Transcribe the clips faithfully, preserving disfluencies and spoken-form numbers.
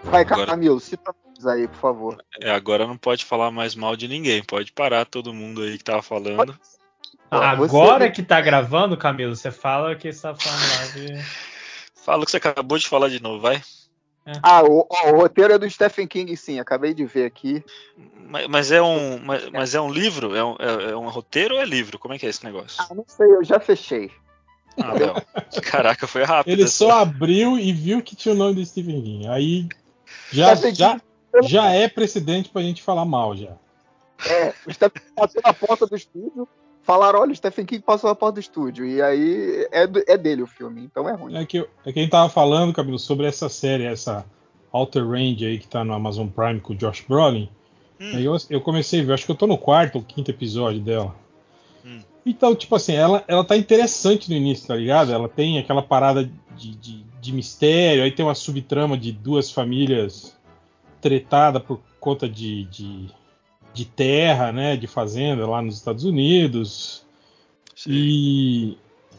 Vai, Agora, Camilo, cita aí, por favor. é, agora não pode falar mais mal de ninguém. Pode parar todo mundo aí que tava falando. Agora você... que tá gravando, Camilo, você fala que você tá falando lá de... Fala o que você acabou de falar de novo, vai. É. Ah, o, o roteiro é do Stephen King, sim, acabei de ver aqui. Mas, mas é um, mas, mas é um livro? É um, é, é um roteiro ou é livro? Como é que é esse negócio? Ah, não sei, eu já fechei. Ah, Léo. Caraca, foi rápido. Ele só essa... abriu e viu que tinha o nome do Stephen King. Aí já, já, já é precedente pra gente falar mal, já. É, o Stephen King passou na porta do estúdio, falaram, olha, o Stephen King passou na porta do estúdio, e aí é, é dele o filme, então é ruim. É que, é que a gente tava falando, Camilo, sobre essa série, essa Outer Range aí que tá no Amazon Prime com o Josh Brolin. Hum. Aí eu, eu comecei a ver, acho que eu tô no quarto ou quinto episódio dela. Hum. Então, tipo assim, ela, ela tá interessante no início, tá ligado? Ela tem aquela parada de, de, de mistério, aí tem uma subtrama de duas famílias tretadas por conta de, de, de terra, né? De fazenda lá nos Estados Unidos. Sim. E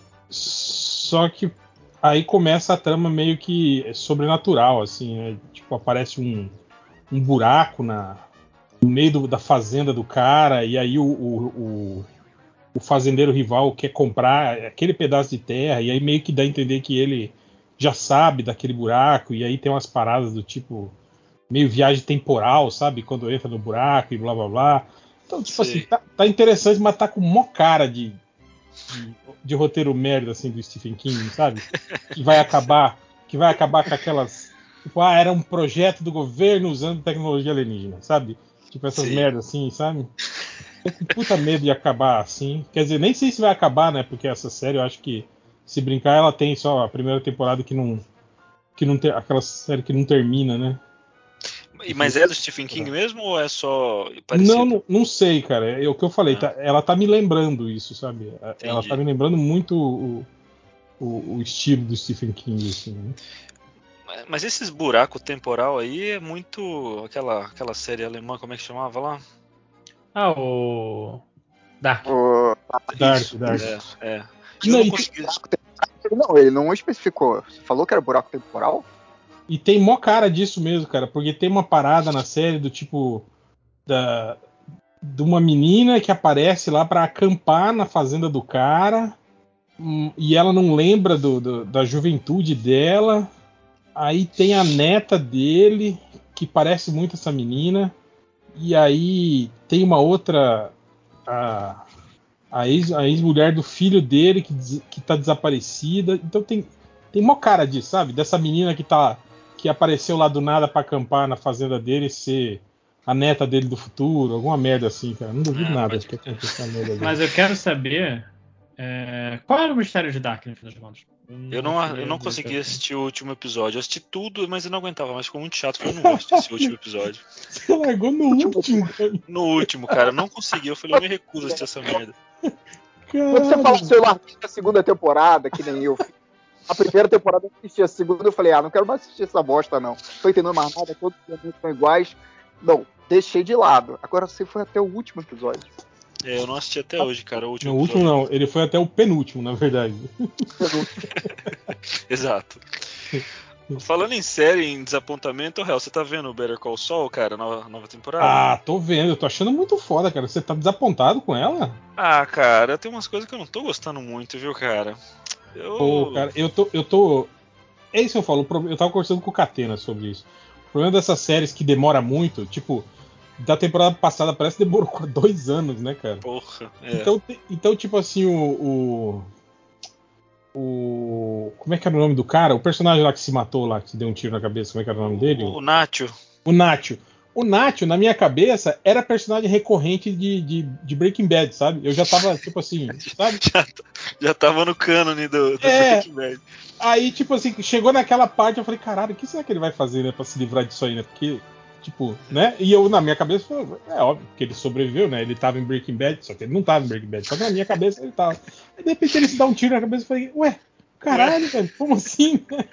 só que aí começa a trama meio que sobrenatural, assim, né? Tipo, aparece um, um buraco na, no meio do, da fazenda do cara, e aí o, o, o, o fazendeiro rival quer comprar aquele pedaço de terra, e aí meio que dá a entender que ele já sabe daquele buraco, e aí tem umas paradas do tipo meio viagem temporal, sabe? Quando entra no buraco e blá blá blá. Então, tipo Sim. assim, tá, tá interessante, mas tá com mó cara de De, de roteiro merda assim do Stephen King, sabe? Que vai acabar, que vai acabar com aquelas, tipo, ah, era um projeto do governo usando tecnologia alienígena, sabe? Tipo essas Sim. merdas assim, sabe? Tô com puta medo de acabar assim. Quer dizer, nem sei se vai acabar, né? Porque essa série, eu acho que se brincar, ela tem só a primeira temporada que não, que não tem aquela série que não termina, né? Mas é do Stephen King mesmo ou é só parecido? Não, não, não sei, cara. É o que eu falei. Ah. Tá, ela tá me lembrando isso, sabe? Entendi. Ela tá me lembrando muito o, o, o estilo do Stephen King, assim, né? Mas esses buraco temporal aí é muito aquela, aquela série alemã, como é que chamava lá? Ah, o Dark. O... Dark, Isso, Dark. É, é. Eu não, não, consegui... não, ele não especificou. Você falou que era buraco temporal? E tem mó cara disso mesmo, cara, porque tem uma parada na série do tipo da, de uma menina que aparece lá pra acampar na fazenda do cara hum, e ela não lembra do, do, da juventude dela. Aí tem a neta dele que parece muito essa menina. E aí tem uma outra a, a, ex, a ex-mulher do filho dele que, que tá desaparecida. Então tem tem mó cara disso, sabe? Dessa menina que tá que apareceu lá do nada pra acampar na fazenda dele ser a neta dele do futuro, alguma merda assim, cara. Não duvido é, nada que aconteça uma merda. Mas eu quero saber é, qual era o mistério de Dark, no fim das contas. Eu não, eu não consegui assistir o último episódio. Eu assisti tudo, mas eu não aguentava mais. Ficou muito chato. Falei, eu não gosto desse último episódio. Você largou no último, cara. No último, cara. Eu não consegui. Eu falei, eu me recuso a assistir essa merda. Quando você fala que eu larguei a segunda temporada, que nem eu fiz. A primeira temporada eu assisti, a segunda eu falei, ah, não quero mais assistir essa bosta, não. Tô entendendo mais nada, todos os episódios são iguais. Não, deixei de lado. Agora você foi até o último episódio. É, eu não assisti até hoje, cara. O último no último não, ele foi até o penúltimo, na verdade. Exato. Falando em série, em desapontamento, Hel, você tá vendo o Better Call Saul, cara, nova, nova temporada? Ah, tô vendo, eu tô achando muito foda, cara. Você tá desapontado com ela? Ah, cara, tem umas coisas que eu não tô gostando muito, viu, cara? Eu... Pô, cara, eu tô, eu tô. É isso que eu falo, eu tava conversando com o Catena sobre isso. O problema dessas séries que demora muito, tipo, da temporada passada parece que demorou dois anos, né, cara? Porra, é. Então, então tipo assim, o, o, o. Como é que era o nome do cara? O personagem lá que se matou lá, que se deu um tiro na cabeça, como é que era o nome dele? O, o Nacho. O Nacho. O Nacho, na minha cabeça, era personagem recorrente de, de, de Breaking Bad, sabe? Eu já tava, tipo assim, sabe? já, já tava no cânone do, do é, Breaking Bad. Aí, tipo assim, chegou naquela parte, eu falei, caralho, o que será que ele vai fazer, né, pra se livrar disso aí, né? Porque, tipo, né? E eu, na minha cabeça, é óbvio que ele sobreviveu, né? Ele tava em Breaking Bad, só que ele não tava em Breaking Bad, só que na minha cabeça ele tava. Aí, de repente, ele se dá um tiro na cabeça e falei, ué, caralho, velho, como assim, né?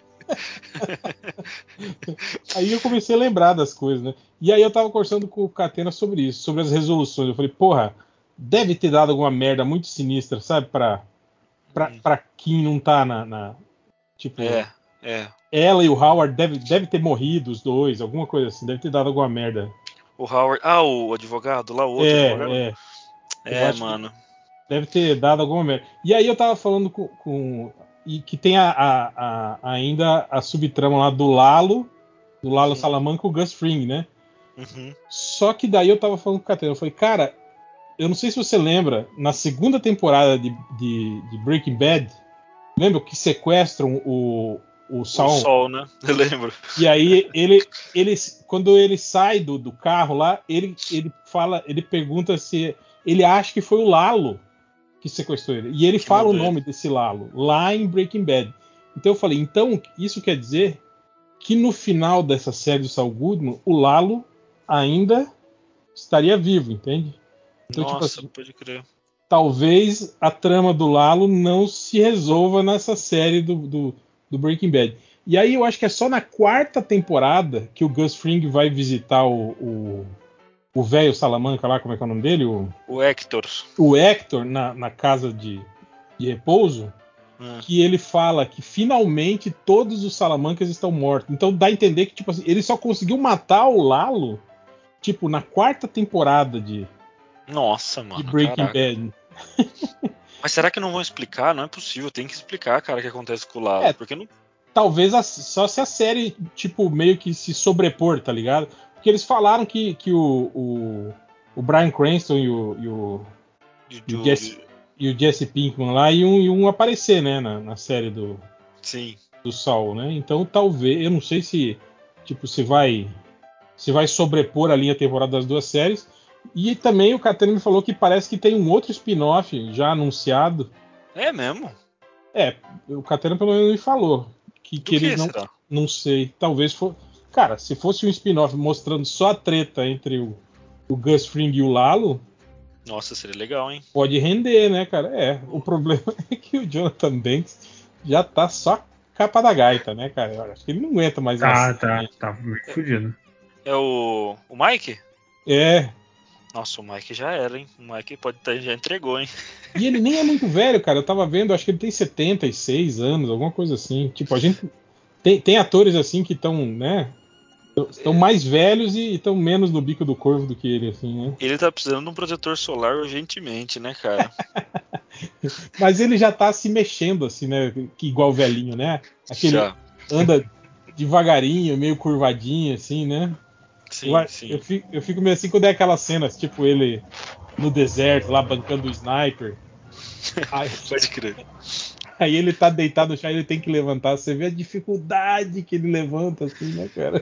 Aí eu comecei a lembrar das coisas, né? E aí eu tava conversando com o Catena sobre isso, sobre as resoluções. Eu falei, porra, deve ter dado alguma merda muito sinistra, sabe? Pra, pra, pra quem não tá na, na. Tipo. É, é. ela e o Howard deve, deve ter morrido, os dois, alguma coisa assim, deve ter dado alguma merda. O Howard. Ah, o advogado lá, o outro é, advogado? É, é mano. Deve ter dado alguma merda. E aí eu tava falando com. com e que tem a, a, a, ainda a subtrama lá do Lalo, do Lalo uhum. Salamanca com o Gus Fring, né? Uhum. Só que daí eu tava falando com o Catena, eu falei, cara, eu não sei se você lembra, na segunda temporada de, de, de Breaking Bad, lembra que sequestram o, o Sol? O Sol, né? Eu lembro. E aí ele, ele quando ele sai do, do carro lá, ele, ele fala, ele pergunta se ele acha que foi o Lalo que sequestrou ele. E ele que fala o nome desse Lalo lá em Breaking Bad. Então eu falei, então isso quer dizer que no final dessa série do Saul Goodman, o Lalo ainda estaria vivo, entende? Então, Nossa, tipo assim, pode crer. Talvez a trama do Lalo não se resolva nessa série do, do, do Breaking Bad. E aí eu acho que é só na quarta temporada que o Gus Fring vai visitar o o velho Salamanca lá, como é que é o nome dele? O, o Hector. O Hector na, na casa de, de repouso, hum. que ele fala que finalmente todos os Salamancas estão mortos. Então dá a entender que tipo assim, ele só conseguiu matar o Lalo tipo na quarta temporada de Nossa, mano, de Breaking caraca. Bad. Mas será que não vão explicar? Não é possível, tem que explicar, cara, o que acontece com o Lalo. É, porque não... Talvez a, só se a série, tipo, meio que se sobrepor, tá ligado? Porque eles falaram que, que o, o, o Bryan Cranston e o, e o, de, e o, de, Jesse, de... e o Jesse Pinkman lá iam, iam aparecer, né, na, na série do, Sim. do Saul, né? Então talvez, eu não sei se, tipo, se vai, se vai sobrepor a linha temporal das duas séries. E também o Catena me falou que parece que tem um outro spin-off já anunciado. É mesmo? É, o Catena pelo menos me falou. Que, que eles não. Será? Não sei. Talvez for. Cara, se fosse um spin-off mostrando só a treta entre o, o Gus Fring e o Lalo. Nossa, seria legal, hein? Pode render, né, cara? É. O problema é que o Jonathan Banks já tá só capa da gaita, né, cara? Eu acho que ele não aguenta mais Ah, assim, tá. né? Tá muito fodido. É o. O Mike? É. Nossa, o Mike já era, hein? O Mike pode ter, já entregou, hein? E ele nem é muito velho, cara. Eu tava vendo, acho que ele tem setenta e seis anos, alguma coisa assim. Tipo, a gente. Tem, tem atores assim que estão, né? Estão mais velhos e estão menos no bico do corvo do que ele, assim, né? Ele tá precisando de um protetor solar urgentemente, né, cara? Mas ele já tá se mexendo, assim, né? Igual o velhinho, né? Aquele já. anda devagarinho, meio curvadinho, assim, né? Sim, eu, sim. Eu fico, eu fico meio assim quando é aquelas cenas, tipo ele no deserto, lá bancando o sniper. Aí, Pode crer. Aí ele tá deitado no chão e ele tem que levantar. Você vê a dificuldade que ele levanta, assim, né, cara?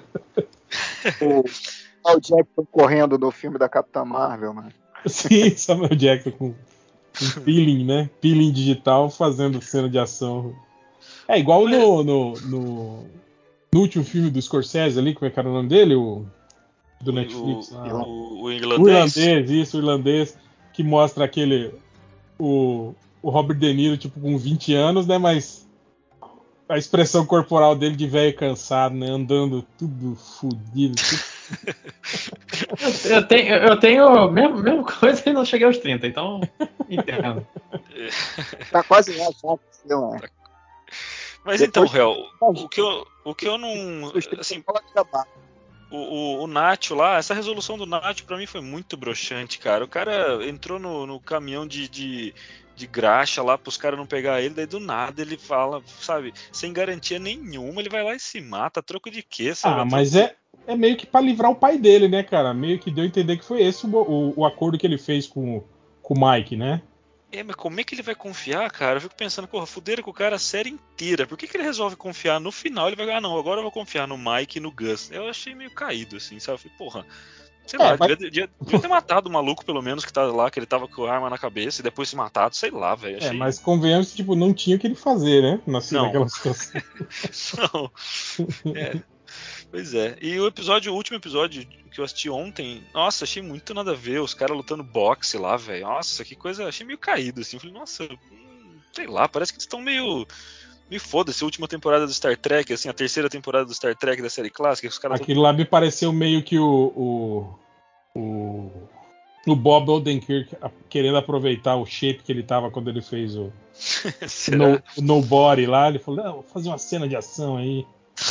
O Samuel Jackson correndo no filme da Capitã Marvel, né? Sim, Samuel Jackson com, com peeling, né? Peeling digital fazendo cena de ação. É igual Mas... no, no, no, no último filme do Scorsese ali, como é que era o nome dele? O, do o, Netflix. O, ah, o, o irlandês? O irlandês, isso, o irlandês, que mostra aquele. O, o Robert De Niro, tipo, com vinte anos, né? Mas a expressão corporal dele de velho cansado, né? Andando tudo fodido. Tudo... eu, eu tenho, eu tenho mesmo, mesma coisa e não cheguei aos trinta, então entendo. Tá quase lá, já, não é? Mas Depois, então, Hel, o que eu, o que eu não, assim, o, o, o Nacho lá, essa resolução do Nacho pra mim foi muito broxante, cara. O cara entrou no, no caminhão de, de, de graxa lá pros caras não pegar ele, daí do nada ele fala, sabe, sem garantia nenhuma, ele vai lá e se mata, troco de quê, sabe? Ah, mas é, é meio que pra livrar o pai dele, né, cara? Meio que deu a entender que foi esse o, o, o acordo que ele fez com, com o Mike, né? É, mas como é que ele vai confiar, cara? Eu fico pensando, porra, fuderam com o cara a série inteira. Por que, que ele resolve confiar no final? Ele vai, ah, não, agora eu vou confiar no Mike e no Gus. Eu achei meio caído, assim, sabe? Eu falei, porra, sei é, lá, mas... devia, devia, devia ter matado o maluco, pelo menos, que tá lá, que ele tava com a arma na cabeça e depois se matado, sei lá, velho. Achei... É, mas convenhamos que, tipo, não tinha o que ele fazer, né? Na, não. Naquela situação. Não. É. Pois é. E o episódio, o último episódio que eu assisti ontem, nossa, achei muito nada a ver. Os caras lutando boxe lá, velho. Nossa, que coisa. Achei meio caído, assim. Falei, nossa, hum, sei lá, parece que eles estão meio. Me foda-se, a última temporada do Star Trek, assim, a terceira temporada do Star Trek da série clássica. Os caras Aquilo tão... lá me pareceu meio que o. O, o, o Bob Odenkirk querendo aproveitar o shape que ele tava quando ele fez o. no, o Nobody lá. Ele falou, não, vou fazer uma cena de ação aí.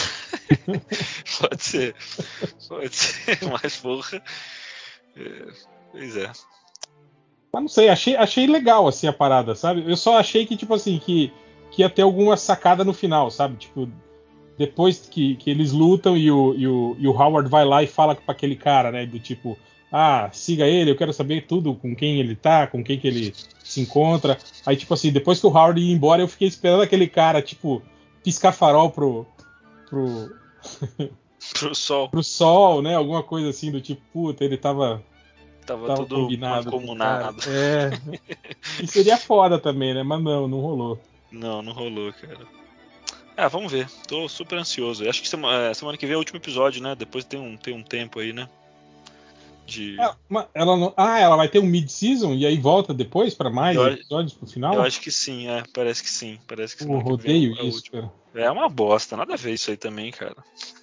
Pode ser. Pode ser, mas porra. É, pois é. Mas não sei, achei, achei legal assim a parada, sabe? Eu só achei que, tipo assim, que, que ia ter alguma sacada no final, sabe? Tipo, depois que, que eles lutam e o, e, o, e o Howard vai lá e fala pra aquele cara, né? Do tipo, ah, siga ele, eu quero saber tudo, com quem ele tá, com quem que ele se encontra. Aí, tipo assim, depois que o Howard ia embora, eu fiquei esperando aquele cara, tipo, piscar farol pro. pro. Pro sol. pro sol, né? Alguma coisa assim, do tipo, puta, ele tava. Tava, Tava tudo combinado com o cara. mancomunado. É. E seria foda também, né? Mas não, não rolou. Não, não rolou, cara. Ah, vamos ver. Tô super ansioso. Acho que semana, semana que vem é o último episódio, né? Depois tem um, tem um tempo aí, né? De... Ela, ela não, ah, ela vai ter um mid-season e aí volta depois pra mais eu, episódios pro final? eu acho que sim, é. Parece que sim. Parece que semana Porra, que vem é odeio o, é o isso, último. cara. É uma bosta. Nada a ver isso aí também, cara.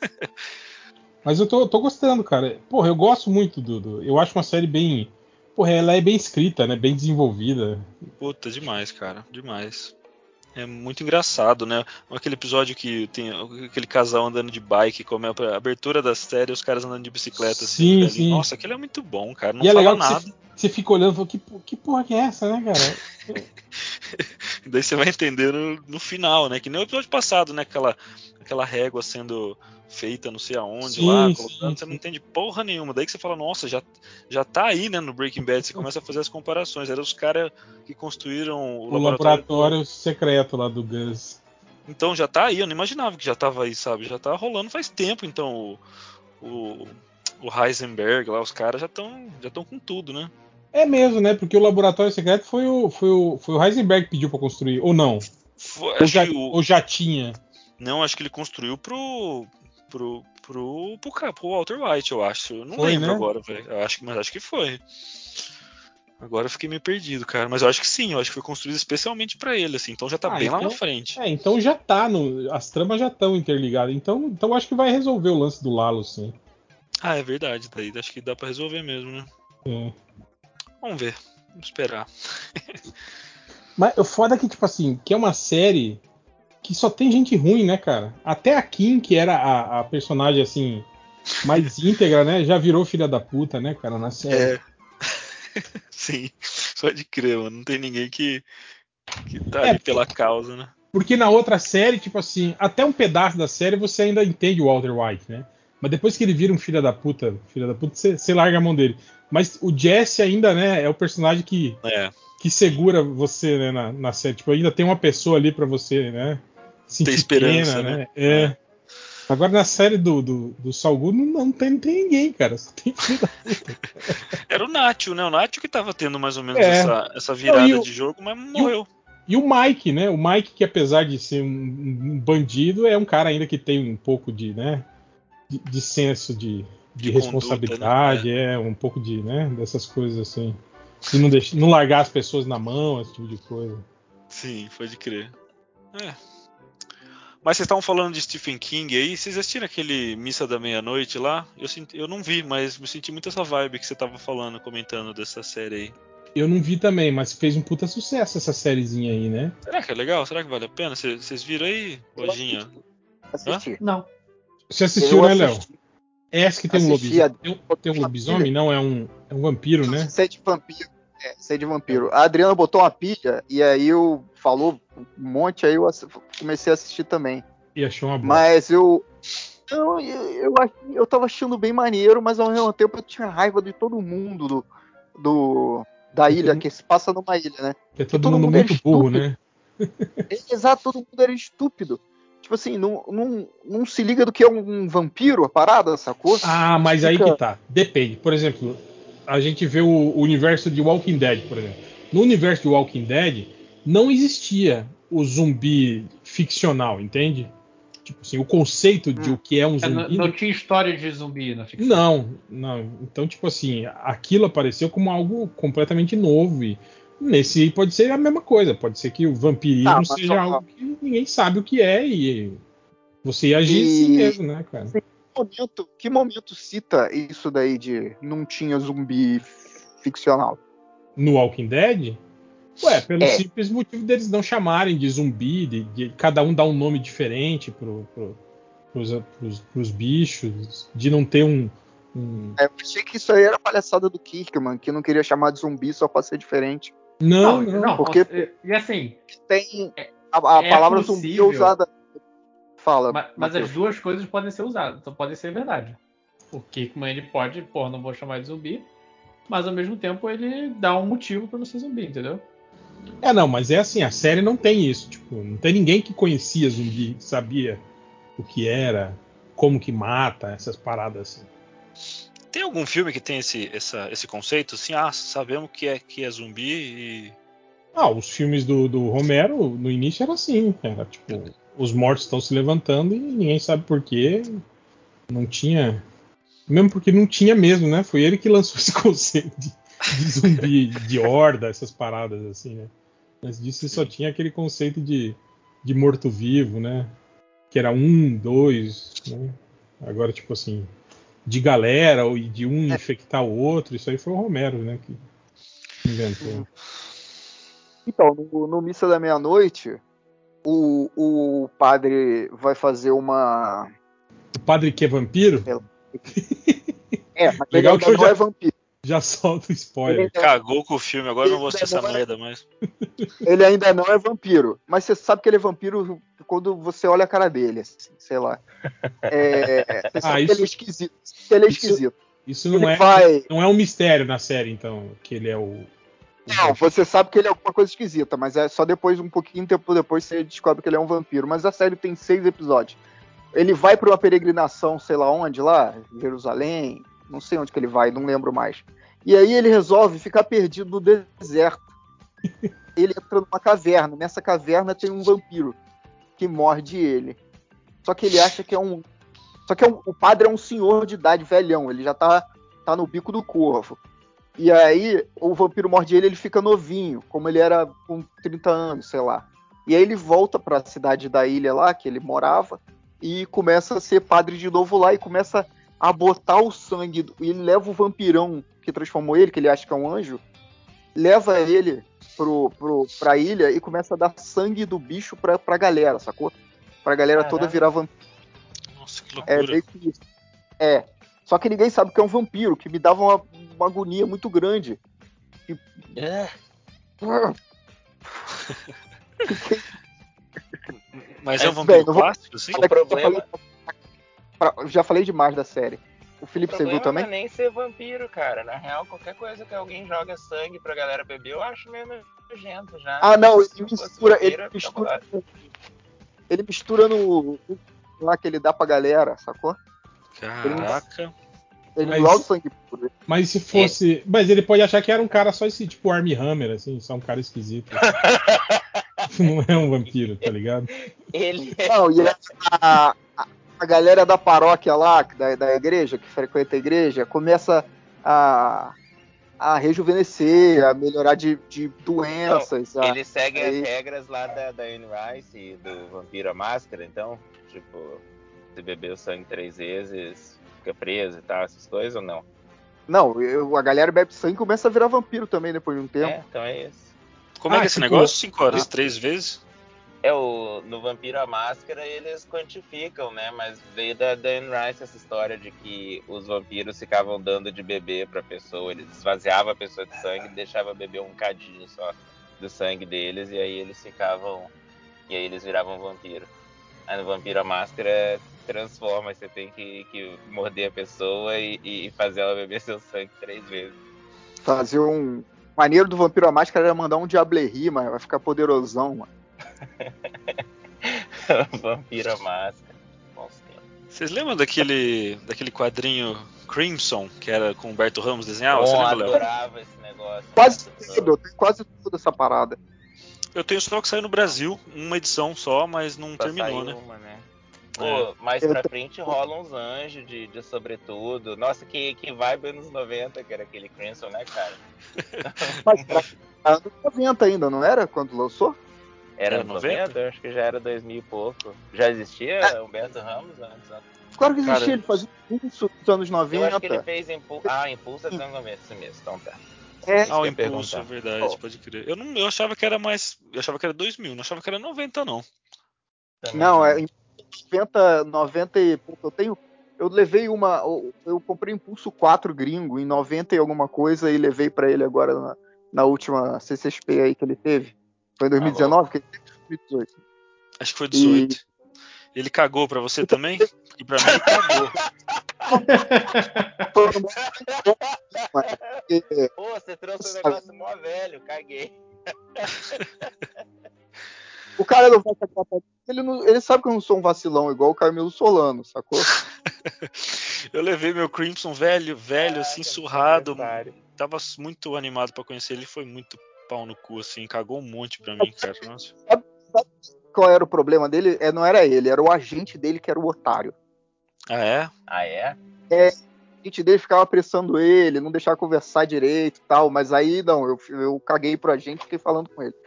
Mas eu tô, tô gostando, cara. Porra, eu gosto muito do, do. Eu acho uma série bem. Porra, ela é bem escrita, né? Bem desenvolvida. Puta, demais, cara. Demais. É muito engraçado, né? Aquele episódio que tem aquele casal andando de bike, como é a abertura da série, os caras andando de bicicleta, assim, Sim, velho. sim. Nossa, aquele é muito bom, cara. Não E é fala legal que nada. você, você fica olhando e fala, que, que porra que é essa, né, cara? Daí você vai entender no, no final, né? Que nem o episódio passado, né? Aquela, aquela régua sendo feita não sei aonde lá, Sim, colocando, sim, você não sim. entende porra nenhuma. Daí que você fala, nossa, já, já tá aí, né, no Breaking Bad, você começa a fazer as comparações. Eram os caras que construíram o, O laboratório, laboratório do... secreto lá do Gus. Então já tá aí, eu não imaginava que já tava aí, sabe? Já tá rolando faz tempo, então o, o, o Heisenberg lá, os caras já estão já tão com tudo, né? É mesmo, né? Porque o laboratório secreto foi o, foi o, foi o Heisenberg que pediu pra construir, ou não? Foi, Ou acho já, que o, ou já tinha? não, acho que ele construiu pro pro pro, pro, pro, pro Walter White, eu acho. Eu não Foi, lembro né? agora, velho. Eu acho que, mas acho que foi. Agora eu fiquei meio perdido, cara. Mas eu acho que sim, eu acho que foi construído especialmente pra ele, assim. Então já tá Ah, bem lá na então, frente. é, então já tá no, as tramas já estão interligadas. Então, então acho que vai resolver o lance do Lalo, sim. Ah, é verdade, daí acho que dá pra resolver mesmo, né? É. Vamos ver, vamos esperar. Mas o foda é que, tipo assim, que é uma série que só tem gente ruim, né, cara? Até a Kim, que era a, a personagem, assim, mais íntegra, né? Já virou filha da puta, né, cara, na série. É. Sim, pode crer, mano. Não tem ninguém que, que tá É, ali porque, pela causa, né? porque na outra série, tipo assim, até um pedaço da série você ainda entende o Walter White, né? Mas depois que ele vira um filho da puta, filha da puta, você, você larga a mão dele. Mas o Jesse ainda, né, é o personagem que, É. que segura você, né, na, na série. Tipo, ainda tem uma pessoa ali pra você, né? Tem Sentir esperança, pena, né? né? É. É. Agora na série do, do, do Saul Goodman não, não, tem, não tem ninguém, cara. Só tem filho da puta. Era o Nacho, né? O Nacho que tava tendo mais ou menos É. essa, essa Não, e, virada o, de jogo, mas e, o, morreu. e o Mike, né? O Mike, que apesar de ser um, um bandido, é um cara ainda que tem um pouco de, né? De, de senso de, de, De conduta, né? responsabilidade, é. é um pouco de, né? Dessas coisas assim. De não, deixar, não largar as pessoas na mão, esse tipo de coisa. Sim, pode crer. É. Mas vocês estavam falando de Stephen King aí, vocês assistiram aquele Missa da Meia-Noite lá? Eu, senti, eu não vi, mas me senti muito essa vibe que você tava falando, comentando dessa série aí. Eu não vi também, mas fez um puta sucesso essa sériezinha aí, né? Será que é legal? Será que vale a pena? Vocês, vocês viram aí, Lojinha? Assisti. Não. Você assistiu, Eu né, Léo? assisti. É essa que tem um Assisti lobisomem. a Tem, um- tem um lobisomem? Não, é um, é um vampiro, né? Sei de vampiro. É, sei de vampiro. A Adriana botou uma pilha e aí eu falou um monte, aí eu ass- comecei a assistir também. E achou uma bosta. Mas eu. Eu, eu, eu, ach- eu tava achando bem maneiro, mas ao mesmo tempo eu tinha raiva de todo mundo do, do da É ilha, todo- que se passa numa ilha, né? É Que todo todo mundo mundo era muito burro, estúpido. né? É, exato, todo mundo era estúpido. Tipo assim, não, não, não se liga do que é um, um vampiro, a parada, sacou? Ah, mas aí que Fica. tá. Depende. Por exemplo, a gente vê o, o universo de Walking Dead, por exemplo. No universo de Walking Dead, não existia o zumbi ficcional, entende? Tipo assim, o conceito de Hum. o que é um É, não, zumbi. não tinha história de zumbi na ficção. Não, não. Então, tipo assim, aquilo apareceu como algo completamente novo. E nesse pode ser a mesma coisa. Pode ser que o vampirismo Tá, mas seja ó, algo que ninguém sabe o que é e você ia agir assim e mesmo, né, cara? assim, que momento, que momento cita isso daí de não tinha zumbi ficcional? No Walking Dead? Ué, pelo É. simples motivo deles não chamarem de zumbi, de, de cada um dar um nome diferente pro, pro, pros, pros, pros bichos, de não ter um. um... É, eu achei que isso aí era palhaçada do Kirkman, que não queria chamar de zumbi só pra ser diferente. Não, não, não, não porque e assim tem a, a é palavra possível, zumbi é usada. Fala. Mas, mas as duas coisas podem ser usadas, então podem ser verdade. O Kirkman ele pode, pô, não vou chamar de zumbi, mas ao mesmo tempo ele dá um motivo pra não ser zumbi, entendeu? É, não, mas é assim, a série não tem isso. Tipo, não tem ninguém que conhecia zumbi, que sabia o que era, como que mata, essas paradas assim. Tem algum filme que tem esse, essa, esse conceito? Assim, ah, sabemos que é, que é zumbi e... Ah, os filmes do, do Romero, no início era assim. Era tipo, os mortos estão se levantando e ninguém sabe por quê. Não tinha... Mesmo porque não tinha mesmo, né? Foi ele que lançou esse conceito de, de zumbi, de horda, essas paradas assim, né? Antes disso só tinha aquele conceito de, de morto-vivo, né? Que era um, dois, né? Agora, tipo assim, de galera ou de um infectar o outro, isso aí foi o Romero, né? Que inventou. Então, no, no Missa da Meia-Noite, o, o padre vai fazer uma... O padre que é vampiro? É, mas legal ele que eu não já, é vampiro. já solto o spoiler. Ele cagou com o filme, agora eu não vou assistir essa é... merda mais. Ele ainda não é vampiro, mas você sabe que ele é vampiro quando você olha a cara dele, assim, sei lá. É, você Ah, sabe isso- que ele é esquisito. Que ele é isso- esquisito. Isso não Ele é, vai- não é um mistério na série, então, que ele é o. o Não, você sabe que ele é alguma coisa esquisita, mas é só depois, um pouquinho tempo depois, você descobre que ele é um vampiro. Mas a série tem seis episódios. Ele vai para uma peregrinação, sei lá onde, lá, Jerusalém, não sei onde que ele vai, não lembro mais. E aí ele resolve ficar perdido no deserto. Ele entra numa caverna. Nessa caverna tem um vampiro que morde ele. Só que ele acha que é um. Só que é um... o padre é um senhor de idade, velhão. Ele já tá, tá no bico do corvo. E aí o vampiro morde ele, ele fica novinho, como ele era com trinta anos, sei lá. E aí ele volta para a cidade da ilha lá, que ele morava, e começa a ser padre de novo lá e começa a botar o sangue. E ele leva o vampirão que transformou ele, que ele acha que é um anjo, leva ele pro, pro, pra ilha e começa a dar sangue do bicho pra, pra galera, sacou? Pra galera Caramba. toda virar vampiro. Nossa, que É loucura. meio que isso. É. Só que ninguém sabe que é um vampiro, que me dava uma, uma agonia muito grande. Que... É. Mas é um Bem, vampiro não vou- clássico, assim? O problema, Pra- Já falei demais da série. O o Felipe, você viu problema não também? é nem ser vampiro, cara. Na real, qualquer coisa que alguém joga sangue pra galera beber, eu acho meio nojento já. Ah, não, ele Se eu fosse mistura, vampiro, ele eu mistura, ficava- ele mistura no, no lá que ele dá pra galera, sacou? Caraca. Ele Mas- não dá o sangue puro. Mas se fosse. Mas ele pode achar que era um cara só esse tipo Armie Hammer, assim, só um cara esquisito. Não é um vampiro, tá ligado? Ele é Não, e a, a, a galera da paróquia lá, da, da igreja, que frequenta a igreja, começa a, a rejuvenescer, a melhorar de, de doenças. a- Ele segue aí- as regras lá da, da Anne Rice e do Vampiro à Máscara, então, tipo, se beber o sangue três vezes, fica preso e tal, essas coisas ou não? Não, eu- a galera bebe sangue e começa a virar vampiro também depois de um tempo. É, então é isso. Como é que Ah, é esse tipo- negócio? Cinco horas, Ah. três vezes? É, o, no Vampiro à Máscara eles quantificam, né? Mas veio da, da Anne Rice essa história de que os vampiros ficavam dando de beber pra pessoa, eles esvaziavam a pessoa de sangue e deixavam beber um cadinho só do sangue deles, e aí eles ficavam. E aí eles viravam vampiro. Aí no Vampiro à Máscara transforma, você tem que, que morder a pessoa e, e fazer ela beber seu sangue três vezes. Fazer um. Maneiro do Vampiro à Máscara era mandar um Diablerri, mas vai ficar poderosão, mano. Vampiro à Máscara. Bons tempos. Vocês lembram daquele, daquele quadrinho Crimson, que era com o Humberto Ramos desenhava? Você Bom, lembra, Léo? adorava esse negócio. Quase né? tudo, eu tenho quase tudo essa parada. Eu tenho só que saiu no Brasil, uma edição só, mas não Só terminou, saiu né? uma, né? É. Pô, mais Eu pra tô- frente rola uns anjos de, de sobretudo. Nossa, que, que vibe anos noventa que era aquele Crimson, né, cara? Mas era anos noventa ainda, não era? Quando lançou? Era Era anos noventa? noventa? Eu acho que já era dois mil e pouco. Já existia Humberto Ramos antes? Né? Claro que existia, Cara, ele fazia isso nos anos Eu acho que ele noventa. fez Impulso. Ah, Impulso é dos anos noventa, isso mesmo. Então tá. É, Isso Ah, o que eu ia Impulso, é perguntar. verdade, Oh. pode crer. Eu, não, eu achava que era mais. Eu achava que era dois mil, não achava que era noventa, não. Também não, é, noventa, noventa e pouco. Eu tenho. Eu levei uma. Eu, eu comprei Impulso quatro gringo em noventa e alguma coisa e levei pra ele agora na, na última C C X P aí que ele teve. Foi em dois mil e dezenove, que ele teve em dois mil e dezoito. Acho que foi dezoito. E... Ele cagou pra você também? E pra mim ele cagou. Pô, você trouxe um negócio mó velho, caguei. O cara não vai cagar pra ele, não, ele sabe que eu não sou um vacilão igual o Carmelo Solano, sacou? Eu levei meu Crimson velho, velho, ah, assim, surrado. Tava muito animado pra conhecer ele, foi muito pau no cu, assim, cagou um monte pra mim, cara. Nossa. Sabe, sabe qual era o problema dele? É, não era ele, era o agente dele que era o otário. Ah, é? Ah, é? É, o agente dele ficava apressando ele, não deixava conversar direito e tal, mas aí não, eu, eu caguei pro agente e fiquei falando com ele.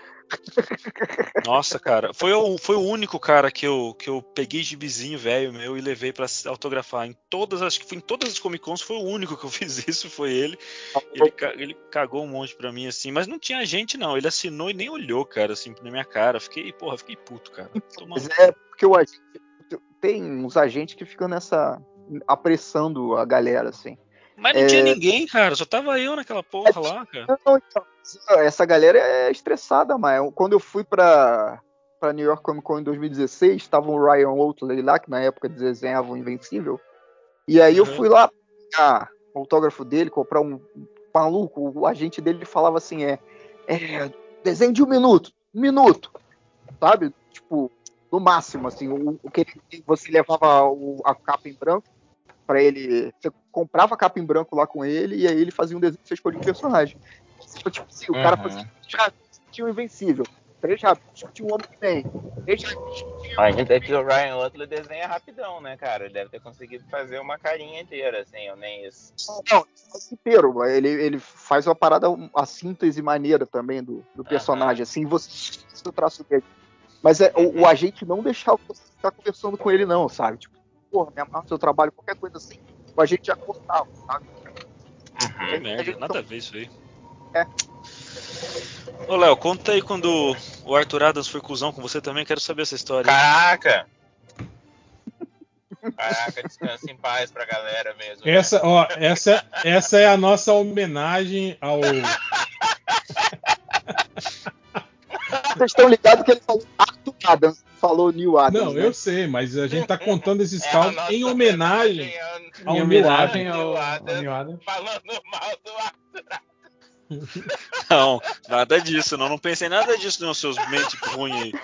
Nossa, cara, foi o, foi o único cara que eu, que eu peguei gibizinho velho meu e levei pra autografar. Em todas, acho que foi em todas as Comic Cons, foi o único que eu fiz isso, foi ele. Ele, ele cagou um monte pra mim, assim, mas não tinha gente, não. Ele assinou e nem olhou, cara, assim, na minha cara. Fiquei, porra, fiquei puto, cara. Mas é porque o agente, tem uns agentes que ficam nessa, apressando a galera, assim. Mas não é... tinha ninguém, cara, só tava eu naquela porra lá, cara. Não, então, essa galera é estressada, mas quando eu fui pra, pra New York Comic Con em dois mil e dezesseis, estava o Ryan Oatley lá, que na época desenhava o Invencível, e aí uhum. eu fui lá pegar o autógrafo dele, comprar um maluco, o agente dele falava assim, é, é desenho de um minuto, um minuto, sabe? Tipo, no máximo, assim, o, o que você levava o, a capa em branco, pra ele, você comprava a capa em branco lá com ele e aí ele fazia um desenho que você escolhia de personagem. Tipo assim, o uhum. cara fazia três rabiscos que tinha o Invencível, três rabiscos que tinha o Homem-Man, três rabiscos que tinha o... Ainda que o Ryan Otley desenha rapidão, né, cara? Ele deve ter conseguido fazer uma carinha inteira, assim, ou nem isso. Não, inteiro. Ele, ele faz uma parada, a síntese maneira também do, do personagem, uhum. assim, você o traço dele. Mas é, uhum. o, o agente não deixava você ficar conversando com ele, não, sabe? Tipo, porra, me amarra no seu trabalho, qualquer coisa assim, o agente já cortava, sabe? Uhum. Que merda, nada não... a ver isso aí. É. Ô, Léo, conta aí quando o Arthur Adams foi cuzão com você também, quero saber essa história. Caraca! Caraca, descansa em paz pra galera mesmo. Essa, né? ó, essa, essa é a nossa homenagem ao... Vocês estão ligados que ele falou Arthur Adams, falou Neil Adams, Não, né? eu sei, mas a gente tá contando esses é casos em homenagem ao, em homenagem ao, ao Neil Adams. Falando mal do Arthur Adams. Não, nada disso, não, não pensei nada disso nos seus mentes ruins aí.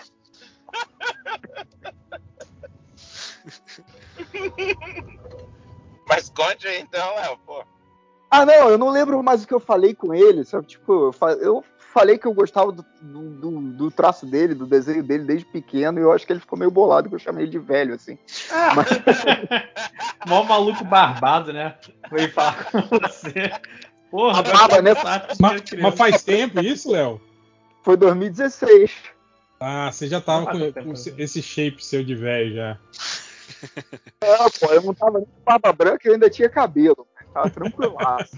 Mas conte aí então, Léo, pô. Ah, não, eu não lembro mais o que eu falei com ele, sabe? Tipo, eu, fa- eu falei que eu gostava do, do, do traço dele, do desenho dele desde pequeno, e eu acho que ele ficou meio bolado, que eu chamei ele de velho, assim. Ah. Mas... Mó maluco barbado, né? Foi falar com você. Porra, Barbado, né? Mas, mas faz tempo isso, Léo? Foi dois mil e dezesseis. Ah, você já tava com, com esse shape seu de velho já. Não, pô, eu não tava nem com barba branca, eu ainda tinha cabelo. Tava tranquilaço.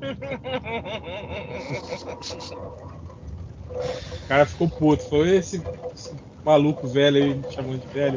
O cara ficou puto. Foi esse, esse maluco velho aí me chamando de velho.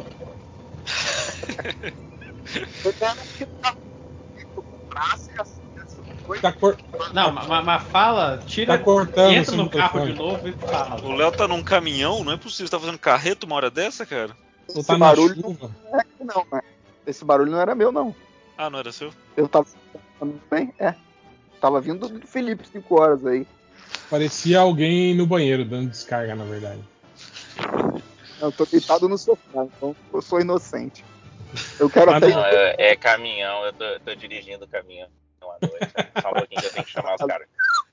Tá cor... Não, mas, mas fala, tira, tá cortando entra no microfone. carro de novo e fala. O Léo tá num caminhão, não é possível, tá fazendo carreto uma hora dessa, cara? Ou tá na barulho chuva? Não, é não, né? Esse barulho não era meu, não. Ah, não era seu? Eu tava bem, é. Tava vindo do Felipe cinco horas aí. Parecia alguém no banheiro dando descarga, na verdade. Eu tô deitado no sofá, então eu sou inocente. Eu quero ah, até. Não, é, é caminhão, eu tô, tô dirigindo o caminhão à noite. Só um pouquinho que eu tenho que chamar os caras.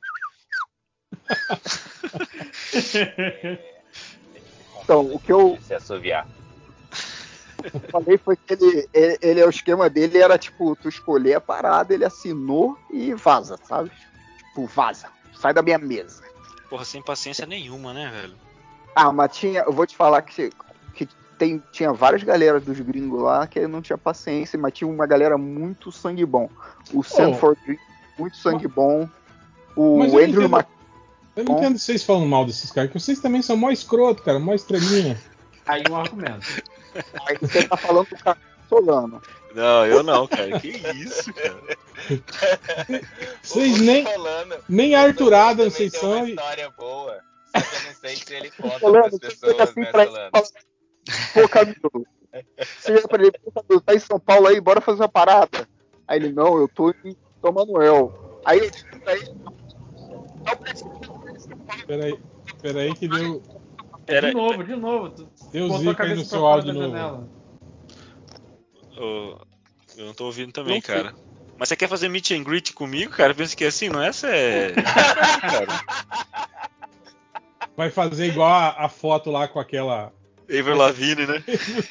é, então, o que eu. Se assoviar. O que eu falei foi que ele, ele, ele, o esquema dele era tipo, tu escolher a parada, ele assinou e vaza, sabe? Tipo, vaza. Sai da minha mesa. Porra, sem paciência nenhuma, né, velho? Ah, mas tinha. Eu vou te falar que, que tem, tinha várias galeras dos gringos lá que não tinha paciência, mas tinha uma galera muito sangue bom. O Sanford, oh, muito sangue mas, bom. O Andrew Mac... Eu não entendo vocês falando mal desses caras, que vocês também são mó escroto, cara, mó estrelinha. Aí um argumento. Aí você tá falando do cara Solano. Não, eu não, cara. Que isso, cara. Vocês nem, Solano, nem o Arthur Solano Adams, também vocês tem são. uma história boa. Só que eu não sei se ele conta Solano, pras você chega pessoas, assim né, pra ele e Solano? fala, pô, Camilo, você chega pra ele, pô, Camilo, tá em São Paulo aí, bora fazer uma parada. Aí ele, não, eu tô em São Manuel. Aí eu digo pra ele, não precisa ir em São Paulo. Peraí, peraí que deu, Era- De novo, de novo. Tu deu botou a zica aí cabeça no pra seu fora áudio da de novo. janela. Ô, eu não tô ouvindo também, Não sei. cara. Mas você quer fazer meet and greet comigo, cara? Pensa que é assim, não é? Essa é. cara. Vai fazer igual a, a foto lá com aquela. Avril Lavigne, né?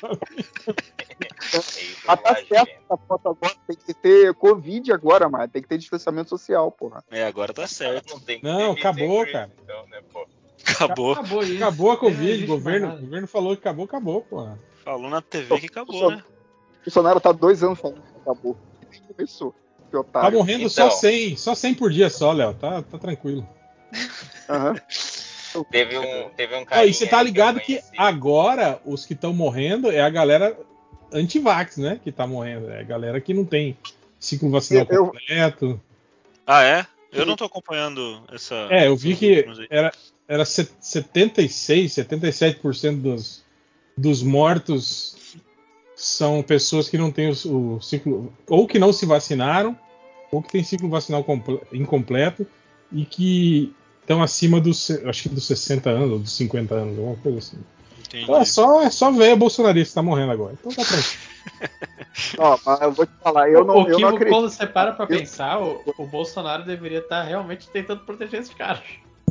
Mas tá certo essa foto agora, tem que ter Covid agora, mas tem que ter distanciamento social, porra. É, agora tá certo. Não, tem que Não, ter meet and acabou, greet, cara. Então, né, pô? Acabou. Acabou isso. Acabou a Nem Covid, existe o governo, mais o nada. governo falou que acabou, acabou, porra. Falou na T V que acabou, né? O Bolsonaro tá dois anos falando que acabou. Nem começou, que Tá otário. morrendo Então. só cem, só cem por dia só, Léo. Tá, tá tranquilo. Aham. Teve um, teve um Ó, carinha e você tá aí ligado eu que conheci. agora os que estão morrendo é a galera anti-vax, né? Que tá morrendo. É a galera que não tem ciclo vacinal Eu- eu- completo. Ah, é? Eu não tô acompanhando essa. É, eu vi essas que últimas aí. era, era se- setenta e seis, setenta e sete por cento dos, dos mortos são pessoas que não têm o, o ciclo. Ou que não se vacinaram, ou que tem ciclo vacinal comple- incompleto e que estão acima dos, acho que dos sessenta anos, ou dos cinquenta anos, alguma coisa assim. Entendi. Então é só, é só velho bolsonarista que tá morrendo agora. Então tá tranquilo. Ó, mas eu vou te falar, eu não, o eu que, não acredito. quando você para pra Eu- pensar, o, o Bolsonaro deveria estar realmente tentando proteger esses caras.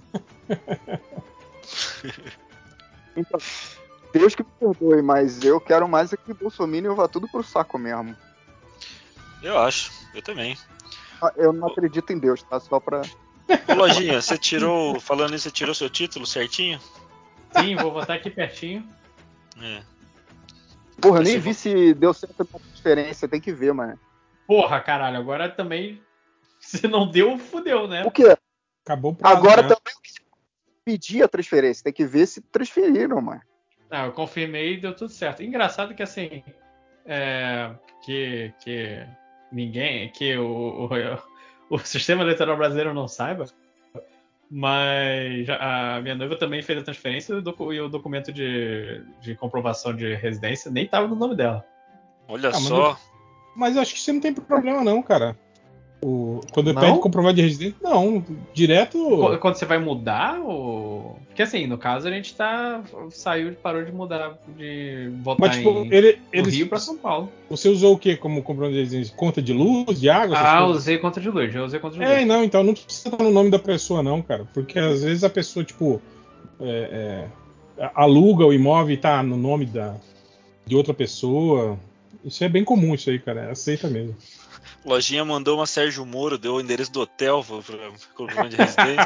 Então, Deus que me perdoe, mas eu quero mais é que Bolsonaro vá tudo pro saco mesmo. Eu acho, eu também. Eu não acredito em Deus, tá? Só pra. Ô, Lojinha, você tirou. Falando nisso, você tirou seu título certinho? Sim, vou botar aqui pertinho. É. Porra, eu Vai nem ser vi bom. se deu certo a transferência, tem que ver, mano. Porra, caralho, agora também. Se não deu, fudeu, né? O quê? Acabou o prazo. Agora né? também pedir a transferência, tem que ver se transferiram, mano. Ah, eu confirmei e deu tudo certo. Engraçado que assim. É, que, que ninguém. Que o, o, o sistema eleitoral brasileiro não saiba. Mas já- a minha noiva também fez a transferência e o, docu- e o documento de, de comprovação de residência nem tava no nome dela. Olha Ah, mas só. Mas acho que você não tem problema, não, cara. O, quando Não? pede comprovante de residência, não. Direto. Qu- Quando você vai mudar, ou. Porque assim, no caso a gente tá. Saiu, parou de mudar, de votar Mas, tipo, em, ele, do eles, Rio pra São Paulo. você usou o que como comprovante de residência? Conta de luz, de água? essas Ah, coisas? usei conta de luz, já usei conta de É, luz. não, então não precisa estar no nome da pessoa, não, cara. Porque às vezes a pessoa, tipo, é, é, aluga o imóvel e tá no nome da, de outra pessoa. Isso é bem comum, isso aí, cara. Aceita mesmo. Lojinha mandou uma Sérgio Moro, deu o endereço do hotel pra, pra comprovante de residência.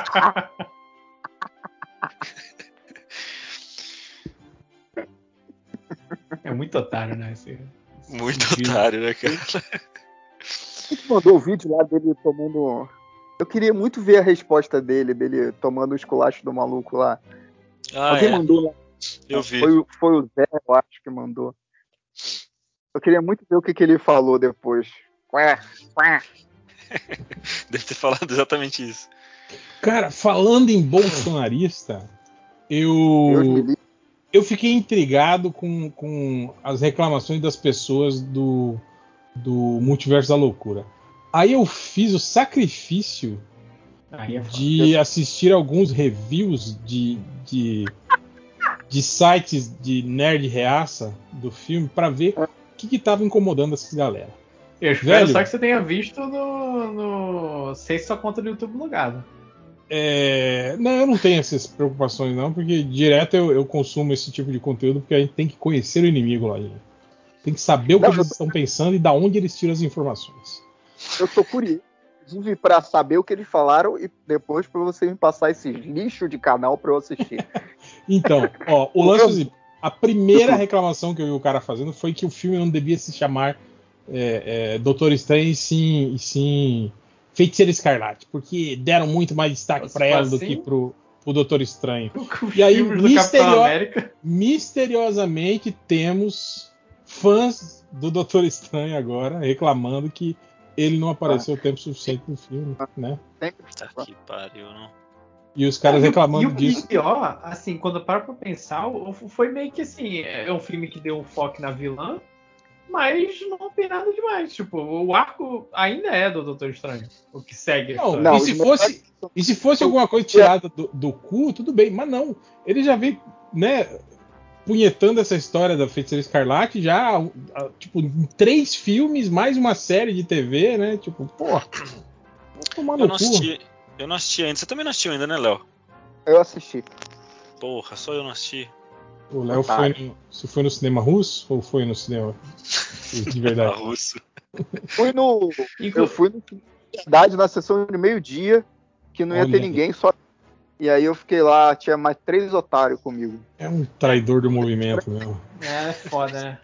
É muito otário, né? Esse, esse Muito sentido. otário, né, cara? Quem que mandou o vídeo lá dele tomando. Eu queria muito ver a resposta dele, dele tomando o esculacho do maluco lá. Ah, Alguém é. mandou lá. Eu vi. Foi, o- foi o Zé, eu acho que mandou. Eu queria muito ver o que, que ele falou depois. Ué, ué. Deve ter falado exatamente isso. Cara, falando em bolsonarista, Deus me eu, livre. eu fiquei intrigado com, com as reclamações das pessoas do, do Multiverso da Loucura. Aí eu fiz o sacrifício Aí é foda. de assistir alguns reviews de, de, de sites de nerd reaça do filme para ver o que que tava incomodando essa galera. Eu espero Velho, só que você tenha visto no. no... Sem sua conta do YouTube logado. É, não, eu não tenho essas preocupações não, porque direto eu, eu consumo esse tipo de conteúdo porque a gente tem que conhecer o inimigo lá, gente. Tem que saber o que Não, eles eu- estão pensando e da onde eles tiram as informações. Eu tô curioso, inclusive, pra saber o que eles falaram e depois pra você me passar esse lixo de canal pra eu assistir. Então, ó, o lance é assim, a primeira reclamação que eu vi o cara fazendo foi que o filme não devia se chamar é, é, Doutor Estranho e sim, e sim Feiticeira Escarlate, porque deram muito mais destaque Se pra for ela do assim- que pro, o Doutor Estranho. Os E aí, filmes do Capitão misterio- América. misteriosamente, temos fãs do Doutor Estranho agora reclamando que ele não apareceu o tempo suficiente no filme, né? Tá que pariu, não. E os caras Não, e o- reclamando e o, disso. E o pior, assim, quando eu paro pra pensar, o- foi meio que assim, é um filme que deu um foco na vilã, mas não tem nada demais. Tipo, o arco ainda é do Doutor Estranho, o que segue a Não, história. Não, e, se os fosse, e se fosse alguma coisa tirada do, do cu, tudo bem, mas não. Ele já vem, né, punhetando essa história da Feiticeira Escarlate já, ah, tipo, em três filmes, mais uma série de T V, né? Tipo, porra, vou tomar no Eu não cu. assisti. Eu não assisti ainda. Você também não assistiu ainda, né, Léo? Eu assisti. Porra, só eu não assisti. O Léo foi no, se foi no cinema russo ou foi no cinema de verdade? Russo. Fui no, eu fui no de verdade na sessão de meio-dia, que não ia Olha ter aí. ninguém, só. E aí eu fiquei lá, tinha mais três otários comigo. É um traidor do movimento mesmo. É, foda, né?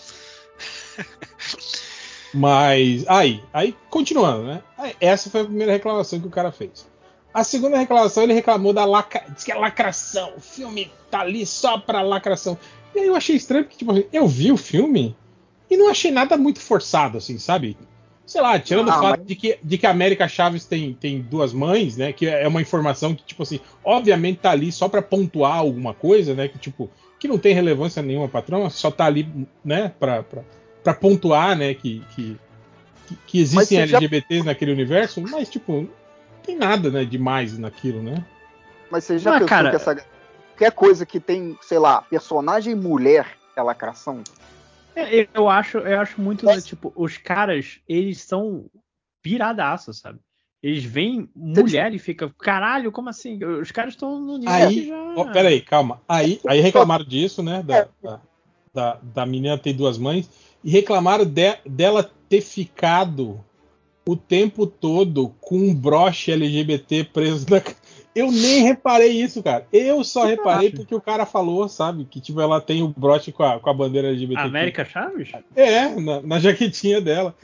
Mas aí, aí continuando, né? Aí, essa foi a primeira reclamação que o cara fez. A segunda reclamação, ele reclamou da lacra... Diz que é lacração. O filme tá ali só pra lacração. E aí eu achei estranho, porque, tipo assim, eu vi o filme e não achei nada muito forçado, assim, sabe? Sei lá, tirando Ah, o fato mas- de, que, de que a América Chaves tem, tem duas mães, né? Que é uma informação que, tipo assim, obviamente tá ali só pra pontuar alguma coisa, né? Que, tipo, que não tem relevância nenhuma, patrão, só tá ali, né? Pra, pra, pra pontuar, né? Que, que, que, que existem Mas você já- L G B Ts naquele universo, mas, tipo, não tem nada, né, demais naquilo, né? Mas você já Mas, pensou cara- que essa. Qualquer coisa que tem, sei lá, personagem mulher é lacração? É, eu acho, eu acho muito, né, tipo, os caras, eles são piradaços, sabe? Eles veem mulher e ficam, caralho, como assim? Os caras estão no nível que Aí, já... ó, peraí, calma. Aí, aí reclamaram disso, né? Da, da, da, da menina ter duas mães. E reclamaram de- dela ter ficado o tempo todo com um broche L G B T preso na. Eu nem reparei isso, cara. Eu só reparei porque o cara falou, sabe? Que tipo, ela tem o broche com a, com a bandeira L G B T. América Chaves? É, na, na jaquetinha dela.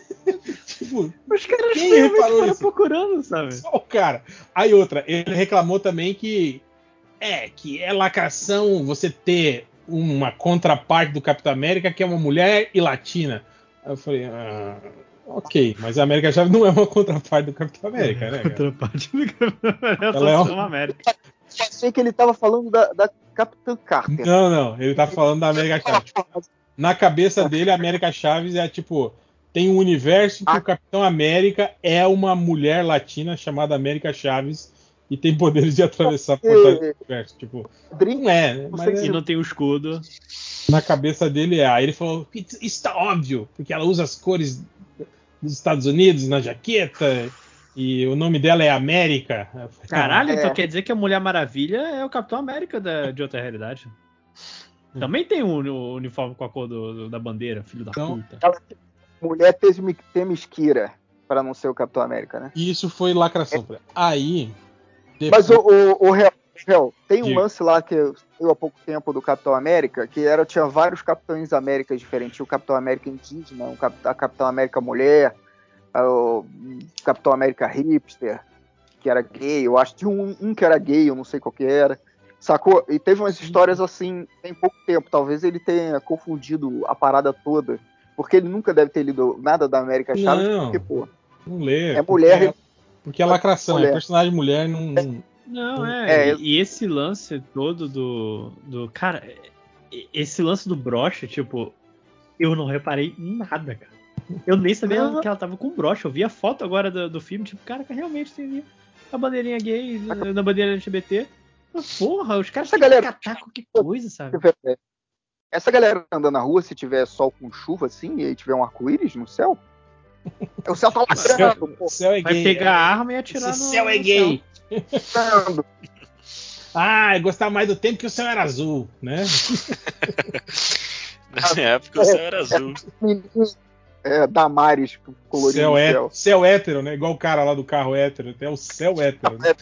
Tipo, Os caras quem realmente reparou foram isso? procurando, sabe? Só o cara. Aí outra, ele reclamou também que é que é lacração você ter uma contraparte do Capitão América que é uma mulher e latina. Aí eu falei, ah, ok, mas a América Chaves não é uma contraparte do Capitão América, né? Cara? Contraparte do Capitão Ela é América. uma- América. Eu achei que ele tava falando da, da Capitã Carter. Não, não, ele tá falando da América Chaves. Tipo, na cabeça dele, a América Chaves é tipo. Tem um universo que Ah. o Capitão América é uma mulher latina chamada América Chaves e tem poderes de atravessar portais do universo. Tipo, não é, né? Não Mas sei é- se- E não tem o escudo. na cabeça dele é. Aí ele falou: isso está óbvio, porque ela usa as cores dos Estados Unidos na jaqueta e o nome dela é América. Eu falei, Caralho, É. então quer dizer que a Mulher Maravilha é o Capitão América da- de outra realidade. Também tem um, um uniforme com a cor do- do- da bandeira, filho da Então- puta. Ela- mulher teve ter mesquira pra não ser o Capitão América, né? E isso foi lacração. Aí. Mas depois- o, o, o Real, Real, tem um Diga. lance lá que eu eu há pouco tempo do Capitão América, que era, tinha vários Capitães Américas diferentes. Tinha o Capitão América indígena, o Cap- a Capitão América mulher, o Capitão América hipster, que era gay. Eu acho que tinha um, um que era gay, eu não sei qual que era. Sacou? E teve umas histórias assim, tem pouco tempo. Talvez ele tenha confundido a parada toda. Porque ele nunca deve ter lido nada da América Chaves, Não. porque, pô, Não lê. é porque mulher. é- Porque é lacração, Mulher. é personagem mulher, não. não- Não, é. É, e, e esse lance todo do. do cara, e- esse lance do broche, tipo, eu não reparei em nada, cara. Eu nem sabia Não. que ela tava com broche. Eu vi a foto agora do, do filme, tipo, cara, que realmente tem ali a bandeirinha gay, na bandeira L G B T. Mas, porra, os caras Essa têm galera- que catar qualquer coisa, sabe? Essa galera andando na rua, se tiver sol com chuva assim, e aí tiver um arco-íris no céu, o céu tá O céu, lacrando, pô, o céu é Vai gay. pegar é- a arma e atirar Esse no céu é no gay. lacrando. Ah, eu gostava mais do tempo que o céu era azul, né? Na minha época o céu era azul. É, Damares colorido Céu, no é, céu. céu hétero, né? Igual o cara lá do carro hétero, até o céu hétero. Né?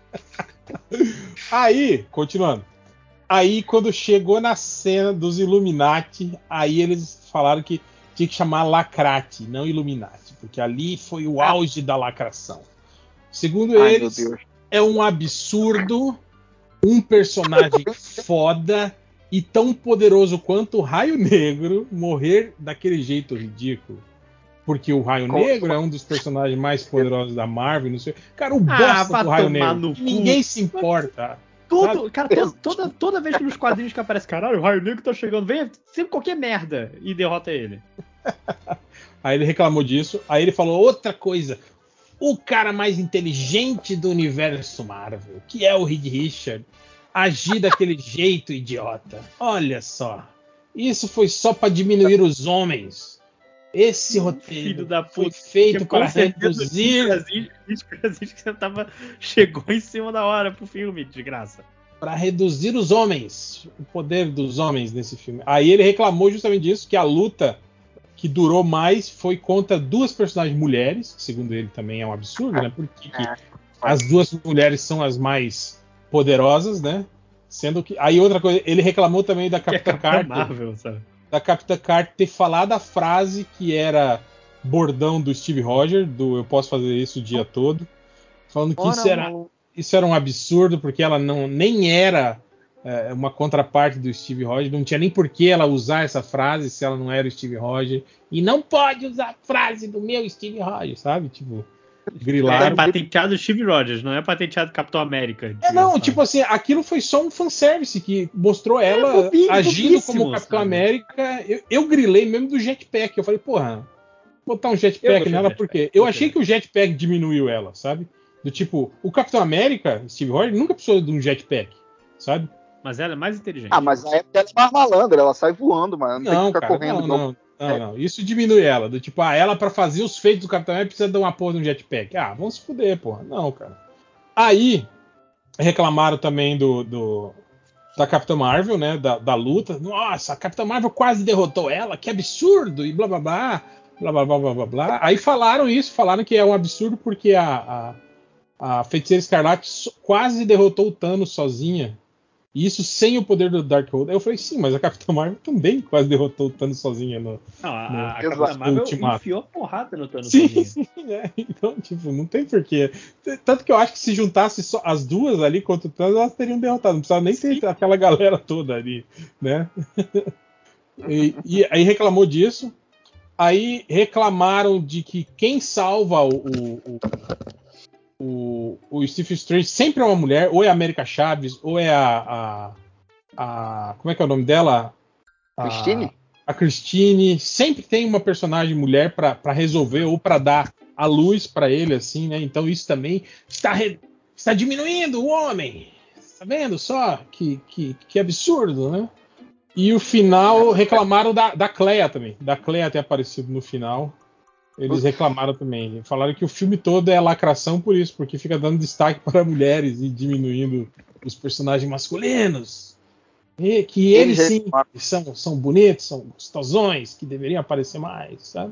Aí, continuando. Aí, quando chegou na cena dos Illuminati, aí eles falaram que tinha que chamar Lacrate, não Illuminati, porque ali foi o auge da lacração. Segundo Ai, eles, meu Deus. é um absurdo um personagem foda e tão poderoso quanto o Raio Negro morrer daquele jeito ridículo. Porque o Raio Negro é um dos personagens mais poderosos da Marvel. Não sei. Cara, o bosta ah, do Raio Negro. Ninguém se importa. Tudo, cara, to, toda, toda vez que nos quadrinhos que aparece, caralho, o Raio Negro tá chegando, vem sempre qualquer merda e derrota ele. Aí ele reclamou disso. Aí ele falou outra coisa. O cara mais inteligente do universo Marvel, que é o Reed Richards, agir daquele jeito idiota. Olha só. Isso foi só para diminuir os homens. Esse roteiro Filho da foi puta, feito para reduzir. Que tava, chegou em cima da hora pro filme, de graça. Para reduzir os homens, o poder dos homens nesse filme. Aí ele reclamou justamente disso, que a luta que durou mais foi contra duas personagens mulheres, que segundo ele também é um absurdo, né? Porque que as duas mulheres são as mais poderosas, né? Sendo que aí outra coisa, ele reclamou também da Capitã Carter, Marvel, sabe? da Capitã Carter ter falado a frase que era bordão do Steve Rogers, do eu posso fazer isso o dia todo, falando que isso era, isso era um absurdo porque ela não nem era é, uma contraparte do Steve Rogers, não tinha nem por que ela usar essa frase se ela não era o Steve Rogers, e não pode usar a frase do meu Steve Rogers, sabe? Tipo, grilaram. É patenteado Steve Rogers, não é patenteado Capitão América. É, não, sabe? Tipo assim, aquilo foi só um fanservice que mostrou ela é, bobinho, agindo como Capitão sabe? América. Eu, eu grilei mesmo do jetpack. Eu falei, porra, vou botar um jetpack nela porque eu achei que o jetpack diminuiu ela, sabe? Do tipo, o Capitão América, Steve Rogers, nunca precisou de um jetpack, sabe? Mas ela é mais inteligente. Ah, mas aí ela é mais malandra, ela sai voando, mano. Não, não tem que ficar cara, correndo. Não, não, não, não. Isso diminui ela. Do tipo, ah, ela pra fazer os feitos do Capitão América precisa de uma porra de um jetpack. Ah, vamos se fuder, porra. Não, cara. Aí, reclamaram também do, do da Capitã Marvel, né? Da, da luta. Nossa, a Capitã Marvel quase derrotou ela, que absurdo! E blá blá blá, blá blá blá blá blá blá. Aí falaram isso, falaram que é um absurdo porque a, a, a Feiticeira Escarlate quase derrotou o Thanos sozinha. E isso sem o poder do Darkhold. Aí eu falei, sim, mas a Capitã Marvel também quase derrotou o Thanos sozinha no. Não, a, no, a Capitã Marvel ultimato. Enfiou porrada no Thanos sim, sozinha. Sim, é. Então, tipo, não tem porquê. Tanto que eu acho que se juntasse só as duas ali contra o Thanos, elas teriam derrotado. Não precisava nem sim. ter aquela galera toda ali, né? e, e aí reclamou disso. Aí reclamaram de que quem salva o, o, o, o Stephen Strange sempre é uma mulher, ou é a América Chaves, ou é a, a, a como é que é o nome dela? Christine? A, a Christine. Sempre tem uma personagem mulher para resolver ou para dar a luz para ele, assim, né? Então isso também está, re, está diminuindo o homem. Tá vendo só? Que, que, que absurdo, né? E o final reclamaram da, da Clea também. Da Clea ter aparecido no final. Eles reclamaram também. Falaram que o filme todo é lacração por isso, porque fica dando destaque para mulheres e diminuindo os personagens masculinos. E que eles sim são, são bonitos, são gostosões, que deveriam aparecer mais, sabe?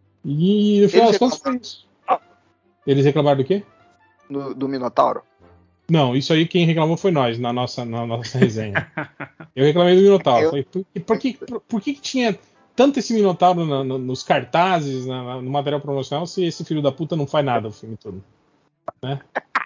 E no final das contas foi isso. Eles reclamaram do quê? Do, do Minotauro? Não, isso aí quem reclamou foi nós, na nossa, na nossa resenha. Eu reclamei do Minotauro. Eu... Falei, por, por, que, por, por que tinha tanto esse Minotauro na, no, nos cartazes, na, no material promocional, se esse filho da puta não faz nada o filme todo? Né?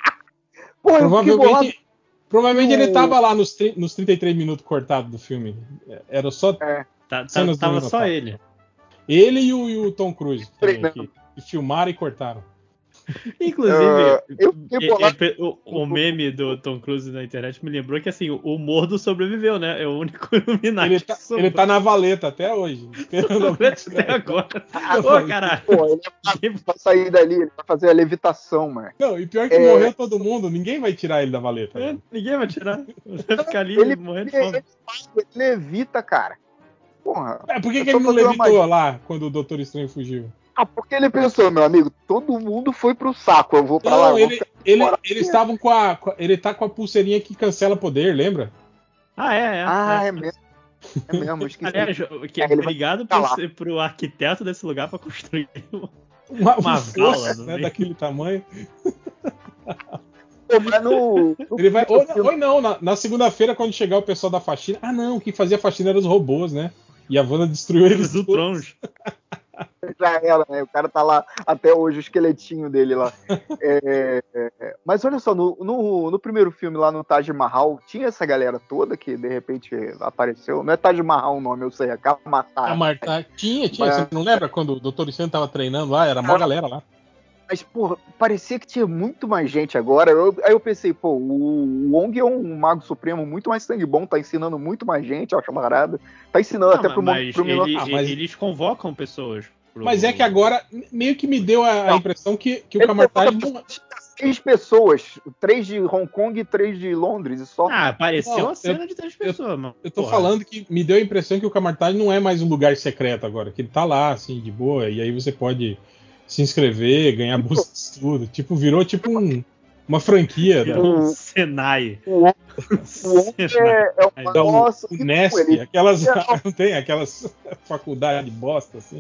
Pô, provavelmente provavelmente eu... ele tava lá nos, nos trinta e três minutos cortados do filme. Era só é. tá, cenas tá, Tava só ele. Ele e o, e o Tom Cruise também, que, que filmaram e cortaram. Inclusive, uh, eu é, é, o, o meme do Tom Cruise na internet me lembrou que assim, o Mordo sobreviveu, né? É o único Illuminati. Ele tá, ele tá na valeta até hoje. Esperando até agora. Ô, caralho. Pô, ele vai sair dali, ele vai fazer a levitação, mano. Não, e pior que é... morreu todo mundo, ninguém vai tirar ele da valeta. É, ninguém vai tirar. Vai ficar ali ele, morrendo de ele, fome. Ele, ele levita, cara. Porra. É, por que, que ele não levitou lá quando o Doutor Estranho fugiu? Ah, porque ele pensou, meu amigo, todo mundo foi pro saco, eu vou pra não, lá. Eu ele, ele, eles estavam com a, com a. Ele tá com a pulseirinha que cancela poder, lembra? Ah, é, é. Ah, é, é mesmo. É mesmo, eu esqueci. Aliás, que, é, obrigado pro, pro arquiteto desse lugar pra construir uma, uma vala, né, daquele tamanho. Pô, mas no, no ele vai. Ou, ou não, na, na segunda-feira, quando chegar o pessoal da faxina. Ah, não, quem fazia a faxina eram os robôs, né? E a Wanda destruiu eles. Os Ultrons. Já era, né? O cara tá lá até hoje, o esqueletinho dele lá. É, é, mas olha só, no, no, no primeiro filme lá no Taj Mahal, tinha essa galera toda que de repente apareceu. Não é Taj Mahal o nome, eu sei, é Kamatari. Kamatari. Tinha, tinha. Mas... Você não lembra quando o doutor Luciano tava treinando lá? Era mó galera lá. Mas, porra, parecia que tinha muito mais gente agora. Eu, aí eu pensei, pô, o Wong é um mago supremo muito mais sangue bom, tá ensinando muito mais gente, ó, camarada. Tá ensinando não, até pro, mas pro ele, ah, mas eles convocam pessoas. Pro... Mas é que agora meio que me deu a, a impressão que, que o Kamatari não... Três pessoas, três de Hong Kong e três de Londres, e só. Ah, apareceu não, a cena eu, de três pessoas, eu, mano. Eu tô Porra. falando que me deu a impressão que o Kamatari não é mais um lugar secreto agora, que ele tá lá, assim, de boa, e aí você pode se inscrever, ganhar boosts, tudo. Tipo, virou tipo um, uma franquia. Virou da... um Senai. O Wong é, é uma da nossa. O Nesp, ele... aquelas. Não tem aquelas faculdade bosta, assim.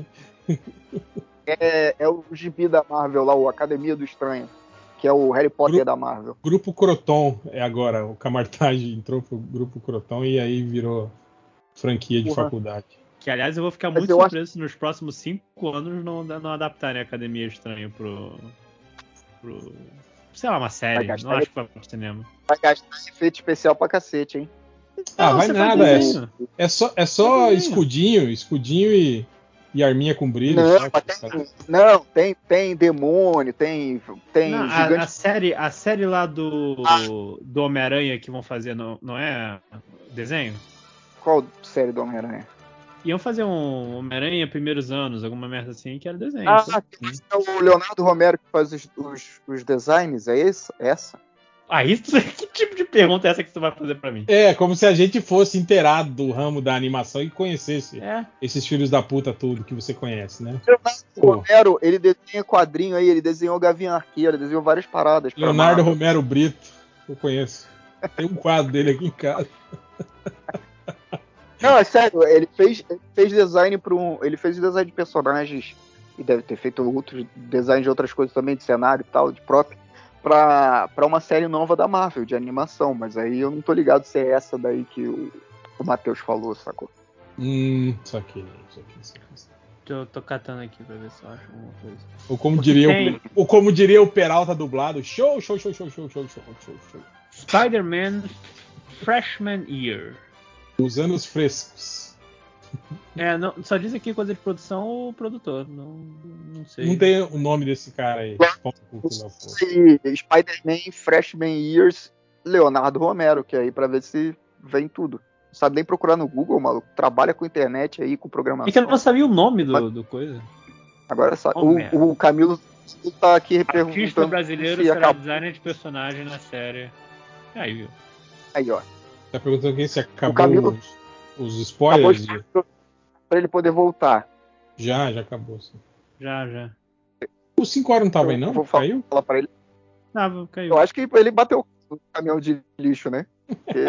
É, é o gibi da Marvel lá, o Academia do Estranho, que é o Harry Potter Grupo, da Marvel. Grupo Croton é agora. O Kamartage entrou pro Grupo Croton e aí virou franquia de Porra. faculdade. Que, aliás, eu vou ficar Mas muito surpreso acho... se nos próximos cinco anos não, não adaptarem a Academia Estranho pro, pro... sei lá, uma série. Não acho que vai pro cinema. Vai gastar efeito especial pra cacete, hein? Ah, não, vai nada. É, é só, é só escudinho, escudinho e, e arminha com brilho. Não, só, tem, não tem, tem demônio, tem, tem não, gigante. A, a, série, a série lá do, ah. do Homem-Aranha que vão fazer, não, não é desenho? Qual série do Homem-Aranha? Iam fazer um Homem-Aranha primeiros anos, alguma merda assim, que era desenho. Ah, é o Leonardo Romero que faz os, os, os designs, é esse? Essa? Ah, isso? Que tipo de pergunta é essa que tu vai fazer pra mim? É, como se a gente fosse inteirado do ramo da animação e conhecesse é. esses filhos da puta tudo que você conhece, né? Leonardo Pô. Romero, ele desenha quadrinho aí, ele desenhou Gavião Arqueiro, ele desenhou várias paradas. Leonardo Romero Brito, eu conheço. Tem um quadro dele aqui em casa. Não, é sério, ele fez, ele fez design para um. Ele fez design de personagens e deve ter feito outros design de outras coisas também, de cenário e tal, de próprio, pra, pra uma série nova da Marvel, de animação. Mas aí eu não tô ligado se é essa daí que o, o Matheus falou, sacou? Hum, isso aqui, isso aqui, isso aqui. Tô, tô catando aqui pra ver se eu acho alguma coisa. Ou como, diria tem... o, ou como diria o Peralta dublado, show, show, show, show, show, show, show, show, show. Spider-Man Freshman Year. Os anos frescos. É, não, só diz aqui coisa de produção ou produtor, não, não sei. Não tem o nome desse cara aí. Spider-Man Freshman Years, Leonardo Romero, que é aí pra ver se vem tudo. Não sabe nem procurar no Google, maluco. Trabalha com internet aí, com programação. É que eu não sabia o nome do, do coisa. Agora sabe. O, o Camilo tá aqui perguntando. Artista brasileiro se será acabou. Designer de personagem na série. Aí, viu? Aí, ó. Tá perguntando quem se acabou Camilo... os, os spoilers? De... Pra ele poder voltar. Já, já acabou. Sim. Já, já. O cinco horas não tava eu aí, não? Vou caiu? Falar pra ele. Tava, caiu. Eu acho que ele bateu o caminhão de lixo, né? Porque...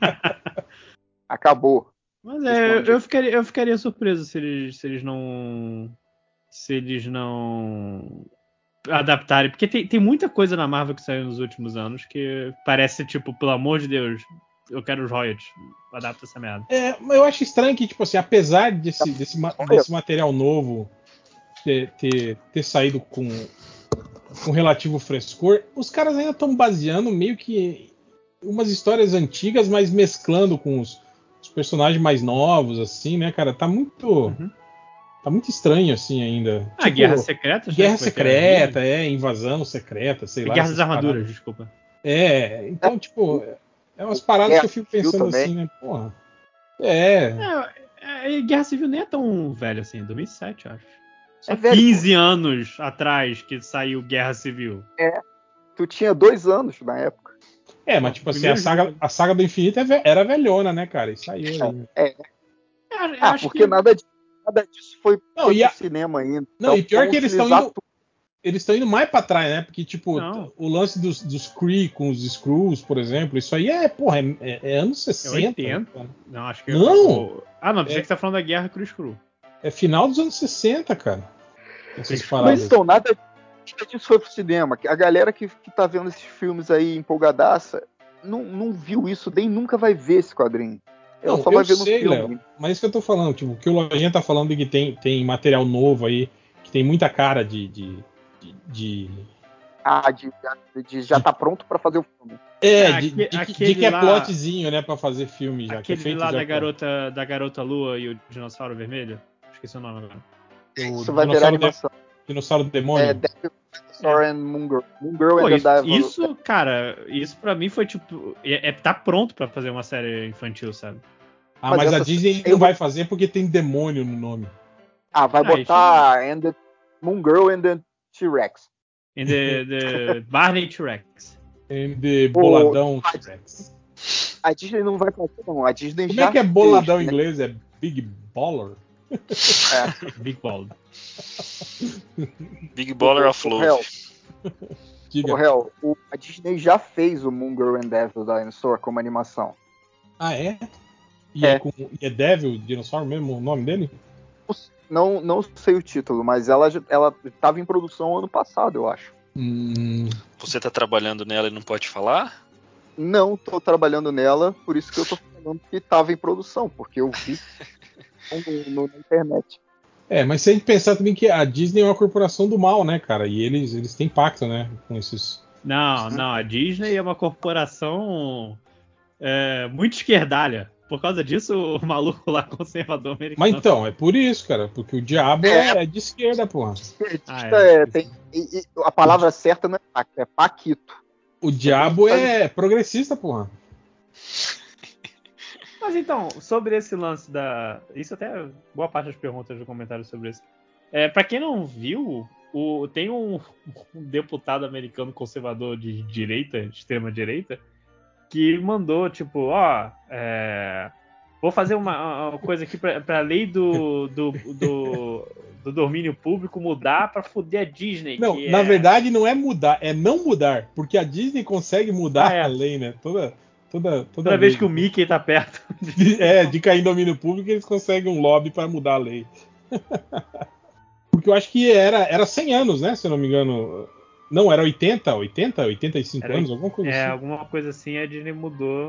Acabou. Mas é, eu, eu, ficaria, eu ficaria surpreso se eles, se eles não. Se eles não. Adaptarem. Porque tem, tem muita coisa na Marvel que saiu nos últimos anos que parece, tipo, pelo amor de Deus, eu quero os royalties. Adapta essa merda. É, mas eu acho estranho que, tipo assim, apesar desse, desse, desse material novo ter, ter, ter saído com, com relativo frescor, os caras ainda estão baseando meio que umas histórias antigas, mas mesclando com os, os personagens mais novos, assim, né, cara? Tá muito. Uhum. Tá muito estranho, assim, ainda. Ah, tipo, Guerra Secreta? Guerra Secreta, é, Invasão Secreta, sei e lá. Guerra das Armaduras, paradas. Desculpa. É, então, tipo, é umas paradas é, que eu fico pensando assim, né, porra. É. é. Guerra Civil nem é tão velho assim, dois mil e sete, eu acho. Só é velho, quinze pô. anos atrás que saiu Guerra Civil. É, tu tinha dois anos na época. É, mas tipo assim, a saga, a saga do infinito era velhona, né, cara? E saiu aí. É. é. Ah, porque que... nada, disso, nada disso foi, não, foi e a... pro cinema ainda. Não, então, e pior que eles estão indo... Tu... Eles estão indo mais pra trás, né? Porque, tipo, não. o lance dos, dos Kree com os Skrulls, por exemplo, isso aí é, porra, é, é, é anos sessenta. É oitenta? Né? Não, acho que... Não! Eu... Ah, não, pensei é... que você tá falando da Guerra Kree Skrull. É final dos anos sessenta, cara. Essas paradas. Mas então, nada disso foi pro cinema. A galera que, que tá vendo esses filmes aí empolgadaça não, não viu isso, nem nunca vai ver esse quadrinho. Ela não, só vai ver sei, no filme. Léo, mas isso que eu tô falando, tipo, o que o Lojinha tá falando de que tem, tem material novo aí, que tem muita cara de. de, de, de... Ah, de, de, de já tá pronto pra fazer o filme. É, Ah, de, aque- de, aquele de que é lá- plotzinho, né, pra fazer filme já. Que é Aquele feito lá já da pra- garota, da garota Lua e o dinossauro vermelho? Esqueci o nome agora. o Isso vai virar dinossauro, de, animação. dinossauro demônio. É Devil, Dinosaur and Moon Girl. Moon Girl Pô, and the isso, Devil. isso, cara, isso pra mim foi tipo. É, é- tá pronto pra fazer uma série infantil, sabe? Ah, Mas mas a essa- Disney eu não vou- vai fazer porque tem demônio no nome. Ah, vai Ah, botar and the Moon Girl and the T-Rex. In the, the Barney T-Rex. And the boladão T-Rex. A Disney não vai fazer, não. A Disney Como já é que é boladão em fez, né? inglês? É Big Baller? É. Big Ball. Big Baller of O Love. réu, Diga. o réu, o- a Disney já fez o Moon Girl and Devil Dinosaur como animação. Ah, é? E é, É. com, e é Devil, dinossauro mesmo, o nome dele? Não, não sei o título, mas ela já- ela estava em produção ano passado, eu acho. Hum, Você tá trabalhando nela e não pode falar? Não tô trabalhando nela, por isso que eu tô falando que estava em produção, porque eu vi no- no- na internet. é, mas se a gente pensar também que a Disney é uma corporação do mal, né, cara? E eles, eles têm pacto, né, com esses... Não, não, a Disney é uma corporação é, muito esquerdalha. Por causa disso, o maluco lá, conservador americano. Mas então, é por isso, cara, porque o diabo é, é de esquerda, porra. Ah, É, é. tem- e- e a palavra certa não é pacto, é paquito. O diabo é progressista, porra. Mas então, sobre esse lance da. Isso até boa parte das perguntas do comentário sobre isso. É, para quem não viu, o... tem um... um deputado americano conservador de direita, de extrema direita, que mandou, tipo, ó, é... vou fazer uma, uma coisa aqui pra, pra lei do, do, do, do domínio público mudar pra foder a Disney. Não, que na é... verdade não é mudar, é não mudar, porque a Disney consegue mudar Ah, é. a lei, né? Toda, toda, toda, Toda vez que o Mickey tá perto. de, é, de cair em domínio público, eles conseguem um lobby para mudar a lei. Porque eu acho que era, era cem anos, né? Se eu não me engano. Não, era oitenta, oitenta, oitenta e cinco Era- anos, alguma coisa É, assim. alguma coisa assim, a Disney mudou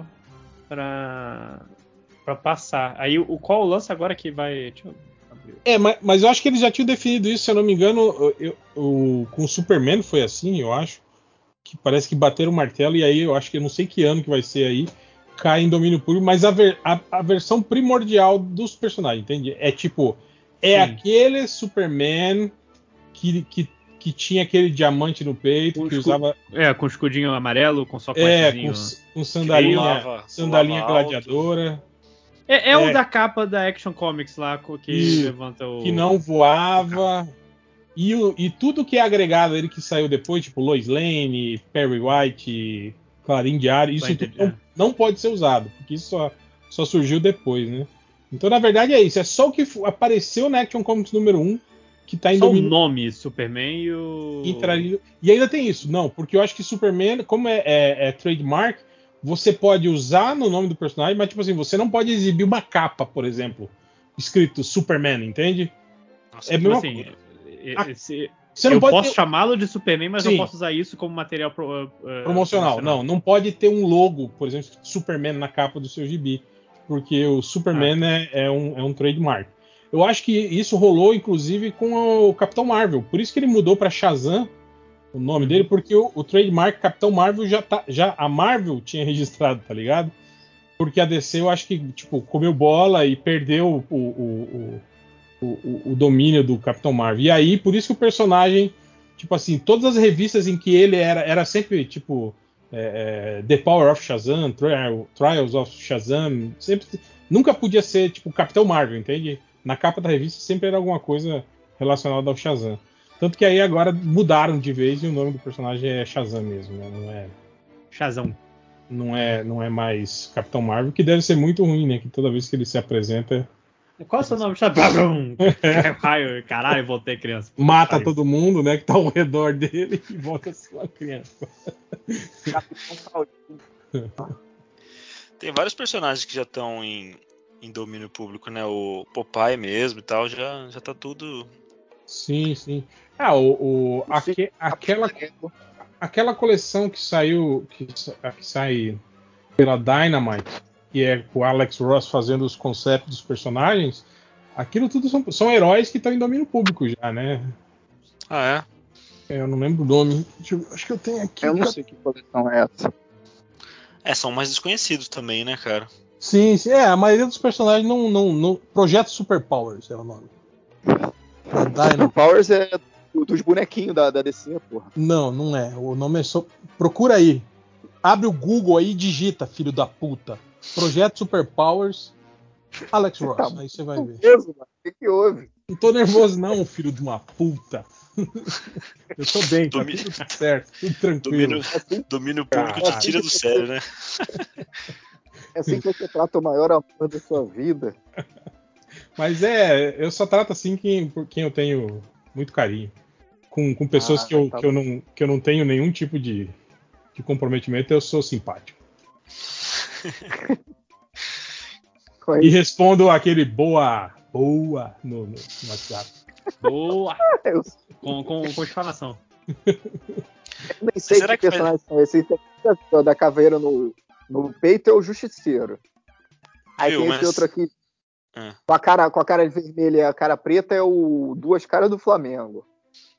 pra, pra passar. Aí o qual o lance agora que vai. Deixa eu abrir. É, mas, mas eu acho que eles já tinham definido isso, se eu não me engano. Eu, eu- o- com o Superman foi assim, eu acho. Que parece que bateram o martelo, e aí eu acho que eu não sei que ano que vai ser aí. Cai em domínio público, mas a, ver- a- a versão primordial dos personagens, entende? É tipo, é Sim. aquele Superman que, que, que tinha aquele diamante no peito, Com que escu- usava. É, com escudinho amarelo, com só É, coletezinho. com, com sandalinha, pulava- sandalinha pulava alto. gladiadora, É, é o É. da capa da Action Comics lá, co- que E- levanta o. que não voava. E, o- e tudo que é agregado a ele que saiu depois, tipo Lois Lane, Perry White, Clarim Diário, isso Vai tudo entender. não, não pode ser usado, porque isso só, só surgiu depois, né? Então, na verdade, é isso. É só o que f- apareceu na Action Comics número um, que tá em Só o domínio. nome Superman e o. entraria- E ainda tem isso, não, porque eu acho que Superman, como é, é- é trademark, você pode usar no nome do personagem, mas tipo assim, você não pode exibir uma capa, por exemplo, escrito Superman, entende? Nossa, É que Tipo mesmo- assim, Ah, esse- Você não eu pode posso ter chamá-lo de Superman, mas Sim. não posso usar isso como material pro- eh, promocional. Não, não pode ter um logo, por exemplo, Superman na capa do seu gibi, porque o Superman é, é um, é um trademark. Eu acho que isso rolou, inclusive, com o Capitão Marvel. Por isso que ele mudou para Shazam, o nome Uhum. dele, porque o, o trademark Capitão Marvel já tá, já a Marvel tinha registrado, tá ligado? Porque a D C, eu acho que tipo comeu bola e perdeu o, o, o, o, o domínio do Capitão Marvel. E aí, por isso que o personagem, tipo assim, todas as revistas em que ele era, era sempre tipo é, é, The Power of Shazam, Trial, Trials of Shazam, sempre, nunca podia ser tipo Capitão Marvel, entende? Na capa da revista sempre era alguma coisa relacionada ao Shazam. Tanto que aí agora mudaram de vez e o nome do personagem é Shazam mesmo, né? Não é, Shazam. não é, não é mais Capitão Marvel, que deve ser muito ruim, né? Que toda vez que ele se apresenta, Qual é o seu nome? Shazam. Raio, caralho, voltei criança. Puta mata que pariu. todo mundo, né? Que tá ao redor dele e volta a ser uma criança. Capitão Claudinho. Tem vários personagens que já estão em, em domínio público, né? O Popeye mesmo e tal, já, já tá tudo. Sim, sim. Ah, o, o, aque, aquela, aquela coleção que saiu, que, sa- que sai pela Dynamite, que é o Alex Ross fazendo os conceitos dos personagens, aquilo tudo são, são heróis que estão em domínio público já, né? Ah, é? É, eu não lembro o nome. Eu, acho que eu tenho aqui. Eu não sei que coleção é essa. É, são mais desconhecidos também, né, cara? Sim, sim. É, a maioria dos personagens não. não, não... Projeto Superpowers é o nome. Super Powers é dos bonequinhos da, da D C, porra. Não, não é. O nome é só. Procura aí. Abre o Google aí e digita, filho da puta. Projeto Superpowers. Alex Ross. Tá, aí você vai ver. Nervoso, mano. O que, que houve? Não tô nervoso, não, filho de uma puta. Eu tô bem, tá Domínio... tudo certo, tudo tranquilo. Domínio, domínio público te tira do sério, né? É assim que você trata o maior amor da sua vida. Mas é, eu só trato assim quem, por quem eu tenho muito carinho. Com, com pessoas ah, que, eu, tá que, eu não, que eu não tenho nenhum tipo de, de comprometimento, eu sou simpático. E respondo aquele boa, boa no, no, no WhatsApp. Boa! com, com, com exclamação. Eu nem sei Será que, que personagens são esses. O da caveira no, no peito é o Justiceiro. Aí Viu, tem esse mas... outro aqui. Ah. Com, a cara, com a cara vermelha e a cara preta é o Duas Caras do Flamengo.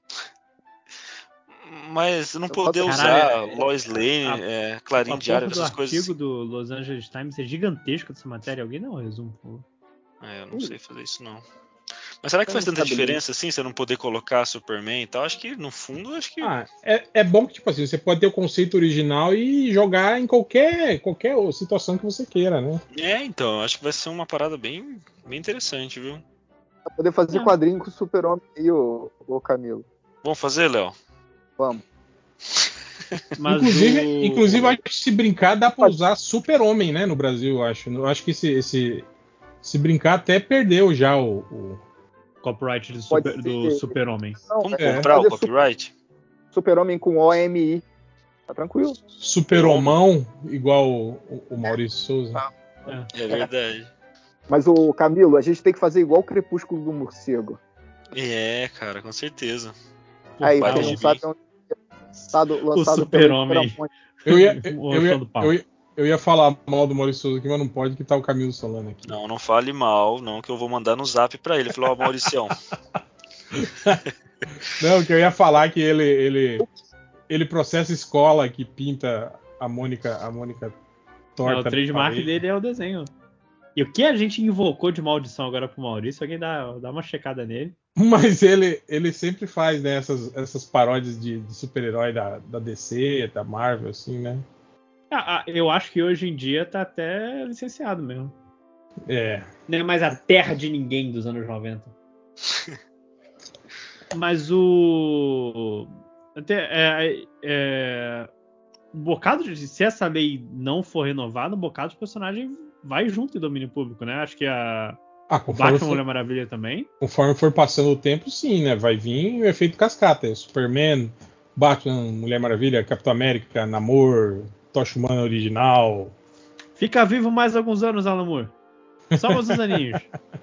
Mas não poder usar Caralho, Lois Lane, é, Clarim Diário, essas coisas. O artigo do Los Angeles Times é gigantesco dessa matéria. Alguém dá um resumo, por favor. É, eu não sei fazer isso, não. Mas será que faz tanta diferença assim, você não poder colocar Superman e tal? Acho que, no fundo, acho que... Ah, é, é bom que, tipo assim, você pode ter o conceito original e jogar em qualquer, qualquer situação que você queira, né? É, então, acho que vai ser uma parada bem, bem interessante, viu? Pra poder fazer é. quadrinho com o Super-Homem aí, ô, ô Camilo. Vamos fazer, Léo? Vamos. Mas inclusive, o... inclusive, acho que se brincar, dá pra usar Super-Homem, né, no Brasil, eu acho. Eu acho que esse, esse, se brincar até perdeu já o... o... copyright do, super, do Super-Homem. Vamos é. comprar o copyright? Super-Homem com O M I. Tá tranquilo. Super-Homão, igual o, o Maurício Souza. É, é verdade. Mas, o Camilo, a gente tem que fazer igual o Crepúsculo do Morcego. É, cara, com certeza. Aí, quem não sabe onde lançado, lançado o Super-Homem. Eu ia, eu, eu, ia, eu, ia, eu ia falar mal do Maurício Souza aqui, mas não pode, que tá o Camilo Solano aqui. Não, não fale mal, não, que eu vou mandar no zap pra ele. Falou, ó, Mauricião. Não, que eu ia falar que ele, ele, ele processa escola que pinta a Mônica, a Mônica torta. Não, o trademark dele é o desenho. E o que a gente invocou de maldição agora pro Maurício, alguém dá, dá uma checada nele. Mas ele, ele sempre faz, né, essas, essas paródias de, de super-herói da, da D C, da Marvel, assim, né? Ah, eu acho que hoje em dia tá até licenciado mesmo. É. Não é mais a terra de ninguém dos anos noventa. Mas o... Até, é, é, um bocado de... Se essa lei não for renovada, um bocado de personagem vai junto em domínio público, né? Acho que a... Ah, Batman for, Mulher Maravilha também. Conforme for passando o tempo, sim, né? Vai vir o efeito cascata. Superman, Batman, Mulher Maravilha, Capitão América, Namor, Tocha Humana original. Fica vivo mais alguns anos, Alan Moore. Só mais uns aninhos.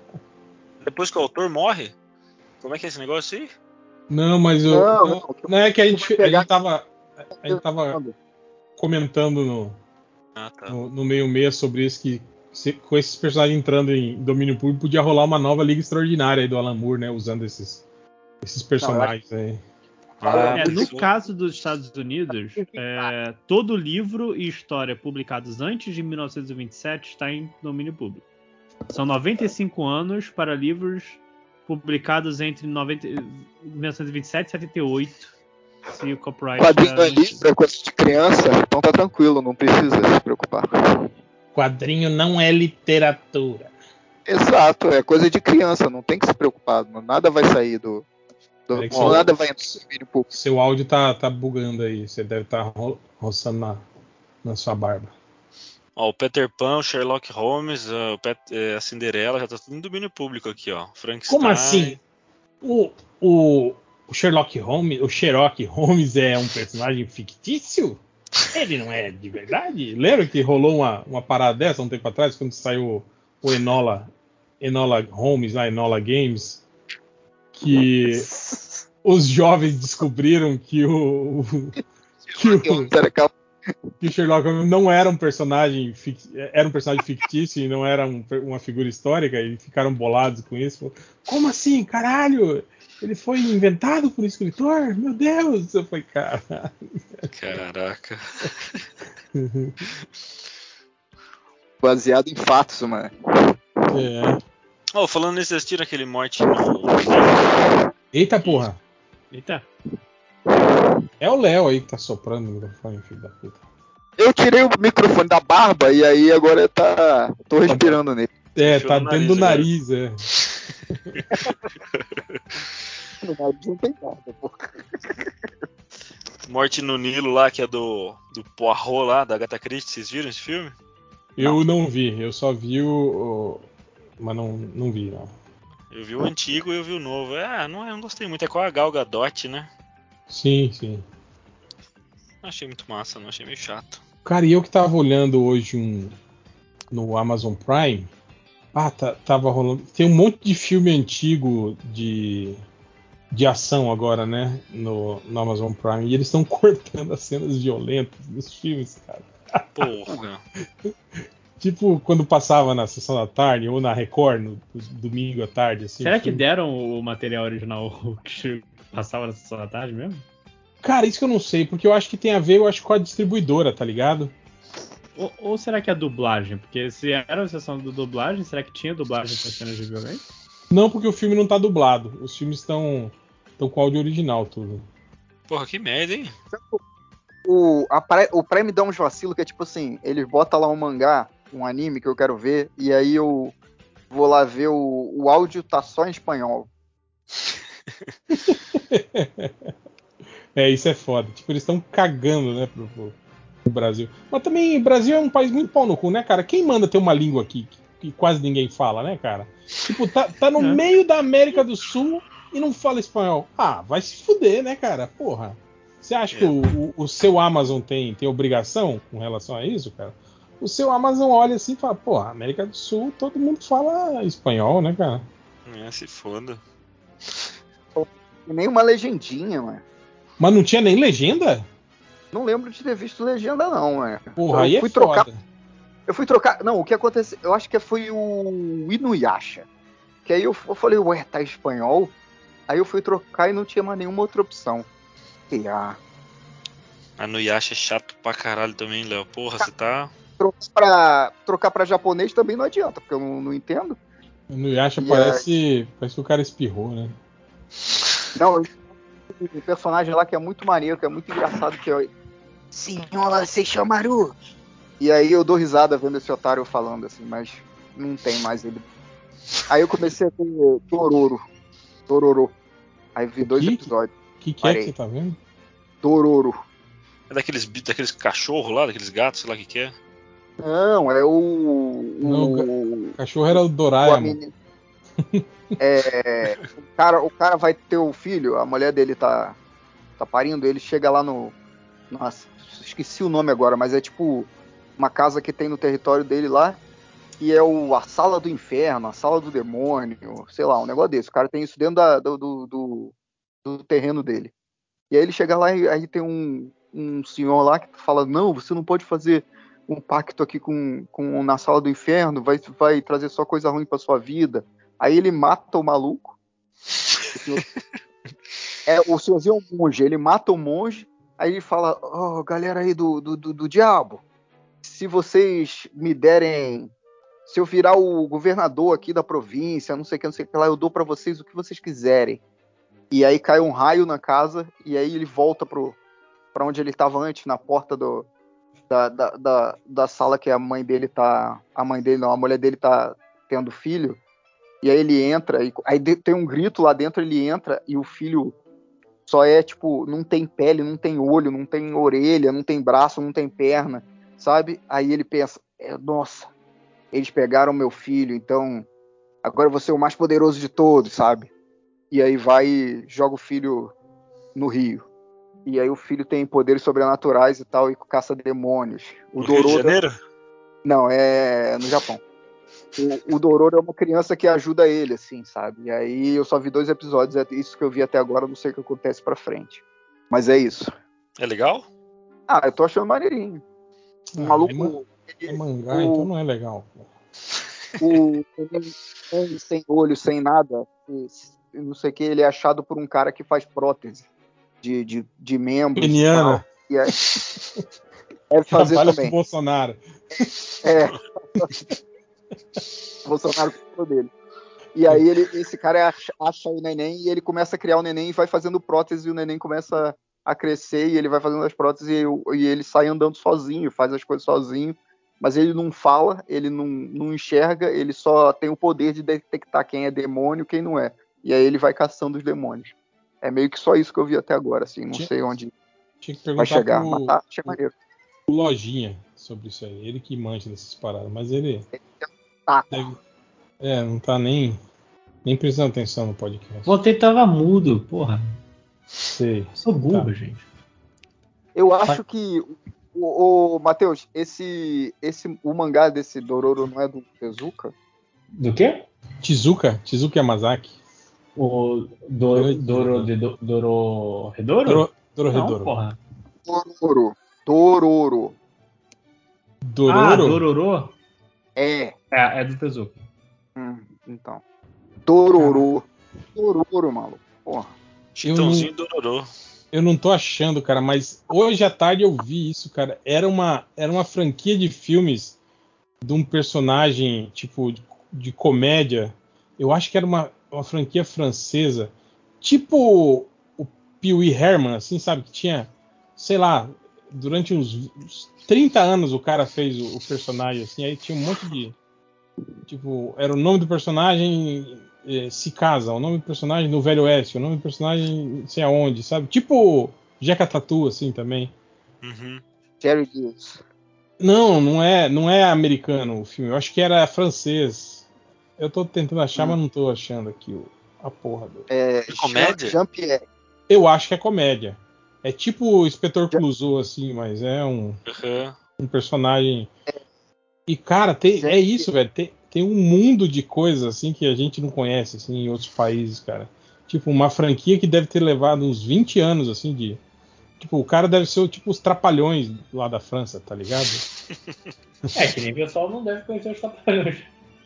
Depois que o autor morre? Como é que é esse negócio aí? Não, mas eu, não, não, não é que a gente, a gente tava, a gente tava comentando no, ah, tá. no, no meio-meia sobre isso, que se, com esses personagens entrando em domínio público, podia rolar uma nova Liga Extraordinária aí do Alan Moore, né? Usando esses, esses personagens não, aí. Ah, é, no caso dos Estados Unidos, é, todo livro e história publicados antes de mil novecentos e vinte e sete está em domínio público. São noventa e cinco anos para livros publicados entre noventa, mil novecentos e vinte e sete e setenta e oito. Se o copyright. Quadrinho é livro, é coisa de criança, então tá tranquilo, não precisa se preocupar. Quadrinho não é literatura. Exato, é coisa de criança, não tem que se preocupar, nada vai sair do. do é seu, nada vai entrar no vídeo público. Seu áudio tá, tá bugando aí, você deve estar tá ro- roçando na, na sua barba. Ó, o Peter Pan, o Sherlock Holmes, a, Pet, a Cinderela, já tá tudo em domínio público aqui, ó. Frankenstein. Como assim? O, o, o Sherlock Holmes, o Sherlock Holmes é um personagem fictício? Ele não é de verdade? Lembra que rolou uma, uma parada dessa um tempo atrás, quando saiu o Enola, Enola Holmes, a Enola Games, que os jovens descobriram que o, o que o, que o Sherlock Holmes não era um personagem era um personagem fictício e não era um, uma figura histórica, e ficaram bolados com isso. Como assim, caralho? Ele foi inventado por um escritor? Meu Deus! Eu falei, cara. Caraca. Baseado em fatos, mano. É. Oh, falando nisso, vocês assistiram aquele Morte no... Eita porra! Eita. É o Léo aí que tá soprando o microfone, filho da puta. Eu tirei o microfone da barba e aí agora tá. tô respirando nele. É, Enfiou tá no dentro do nariz nariz, é. No nariz não tem barba, pô. Morte no Nilo lá, que é do, do Poirot lá, da Agatha Christie. Vocês viram esse filme? Eu não. não vi, eu só vi o. o... Mas não, não vi, não. Eu vi o antigo e eu vi o novo. É, não, eu não gostei muito. É com a Gal Gadot, né? Sim, sim. Não achei muito massa, não. Achei meio chato. Cara, e eu que tava olhando hoje um no Amazon Prime. Ah, tá, tava rolando. Tem um monte de filme antigo de, de ação agora, né? No, no Amazon Prime. E eles estão cortando as cenas violentas dos filmes, cara. Porra. Tipo quando passava na sessão da tarde ou na Record, no, no domingo à tarde. Assim, Será o que filme. deram o material original que passava na sessão da tarde mesmo? Cara, isso que eu não sei, porque eu acho que tem a ver, eu acho, com a distribuidora, tá ligado? Ou, ou será que é a dublagem? Porque se era a sessão da dublagem, será que tinha dublagem para cenas de violência? Não, porque o filme não tá dublado. Os filmes estão estão com áudio original, tudo. Porra, que merda, hein? O, a, o Prime dá uns vacilos que é tipo assim: eles botam lá um mangá, um anime que eu quero ver, e aí eu vou lá ver o, o áudio tá só em espanhol. É, isso é foda. Tipo, eles estão cagando, né, pro, pro, pro Brasil. Mas também, o Brasil é um país muito pau no cu, né, cara? Quem manda ter uma língua aqui que, que quase ninguém fala, né, cara? Tipo, tá, tá no É. meio da América do Sul e não fala espanhol. Ah, vai se fuder, né, cara? Porra. Você acha que É. o, o, o seu Amazon tem, tem obrigação com relação a isso, cara? O seu Amazon olha assim e fala, porra, América do Sul, todo mundo fala espanhol, né, cara? É, se foda. E nem uma legendinha, mano. Mas não tinha nem legenda? Não lembro de ter visto legenda, não, mano. Porra, Eu aí é fui foda. trocar. Eu fui trocar. Não, o que aconteceu? Eu acho que foi o Inuyasha. Que aí eu, eu falei, ué, tá em espanhol? Aí eu fui trocar e não tinha mais nenhuma outra opção. E ah. A Nuyasha é chato pra caralho também, Léo. Porra, você tá. Trocar pra, trocar pra japonês também não adianta, porque eu não, não entendo. O Nuyasha E parece, aí... parece que o cara espirrou, né? Não, um personagem lá que é muito maneiro, que é muito engraçado, que é Senhora Seixamaru. E aí eu dou risada vendo esse otário falando assim, mas não tem mais ele. Aí eu comecei a ter Tororo. Tororo. Aí vi dois que, episódios. Que que é que você tá vendo? Tororo. É daqueles, daqueles cachorros lá, daqueles gatos, sei lá o que que é. Não, é o. Não, o, o cachorro era o o Doraemon. É, o, cara, o cara vai ter o filho, a mulher dele tá, tá parindo, ele chega lá no. Nossa, esqueci o nome agora, mas é tipo uma casa que tem no território dele lá, que é o, a sala do inferno, a sala do demônio, sei lá, um negócio desse. O cara tem isso dentro da, do, do, do, do terreno dele. E aí ele chega lá e aí tem um, um senhor lá que fala, não, você não pode fazer um pacto aqui com, com na sala do inferno, vai, vai trazer só coisa ruim pra sua vida. Aí ele mata o maluco. O, senhor, é, o senhorzinho é um monge, ele mata o monge, aí ele fala, oh, galera aí do, do, do, do diabo, se vocês me derem, se eu virar o governador aqui da província, não sei o que, não sei o que lá, eu dou pra vocês o que vocês quiserem. E aí cai um raio na casa, e aí ele volta pro, pra onde ele estava antes, na porta do, da, da, da, da sala que a mãe dele tá, a mãe dele não, a mulher dele tá tendo filho, e aí ele entra, e aí tem um grito lá dentro, ele entra, e o filho só é, tipo, não tem pele, não tem olho, não tem orelha, não tem braço, não tem perna, sabe? Aí ele pensa, é, nossa, eles pegaram meu filho, então agora eu vou ser o mais poderoso de todos, sabe? E aí vai e joga o filho no rio. E aí o filho tem poderes sobrenaturais e tal, e caça demônios. O No Rio de Dororo... Janeiro? Não, é no Japão. O, o Dororo é uma criança que ajuda ele, assim, sabe? E aí eu só vi dois episódios, é isso que eu vi até agora, não sei o que acontece pra frente. Mas é isso. É legal? Ah, eu tô achando maneirinho. O Ah, maluco... é, ma é mangá, o, então não é legal. O, o sem olho, sem nada, não sei o que, ele é achado por um cara que faz prótese de, de, de membros Peniana. e tal. E aí, deve fazer Trabalha também. com o Bolsonaro. É. O Bolsonaro comprou dele. E aí ele, esse cara acha, acha o neném e ele começa a criar o neném e vai fazendo prótese e o neném começa a crescer e ele vai fazendo as próteses e, e ele sai andando sozinho, faz as coisas sozinho, mas ele não fala, ele não, não enxerga, ele só tem o poder de detectar quem é demônio e quem não é. E aí ele vai caçando os demônios. É meio que só isso que eu vi até agora, assim, não tinha, sei onde tinha que vai chegar. pro, Mas tá, achei maneiro. O Lojinha sobre isso aí, ele que manja dessas paradas, mas ele... Tá. Deve, é, não tá nem... Nem prestando atenção no podcast. Voltei, tava mudo, porra. Sei. Eu sou burro, Tá. gente. Eu acho que o, o Matheus, esse, esse o mangá desse Dororo não é do Tezuka? Do quê? Tezuka, Tezuka Yamazaki. O do, Doro de do, Doro Redoro? Doro, Doro Não, Redoro. porra. Dororo. Dororo. Dororo? Ah, Dororo? É. É, é do Tezuka. Hum, então. Dororo. Dororo, maluco. Porra. Chitãozinho e Dororo. Eu não tô achando, cara, mas hoje à tarde eu vi isso, cara. Era uma, era uma franquia de filmes de um personagem, tipo, de, de comédia. Eu acho que era uma, uma franquia francesa. Tipo o Pee Wee Herman, assim, sabe? Que tinha, sei lá, durante uns, uns trinta anos o cara fez o, o personagem, assim. Aí tinha um monte de... Tipo, era o nome do personagem... Se casa, o nome do personagem no Velho Oeste, o nome do personagem não sei aonde, sabe? Tipo Jeca Tatu, assim, também. Uhum. Jerry Lewis. Não, não é, não é americano o filme. Eu acho que era francês. Eu tô tentando achar, hum. mas não tô achando aqui o, a porra do... É, é comédia? Jean-Pierre. Eu acho que é comédia. É tipo o Inspetor Clouseau, assim, mas é um, uhum. um personagem... E, cara, tem, é isso, velho. Tem, tem um mundo de coisas, assim, que a gente não conhece, assim, em outros países, cara. Tipo, uma franquia que deve ter levado uns vinte anos, assim, de... Tipo, o cara deve ser, tipo, os Trapalhões lá da França, tá ligado? É, que nem o pessoal não deve conhecer os Trapalhões.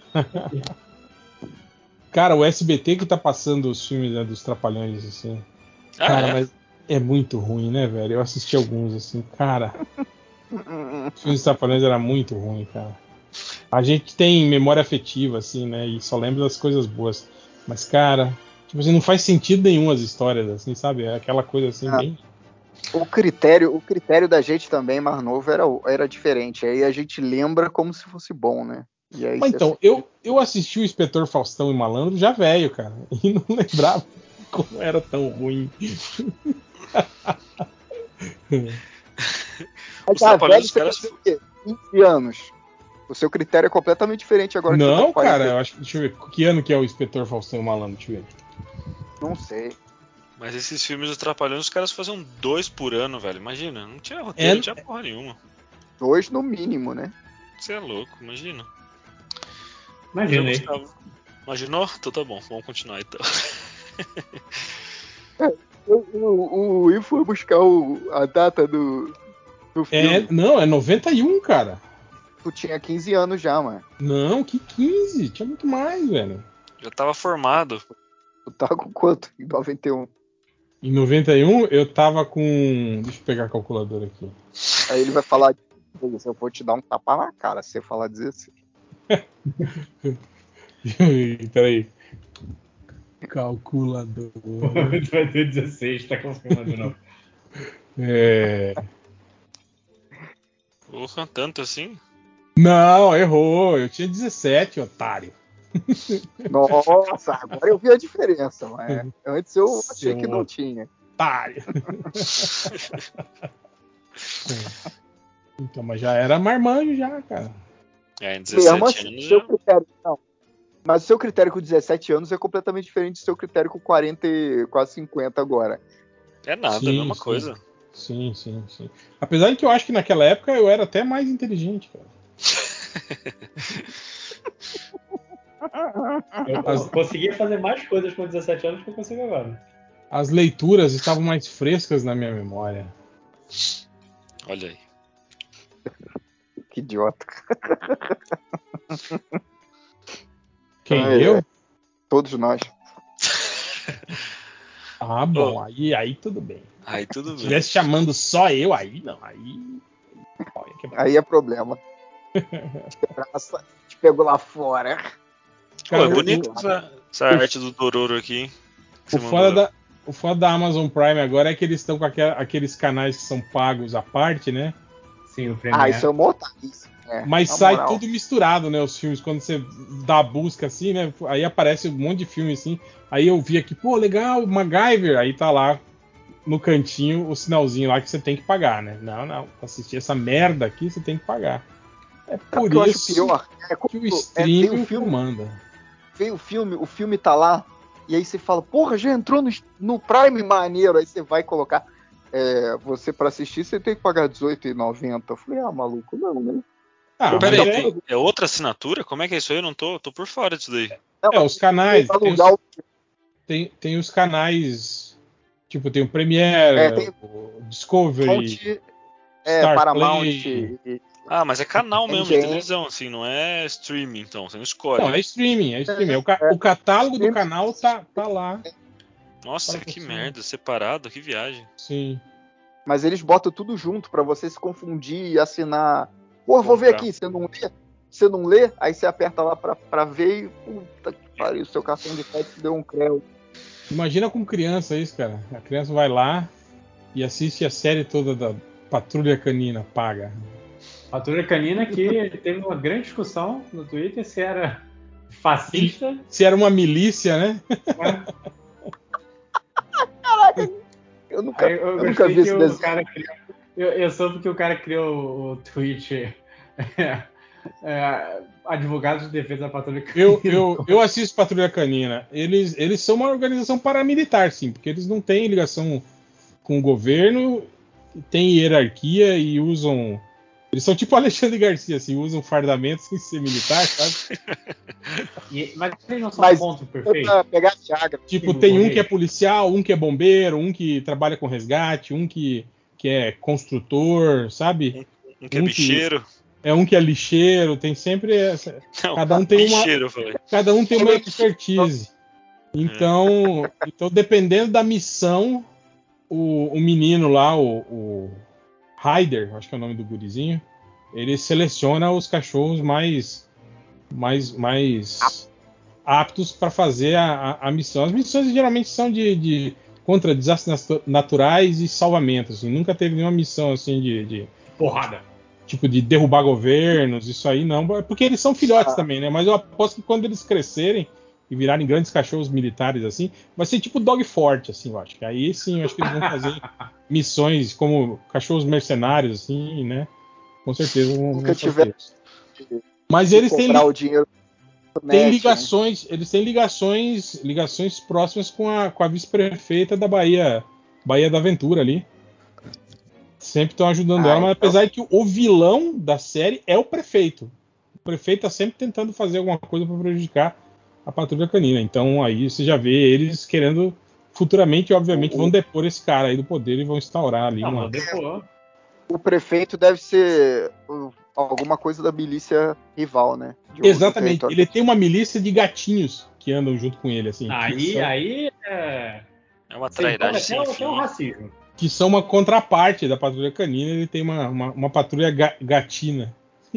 Cara, o S B T que tá passando os filmes, né, dos Trapalhões, assim. Ah, cara, é? mas é muito ruim, né, velho? Eu assisti alguns, assim, cara... Os filmes dos Trapalhões era muito ruim, cara. A gente tem memória afetiva, assim, né? E só lembra das coisas boas. Mas, cara, tipo assim, não faz sentido nenhum as histórias, assim, sabe? É aquela coisa assim, ah. bem. O critério, o critério da gente também, mais novo, era, era diferente. Aí a gente lembra como se fosse bom, né? E aí Mas então, eu, eu assisti o Inspetor Faustão e Malandro já velho, cara. E não lembrava como era tão ruim. Mas ah, velho, você caras... quer dizer o quê? vinte anos. O seu critério é completamente diferente agora que não, você tá com quarenta. Cara, eu acho que. Deixa eu ver. Que ano que é o Inspetor Faustão e Malandro? Deixa eu ver. Não sei. Mas esses filmes dos Trapalhões, os caras faziam dois por ano, velho. Imagina, não tinha roteiro, é... não tinha porra nenhuma. Dois no mínimo, né? Você é louco, imagina. Imagina aí. Imaginou? Então tá bom, vamos continuar então. É, o Will foi buscar o, a data do, do filme. É, não, é noventa e um, cara. Tu tinha quinze anos já, mano. Não, que quinze? Tinha muito mais, velho. Já tava formado. Tu tava com quanto em noventa e um? Em noventa e um eu tava com... Deixa eu pegar a calculadora aqui. Aí ele vai falar... Eu vou te dar um tapa na cara se você falar dezesseis. Peraí. Calculadora. Tu vai ter dezesseis, tá confirmando de novo. É... Porra, tanto assim? Não, errou. Eu tinha dezessete, otário. Nossa, agora eu vi a diferença, mas antes eu achei que não tinha. Otário. Então, mas já era marmanjo já, cara. É, em dezessete Mesmo anos seu já... critério, não. Mas o seu critério com dezessete anos é completamente diferente do seu critério com quarenta e quase cinquenta agora. É nada, sim, é a mesma sim. coisa. Sim, sim, sim. Apesar de que eu acho que naquela época eu era até mais inteligente, cara. Eu As... conseguia fazer mais coisas com dezessete anos do que eu consigo agora. As leituras estavam mais frescas na minha memória. Olha aí. Que idiota. Quem, ah, eu? É. Todos nós. Ah, bom, aí, aí tudo bem. Aí tudo Se bem. estivesse chamando só eu, aí não, aí. Aí é problema. A gente pegou lá fora. Cara, pô, é bonito essa, essa arte do Dororo aqui, hein? O foda, da, o foda da Amazon Prime agora é que eles estão com aquel, aqueles canais que são pagos à parte, né? Sim, o Premiere. Ah, isso é uma otárice. É, mas sai moral. Tudo misturado, né? Os filmes, quando você dá a busca assim, né? Aí aparece um monte de filme assim. Aí eu vi aqui, pô, legal, MacGyver. Aí tá lá no cantinho o sinalzinho lá que você tem que pagar, né? Não, não. Pra assistir essa merda aqui, você tem que pagar. É por é isso eu acho pior, é que o streaming é, um filme, comanda. Vem o filme, o filme tá lá, e aí você fala, porra, já entrou no, no Prime maneiro. Aí você vai colocar. É, você pra assistir, você tem que pagar dezoito reais e noventa centavos. Eu falei, ah, maluco, não, né? Ah, peraí, é... é outra assinatura? Como é que é isso aí? Eu não tô, tô por fora disso daí. Não, é, os canais. Tem os, tem, tem os canais. Tipo, tem o Premiere, é, tem o Discovery, é, Star Paramount. Play. E... Ah, mas é canal mesmo de televisão, assim, não é streaming, então. Você não escolhe. Não, é streaming, é streaming. É, o, ca... é, o catálogo streaming. do canal tá, tá lá. Nossa, que merda, separado, que viagem. Sim. Mas eles botam tudo junto pra você se confundir e assinar. Pô, vou ver aqui, você não lê? Você não lê? Aí você aperta lá pra, pra ver e puta que pariu, o seu cartão de crédito deu um crédito. Imagina com criança isso, cara. A criança vai lá e assiste a série toda da Patrulha Canina, paga. Patrulha Canina que teve uma grande discussão no Twitter se era fascista. Se era uma milícia, né? É. Caraca, eu nunca, Aí, eu eu nunca vi esse desenho. Cara criou, eu, eu soube que o cara criou o tweet é, é, advogados de defesa da Patrulha Canina. Eu, eu, eu assisto Patrulha Canina. Eles, eles são uma organização paramilitar, sim, porque eles não têm ligação com o governo, têm hierarquia e usam... Eles são tipo Alexandre Garcia, assim, usam fardamento sem ser militar, sabe? E, mas eles não são mas, contra o perfeito? Pegar Viagra, tipo, tem um que é policial, um que é bombeiro, um que trabalha com resgate, um que, que é construtor, sabe? Um, um que é um bicheiro. Que, é um que é lixeiro, tem sempre essa... Não, cada um tem bicheiro, uma... eu falei. Cada um tem uma expertise. Então, é. então dependendo da missão, o, o menino lá, o, o Ryder, acho que é o nome do gurizinho, ele seleciona os cachorros mais mais, mais aptos para fazer a, a, a missão. As missões geralmente são de, de contra desastres naturais e salvamento. Assim. Nunca teve nenhuma missão assim de, de porrada. Tipo de derrubar governos, isso aí não, porque eles são filhotes ah. também, né? Mas eu aposto que quando eles crescerem e virarem grandes cachorros militares assim, vai ser tipo Dog Forte, assim, eu acho. Que aí sim, eu acho que eles vão fazer missões como cachorros mercenários, assim, né? Com certeza vão, Nunca tiver. Mas eles têm, o dinheiro têm net, ligações, né? Eles têm ligações, ligações próximas com a, com a vice-prefeita da Bahia, Bahia da Aventura ali. Sempre estão ajudando ah, ela, mas então... apesar de que o vilão da série é o prefeito. O prefeito tá sempre tentando fazer alguma coisa para prejudicar a Patrulha Canina. Então aí você já vê eles querendo futuramente, obviamente, o... vão depor esse cara aí do poder e vão instaurar ali Não, uma... depor. O prefeito deve ser alguma coisa da milícia rival, né? Exatamente. Ele tem uma milícia de gatinhos que andam junto com ele, assim. Aí, são... aí é... É uma trairagem sem fim. É um racismo. Que são uma contraparte da Patrulha Canina, ele tem uma, uma, uma patrulha ga, gatina.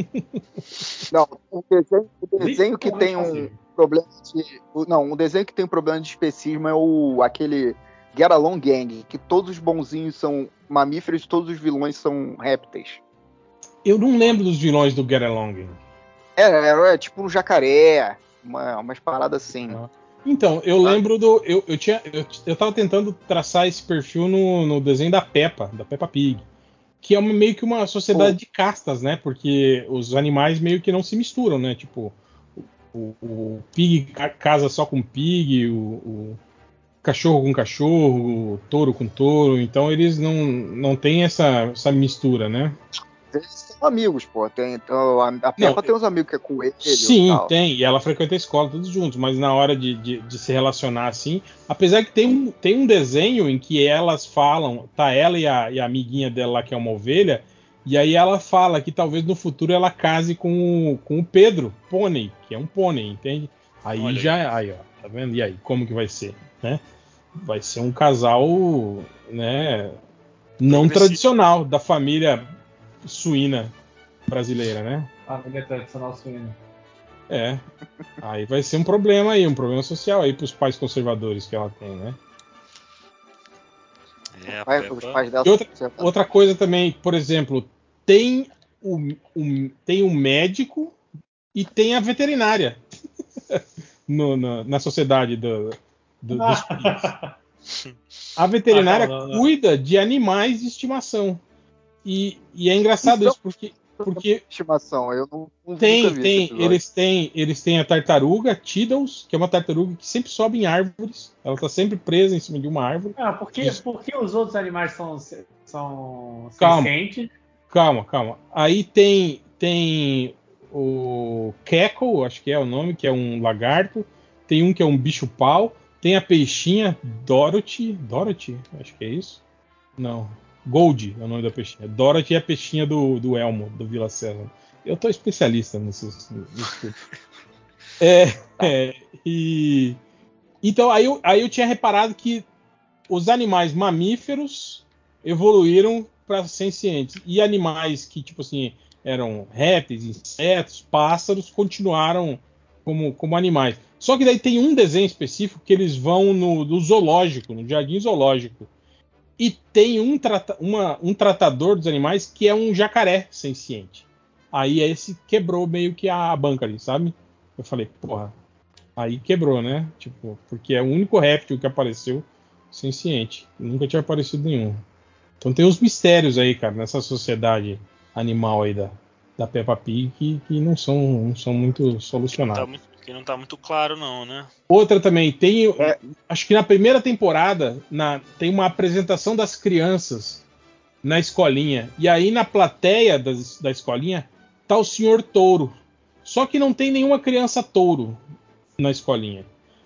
Não, o desenho, o desenho que tem um problema de... Não, um desenho que tem um problema de especismo é o aquele Get Along Gang, que todos os bonzinhos são mamíferos e todos os vilões são répteis. Eu não lembro dos vilões do Get Along Gang. É, é, é tipo um jacaré, uma, umas paradas assim. Ah. Então, eu lembro do. Eu, eu, tinha, eu, eu tava tentando traçar esse perfil no, no desenho da Peppa, da Peppa Pig. Que é uma, meio que uma sociedade oh. de castas, né? Porque os animais meio que não se misturam, né? Tipo, o, o pig casa só com pig, o, o cachorro com cachorro, o touro com touro. Então eles não, não têm essa, essa mistura, né? Eles são amigos, pô. Tem, então, a, a Peppa não, tem uns amigos que é com ele. Sim, e tal. tem. E ela frequenta a escola todos juntos. Mas na hora de, de, de se relacionar assim... Apesar que tem um, tem um desenho em que elas falam... Tá ela e a, e a amiguinha dela lá, que é uma ovelha. E aí ela fala que talvez no futuro ela case com, com o Pedro, pônei. Que é um pônei, entende? Aí Olha já... Aí, ó. Tá vendo? E aí? Como que vai ser? Né? vai ser um casal, né, não tradicional, da família suína brasileira, né? Família tradicional suína. É. Aí vai ser um problema aí, um problema social aí pros pais conservadores que ela tem, né? É, Pai- Peppa... os pais dela E outra, são- outra coisa também, por exemplo, tem o, o- tem um médico e tem a veterinária no- na, na sociedade do, do, dos pigs. A veterinária Ah, calma, não, não. cuida de animais de estimação. E, e é engraçado Então, isso, porque, porque estimação. Eu não, nunca tem, vi esse tem, episódio. eles têm, eles têm a tartaruga Tiddles, que é uma tartaruga que sempre sobe em árvores. Ela está sempre presa em cima de uma árvore. Ah, por que, por que os outros animais são, são Calma. sencientes? Calma, calma. Aí tem, tem o Cackle, acho que é o nome, que é um lagarto. Tem um que é um bicho-pau. Tem a peixinha Dorothy. Dorothy? Acho que é isso. Não. Gold é o nome da peixinha. Dorothy é a peixinha do, do Elmo, do Vila Sésamo. Eu tô especialista nesses. nesses é, é, e então aí eu, aí eu tinha reparado que os animais mamíferos evoluíram para sencientes e animais que tipo assim eram répteis, insetos, pássaros continuaram como, como animais. Só que daí tem um desenho específico que eles vão no, no zoológico, no jardim zoológico. E tem um, trata, uma, um tratador dos animais que é um jacaré senciente. Aí esse quebrou meio que a banca ali, sabe? Eu falei, porra, aí quebrou, né? Tipo, porque é o único réptil que apareceu senciente. Nunca tinha aparecido nenhum. Então tem uns mistérios aí, cara, nessa sociedade animal aí da, da Peppa Pig que, que não, são, não são muito Que não, tá solucionados. muito, que não tá muito claro, não, né? Outra também, tem. É. Acho que na primeira temporada na, tem uma apresentação das crianças na escolinha. E aí na plateia das, da escolinha tá o senhor Touro. Só que não tem nenhuma criança touro na escolinha.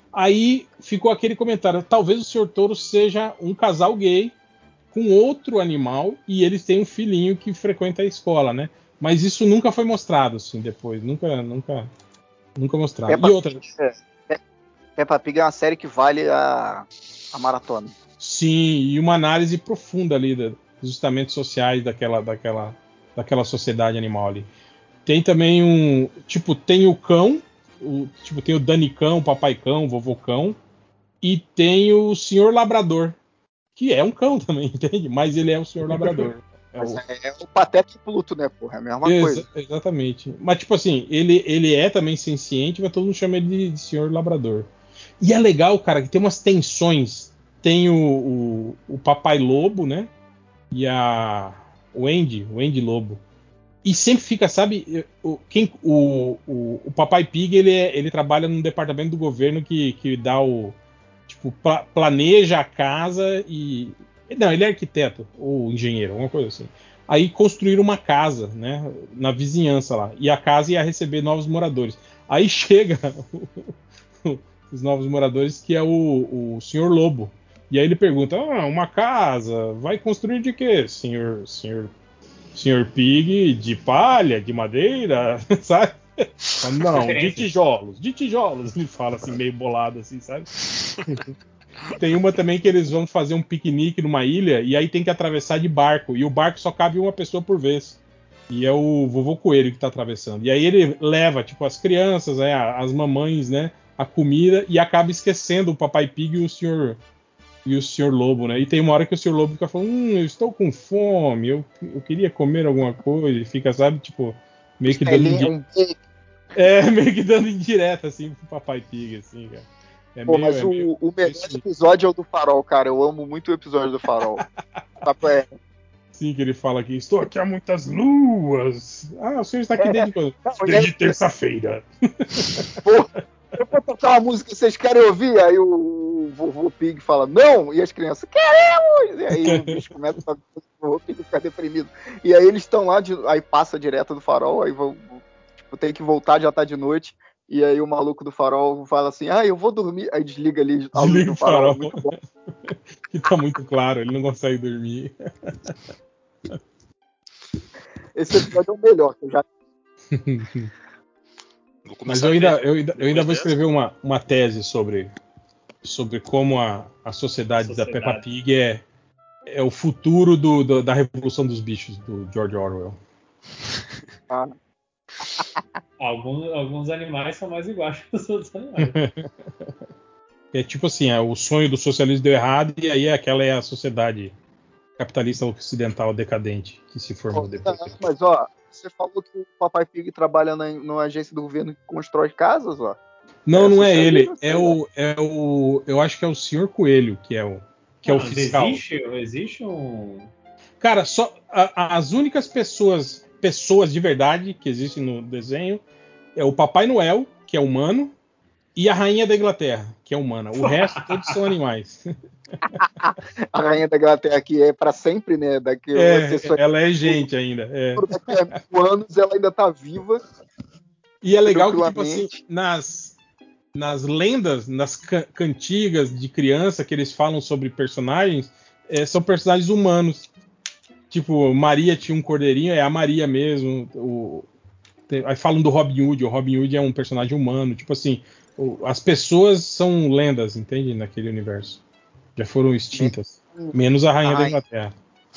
Aí ficou aquele comentário: talvez o senhor Touro seja um casal gay com outro animal e eles têm um filhinho que frequenta a escola, né? Mas isso nunca foi mostrado, assim, depois. Nunca, nunca, nunca mostrado. Peppa E outra. Pig, é, Peppa Pig é uma série que vale a, a maratona. Sim, e uma análise profunda ali dos ajustamentos sociais daquela, daquela, daquela sociedade animal ali. Tem também um. Tipo, tem o cão. O, tipo, tem o Dani Cão, o Papai Cão, o Vovô Cão. E tem o Senhor Labrador. Que é um cão também, entende? Mas ele é o Senhor Labrador. É Mas o... é, é o Pateta e Pluto, né, porra? É a mesma Exa- coisa. Exatamente. Mas, tipo assim, ele, ele é também senciente, mas todo mundo chama ele de, de Senhor Labrador. E é legal, cara, que tem umas tensões. Tem o, o, o Papai Lobo, né? E a. O Andy, o Andy Lobo. E sempre fica, sabe, o, quem, o, o, o Papai Pig, ele, é, ele trabalha num departamento do governo que, que dá o. Tipo, pla, planeja a casa e. Não, ele é arquiteto ou engenheiro, alguma coisa assim. Aí construíram uma casa, né, na vizinhança lá. E a casa ia receber novos moradores. Aí chega os novos moradores, que é o, o senhor Lobo. E aí ele pergunta: ah, uma casa, vai construir de quê, senhor, senhor, senhor Pig? De palha, de madeira, sabe? Não, de tijolos, de tijolos. Ele fala assim, meio bolado, assim, sabe? Tem uma também que eles vão fazer um piquenique numa ilha e aí tem que atravessar de barco. E o barco só cabe uma pessoa por vez. E é o vovô Coelho que tá atravessando. E aí ele leva, tipo, as crianças, né, as mamães, né, a comida e acaba esquecendo o Papai Pig e o senhor e o senhor Lobo, né? E tem uma hora que o senhor Lobo fica falando: hum, eu estou com fome, eu, eu queria comer alguma coisa. E fica, sabe, tipo, meio que dando Ele, indi- um... é, meio que dando indireta, assim, pro Papai Pig, assim, cara. É Pô, meio, mas é o, meio, o meio melhor sinistro. episódio é o do Farol, cara. Eu amo muito o episódio do Farol. Sabe qual é? Sim, que ele fala aqui: estou aqui há muitas luas. Ah, o senhor está aqui desde quando? Não, e Desde aí, terça-feira. pô, eu vou tocar uma música, vocês querem ouvir? Aí o, o vovô Pig fala, não! E as crianças, queremos! E aí o bicho começa a o vovô Pig fica deprimido. E aí eles estão lá, de, aí passa direto do Farol, aí vão, tipo, tem que voltar, já tá de noite. E aí o maluco do Farol fala assim, ah, eu vou dormir. Aí desliga ali a luz Desliga do o Farol, farol. é muito bom. Que tá muito claro, ele não consegue dormir. Esse episódio é o melhor, que eu já Vou Mas começar eu a ainda, ver. eu ainda, eu ainda Depois vou dessa. escrever uma, uma tese sobre, sobre como a, a sociedade, sociedade da Peppa Pig é, é o futuro do, do, da Revolução dos Bichos, do George Orwell. Ah. alguns, alguns animais são mais iguais que os outros animais. É tipo assim, é, o sonho do socialismo deu errado e aí aquela é a sociedade capitalista ocidental decadente que se formou oh, depois. Não, mas ó, você falou que o Papai Pig trabalha na, numa agência do governo que constrói casas, ó. Não, é, não é ele. É o, é o. Eu acho que é o senhor Coelho, que é o, que não, é o fiscal. Existe, existe um. Cara, só a, as únicas pessoas, pessoas de verdade que existem no desenho é o Papai Noel, que é humano, e a Rainha da Inglaterra, que é humana. O resto todos são animais. A Rainha da Inglaterra que é para sempre, né? Daqui é, só... Ela é gente ainda. É. Daqui a mil anos ela ainda tá viva. E é legal que, tipo assim, nas, nas lendas, nas ca- cantigas de criança que eles falam sobre personagens, é, são personagens humanos. Tipo, Maria tinha um cordeirinho, é a Maria mesmo. O, tem, aí falam do Robin Hood, o Robin Hood é um personagem humano. Tipo assim, o, as pessoas são lendas, entende? Naquele universo. Já foram extintas. Menos, menos a Rainha a da Inglaterra.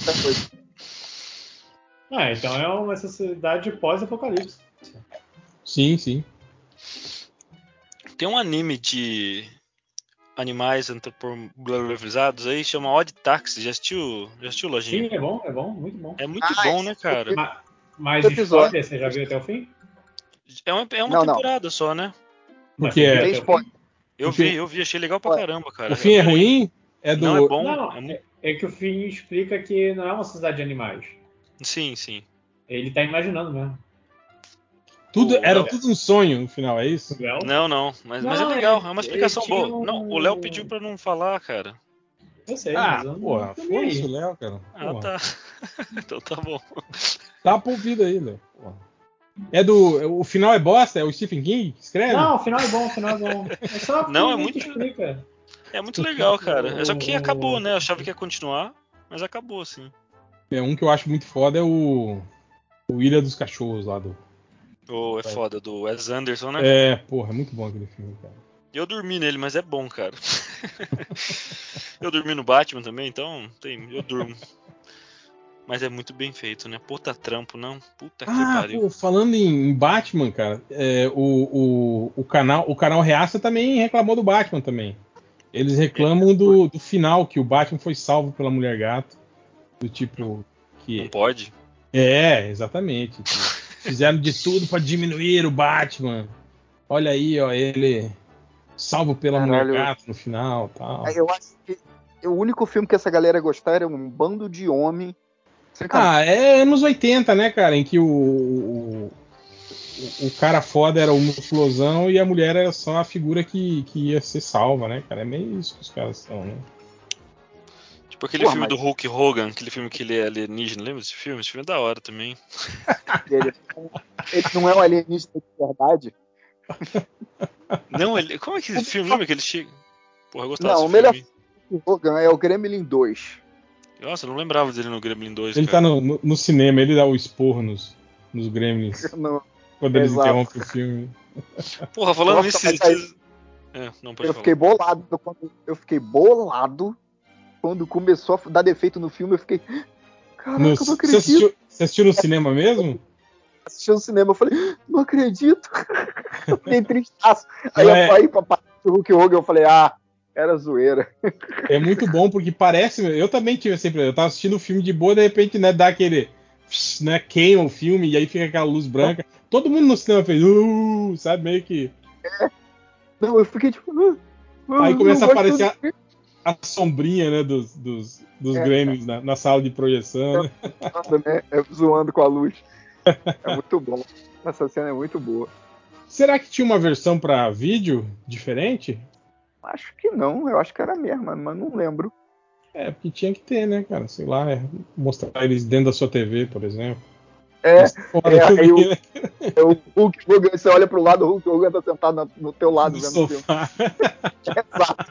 Ah, então é uma sociedade pós-apocalipse. Sim, sim. Tem um anime de animais antropomorfizados aí, chama Odd Taxi. Já assistiu, já assistiu, Lojinha? Sim, é bom, é bom, muito bom. É muito ah, bom, né, cara? Mas, mas spoiler, você já viu até o fim? É uma, é uma não, temporada não. só, né? Porque é... Tem spoiler. Eu vi, eu vi, achei legal pra caramba, cara. O fim é ruim? É do... Não, é bom. Não, é, muito... é que o fim explica que não é uma sociedade de animais. Sim, sim. Ele tá imaginando mesmo. Tudo, era Léo... tudo um sonho no final, é isso? Não, não, mas, não, mas é legal, é uma explicação boa. Um... Não, o Léo pediu pra não falar, cara. Eu sei, ah, mas eu porra, não foda-se o Léo, cara. Porra. Ah, tá. Então tá bom. Tá pro ouvido aí, Léo. É do. O final é bosta? É o Stephen King que escreve? Não, o final é bom, o final é bom. É só não, é muito. Explica. É muito legal, cara. É só que acabou, né? Eu achava que ia continuar, mas acabou, assim. É, um que eu acho muito foda é o. O Ilha dos Cachorros lá do. Oh, é foda, do Wes Anderson, né? É, porra, é muito bom aquele filme, cara. Eu dormi nele, mas é bom, cara. Eu dormi no Batman também, então tem, eu durmo. Mas é muito bem feito, né? Puta trampo, não? Puta que ah, pariu. Pô, falando em Batman, cara, é, o, o, o, canal, o canal Reaça também reclamou do Batman também. Eles reclamam é. do, do final, que o Batman foi salvo pela Mulher Gato. Do tipo. Que... Não pode? É, exatamente. Fizeram de tudo pra diminuir o Batman. Olha aí, ó, ele salvo pela Caralho. Mulher Gato no final, tal. Eu acho que o único filme que essa galera gostar era um bando de homem. Ah, é anos oitenta, né, cara, em que o, o, o cara foda era o musculosão e a mulher era só a figura que, que ia ser salva, né, cara? É meio isso que os caras são, né? Tipo aquele Porra, filme mas... do Hulk Hogan, aquele filme que ele é alienígena, lembra desse filme? Esse filme é da hora também. Ele, ele não é um alienígena de verdade? Não, ele... como é que esse filme lembra que ele chega? Porra, eu gostava não, desse o melhor filme. filme do Hogan é o Gremlin dois. Nossa, eu não lembrava dele no Gremlin dois, ele cara. Ele tá no, no, no cinema, ele dá o esporro nos, nos Gremlins. No... Quando eles Exato. interrompem o filme. Porra, falando nisso... Aí... É, não pode eu falar. fiquei bolado quando... Eu fiquei bolado quando começou a dar defeito no filme, eu fiquei... Caraca, no... eu não acredito. Você assistiu, você assistiu no cinema mesmo? Assisti no cinema, eu falei, não acredito. Eu fiquei tristaço. Aí não eu é... falei pra parte do Hulk Hogan, eu falei, ah, era zoeira. É muito bom, porque parece... Eu também tive sempre... Eu tava assistindo o filme de boa, de repente, né, dá aquele... Né, queima o filme, e aí fica aquela luz branca. Todo mundo no cinema fez... Uh, sabe, meio que... É. Não, eu fiquei tipo... Uh, uh, aí começa a aparecer a, a sombrinha, né, dos, dos, dos é, Grêmios na, na sala de projeção. Né? né? É, zoando com a luz. É muito bom. Essa cena é muito boa. Será que tinha uma versão para vídeo diferente? Acho que não, eu acho que era a mesma, mas não lembro. É, porque tinha que ter, né, cara? Sei lá, é, mostrar eles dentro da sua T V, por exemplo. É, é aí o, é o Hulk Hogan, você olha pro lado, o Hulk Hogan tá sentado no, no teu lado no vendo sofá. o filme. Exato.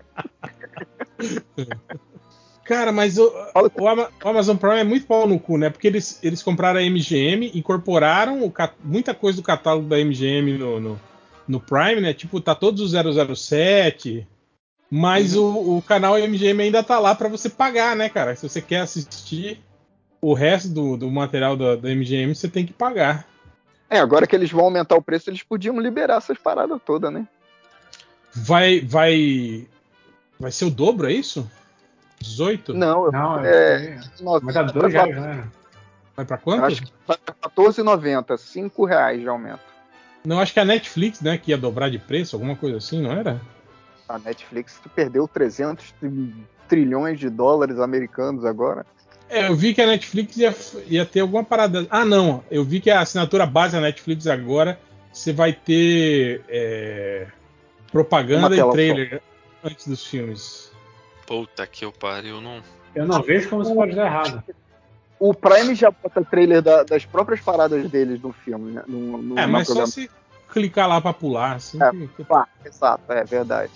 Cara, mas o, o, Amazon Prime é muito pau no cu, né? Porque eles, eles compraram a M G M, incorporaram o, muita coisa do catálogo da M G M no, no, no Prime, né? Tipo, tá todos os zero zero sete, Mas o, o canal M G M ainda tá lá para você pagar, né, cara? Se você quer assistir o resto do, do material da, da M G M, você tem que pagar. É, agora que eles vão aumentar o preço, eles podiam liberar essas paradas todas, né? Vai, vai, vai ser o dobro, é isso? dezoito? Não, Não, é, vai dar dois reais, né? Vai pra quanto? Acho que vai pra quatorze reais e noventa centavos, cinco reais de aumento. Não, acho que a Netflix, né, que ia dobrar de preço, alguma coisa assim, não era? A Netflix perdeu trezentos trilhões de dólares americanos agora. É, eu vi que a Netflix ia, ia ter alguma parada. Ah, não. Eu vi que a assinatura base da Netflix agora você vai ter é, propaganda e trailer só antes dos filmes. Puta que eu pariu, não. Eu não vejo como isso pode dar errado. O Prime já bota trailer da, das próprias paradas deles no filme, né? No, no, é, no mas programa. só se clicar lá pra pular, assim. É, que, que... pá, exato, é verdade.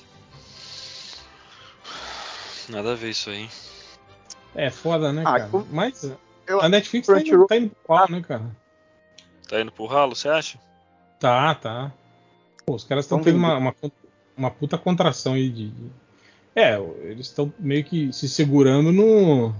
Nada a ver isso aí. É foda, né, Ah, cara? eu, Mas eu, a Netflix tá indo, tá indo pro pau, né, cara? Tá indo pro ralo, você acha? Tá, tá. Pô, os caras estão tendo uma, uma, uma puta contração aí de. de... É, eles estão meio que se segurando no.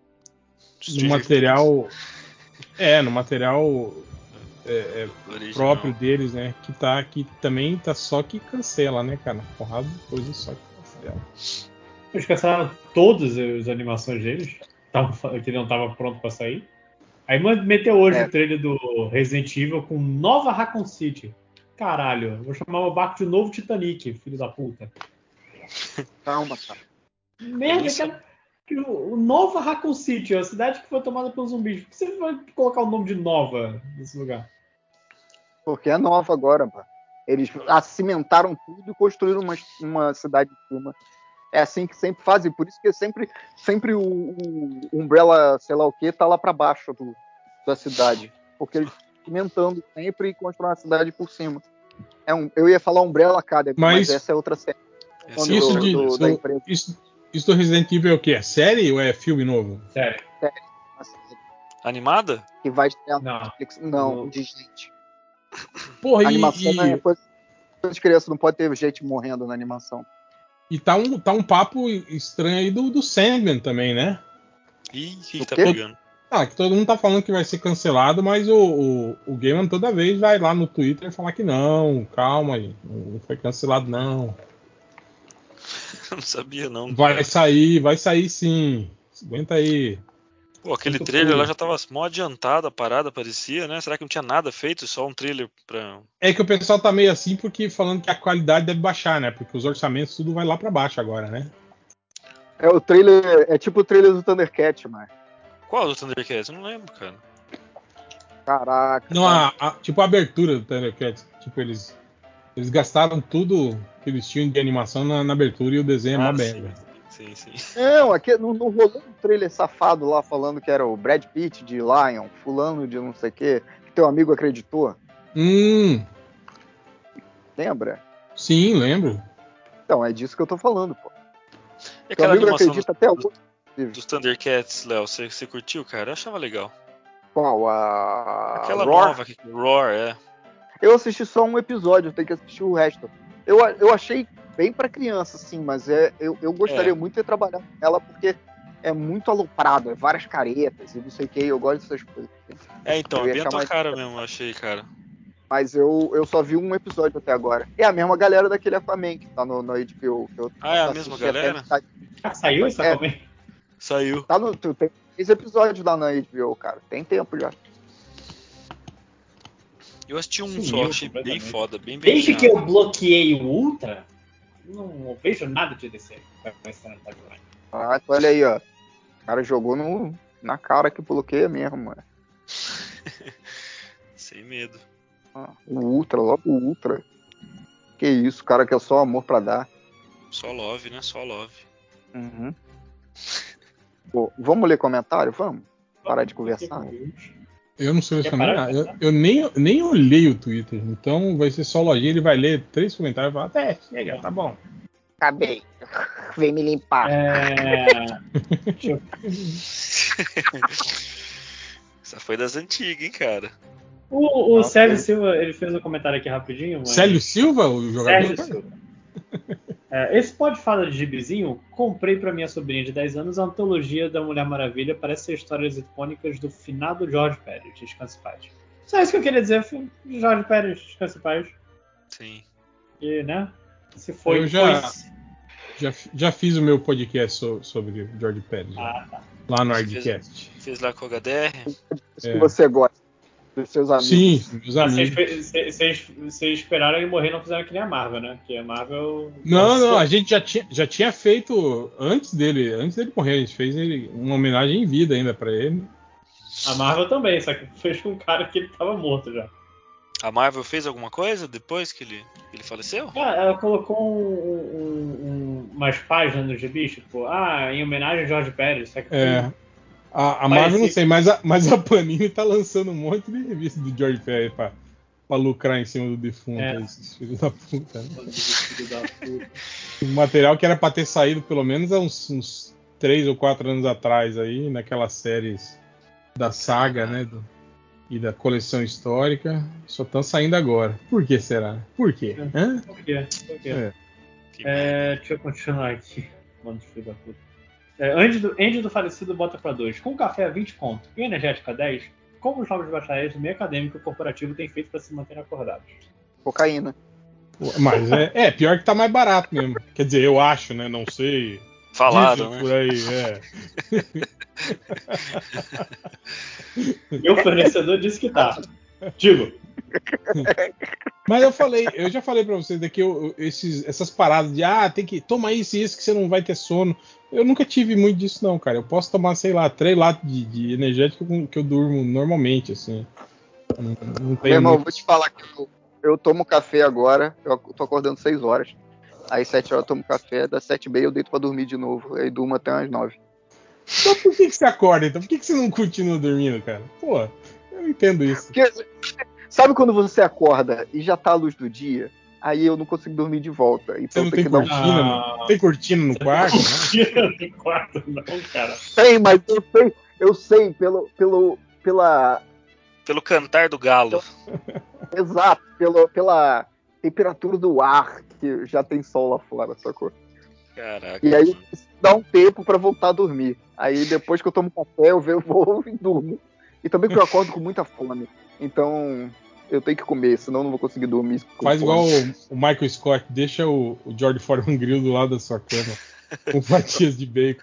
No material. É, no material é, é, próprio deles, né? Que tá que também tá só que cancela, né, cara? Porrada de coisa só que cancela. Eles cancelaram todas as animações deles, que não tava pronto pra sair. Aí meteu hoje é. o trailer do Resident Evil com nova Raccoon City. Caralho, vou chamar o barco de novo Titanic, filho da puta. Calma, cara. Merda, cara. O Nova Raccoon City, a cidade que foi tomada pelos zumbis. Por que você vai colocar o nome de Nova nesse lugar? Porque é nova agora, pô. Eles acimentaram tudo e construíram uma, uma cidade de cima. É assim que sempre fazem, por isso que sempre, sempre o, o Umbrella, sei lá o que, tá lá para baixo do, da cidade. Porque eles estão cimentando sempre e constroem a cidade por cima. É um, eu ia falar Umbrella Academy, mas, mas essa é outra série. Isso, do, de, do, do, isso, isso do Resident Evil é o quê? É série ou é filme novo? Série. série. Animada? Que vai estrear na Netflix. Não, no... de gente. Porra, a animação e, não é coisa de criança, não pode ter gente morrendo na animação. E tá um, tá um papo estranho aí do, do Sandman também, né? Ih, o que, que tá pegando? Ah, que todo mundo tá falando que vai ser cancelado, mas o, o, o Gaiman toda vez vai lá no Twitter falar que não, calma aí, não foi cancelado não. Não sabia não. Vai cara. sair, vai sair sim. Aguenta aí. Pô, aquele Muito trailer puro. Lá já tava mó adiantado, a parada parecia, né? Será que não tinha nada feito, só um trailer pra... É que o pessoal tá meio assim porque falando que a qualidade deve baixar, né? Porque os orçamentos tudo vai lá pra baixo agora, né? É o trailer, é tipo o trailer do Thundercat, mano. Qual do Thundercats? Eu não lembro, cara. Caraca. Não, a, a, tipo a abertura do Thundercats. Tipo, eles, eles gastaram tudo que eles tinham de animação na, na abertura e o desenho é ah, uma merda. Sim, sim. Não, aqui não, não rolou um trailer safado lá falando que era o Brad Pitt de Lion, fulano de não sei o quê, que teu amigo acreditou. Hum. Lembra? Sim, lembro. Então, é disso que eu tô falando, pô. E aquela teu amigo animação acredita do, até do, dos Thundercats, Léo, você, você curtiu, cara? Eu achava legal. Qual? A... Aquela Roar? nova, Roar, é. Eu assisti só um episódio, tem que assistir o resto. Eu, eu achei bem pra criança, assim, mas é, eu, eu gostaria é. muito de ter trabalhado com ela, porque é muito aloprado, é várias caretas e não sei o que, eu gosto dessas coisas. É, então, eu é bem a tua mais... cara mesmo, eu achei, cara. Mas eu, eu só vi um episódio até agora. É a mesma galera daquele Aquaman que tá no, no H B O. Que eu ah, é a mesma galera? Até... Ah, saiu esse é, Aquaman? Saiu. Tá no, tem três episódios lá na H B O, cara. Tem tempo já. Eu assisti um Sumiu, só, achei bem foda, bem bem. Desde que eu bloqueei o Ultra, não vejo nada de D C. Ah, olha aí, ó. O cara jogou no, na cara que bloqueia mesmo, mano. Sem medo. Ah, o Ultra, logo o Ultra. Que isso, cara, que é só amor pra dar. Só love, né? Só love. Uhum. Pô, vamos ler comentário? Vamos? Parar de conversar? Eu não selecionei nada. Eu, eu nem, nem olhei o Twitter. Então vai ser só lojinha. Ele vai ler três comentários e falar: é, chega, tá bom. Acabei. Vem me limpar. É... Essa foi das antigas, hein, cara. O, o Célio Silva, ele fez um comentário aqui rapidinho. Mas... Célio Silva, o jogador? Célio Silva. É, esse pode falar de gibizinho, comprei para minha sobrinha de dez anos a antologia da Mulher Maravilha, parece ser histórias icônicas do finado Jorge Pérez, Descanse em Paz. Só isso que eu queria dizer, Jorge Pérez, Descanse em Paz. Sim. E, né, se foi... Eu já, foi... já, já fiz o meu podcast so, sobre o Jorge Pérez, Ah, tá. lá no Você Ardcast. Fez, fez lá com o H D R? Isso É. que você gosta dos seus amigos. Sim, meus Mas amigos. Vocês, vocês, vocês esperaram ele morrer e não fizeram que nem a Marvel, né? Porque a Marvel... Não, lançou- não, a gente já tinha, já tinha feito antes dele, antes dele morrer, a gente fez ele, uma homenagem em vida ainda pra ele. A Marvel também, só que fez com um cara que ele tava morto já. A Marvel fez alguma coisa depois que ele, que ele faleceu? Ah, ela colocou um, um- um- umas páginas no gibi, tipo, ah, em homenagem a Jorge Pérez. Só que É, foi- a, a Marvel não Parecia- sei, mas a, mas a Panini tá lançando um monte de revista do George Pérez pra, pra lucrar em cima do defunto, É. aí, esses filhos da puta. Né? Filho da puta. Um material que era pra ter saído pelo menos há uns, uns três ou quatro anos atrás aí, naquelas séries da saga, né? Do, e da coleção histórica, só estão saindo agora. Por que será? Por quê? É. Hã? Por quê? Por quê? É. Que É, merda. deixa eu continuar aqui. Mano, filho da puta. É, Andy, do, Andy do falecido bota pra dois. Com café a vinte conto e energética a dez, como os novos bacharéis do meio acadêmico e corporativo têm feito pra se manter acordados? Cocaína. Mas é, é, pior que tá mais barato mesmo. Quer dizer, eu acho, né? Não sei. Falaram, Dizem né? por aí, é. E o fornecedor disse que tá. Digo, Mas eu falei, eu já falei pra vocês daqui, eu, eu- esses, essas paradas de ah, tem que tomar isso e isso que você não vai ter sono. Eu nunca tive muito disso, não, cara. Eu posso tomar, sei lá, três latas de, de energético com- que eu durmo normalmente, assim. Não, não Meu tenho irmão, muito. vou te falar que eu, eu tomo café agora, eu tô acordando seis horas. Aí sete horas eu tomo café, das sete e meia eu deito pra dormir de novo. Aí durmo até umas nove. Então por que, que você acorda, então? Por que, que você não continua dormindo, cara? Pô, eu não entendo isso. Porque, sabe quando você acorda e já tá a luz do dia? Aí eu não consigo dormir de volta. Você Então não tem tem que dar um... cortina, Ah. não? Tem cortina no quarto, né? no quarto não, cara. Tem, mas eu sei, eu sei pelo, pelo, pela... Pelo cantar do galo. Exato, pelo, pela temperatura do ar, que já tem sol lá fora, sacou? Caraca. E aí mano. dá um tempo pra voltar a dormir. Aí depois que eu tomo café, eu venho, vou e durmo. E também porque eu acordo com muita fome. Então eu tenho que comer, senão eu não vou conseguir dormir. com Faz fome. igual o, o Michael Scott, deixa o, o George Foreman Grill do lado da sua cama, com fatias de bacon.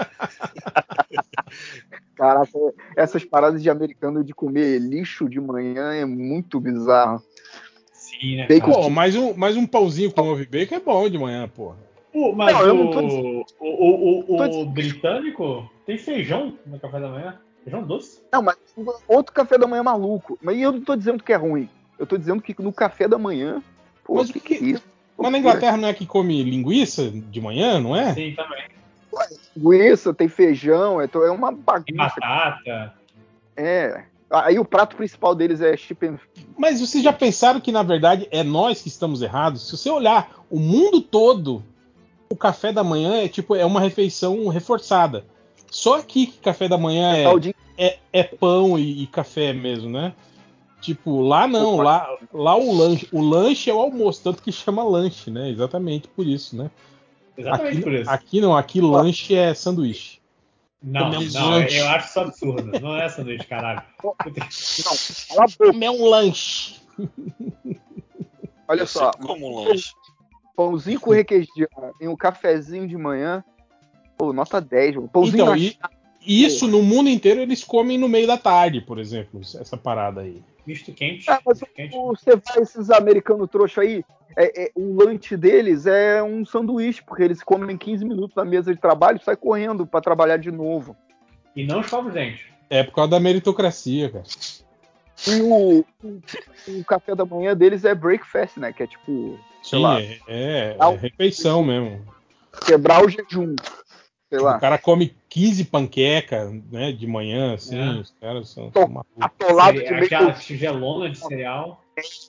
Caraca, essas paradas de americano de comer lixo de manhã é muito bizarro. Sim, né, Bacon cara? Pô, mais um, mais um pãozinho com ovo e bacon é bom de manhã, porra. Pô, mas Não, eu não o, tô o, dizendo- o, o, tô o dizendo- britânico tem feijão no café da manhã? Feijão doce? Não, mas outro café da manhã maluco. Mas eu não tô dizendo que é ruim. Eu tô dizendo que no café da manhã. Pô, Mas o que, o que é que- isso? Mas na Inglaterra não é que come linguiça de manhã, não é? Sim, também. Linguiça, tem feijão, é, to- é uma Tem bagunça. batata. É. Aí o prato principal deles é chip and... Mas vocês já pensaram que na verdade é nós que estamos errados? Se você olhar o mundo todo, o café da manhã é tipo é uma refeição reforçada. Só aqui que café da manhã é, Tal de- é, é pão e, e café mesmo, né? Tipo, lá não, lá, lá o lanche, o lanche é o almoço, tanto que chama lanche, né? Exatamente por isso, né? Exatamente Aqui, por isso. aqui não, aqui lanche é sanduíche. Não, Comemos não, lanche. eu acho isso absurdo. Não é sanduíche, caralho. Não, cala a boca. Comer um lanche. Olha Eu só. sempre como um lanche. Pãozinho com requeijão e um cafezinho de manhã. Pô, nota dez, mano. Pãozinho Então, na e, chapa. isso no mundo inteiro eles comem no meio da tarde, por exemplo, essa parada aí. Misto quente. Ah, mas misto quente. o- você vai esses americanos trouxa aí, é, é, o lanche deles é um sanduíche, porque eles comem quinze minutos na mesa de trabalho e saem correndo pra trabalhar de novo. E não escova os dentes. É por causa da meritocracia, cara. E o, o, o café da manhã deles é breakfast, né? Que é tipo, sei Sim, lá, é, é, Ah, é refeição mesmo. quebrar o jejum. Sei O lá, cara come quinze panquecas, né, de manhã, assim, É. os caras são, Tô- são malucos. atolado Cere- de meio. Aquela tigelona de cereal.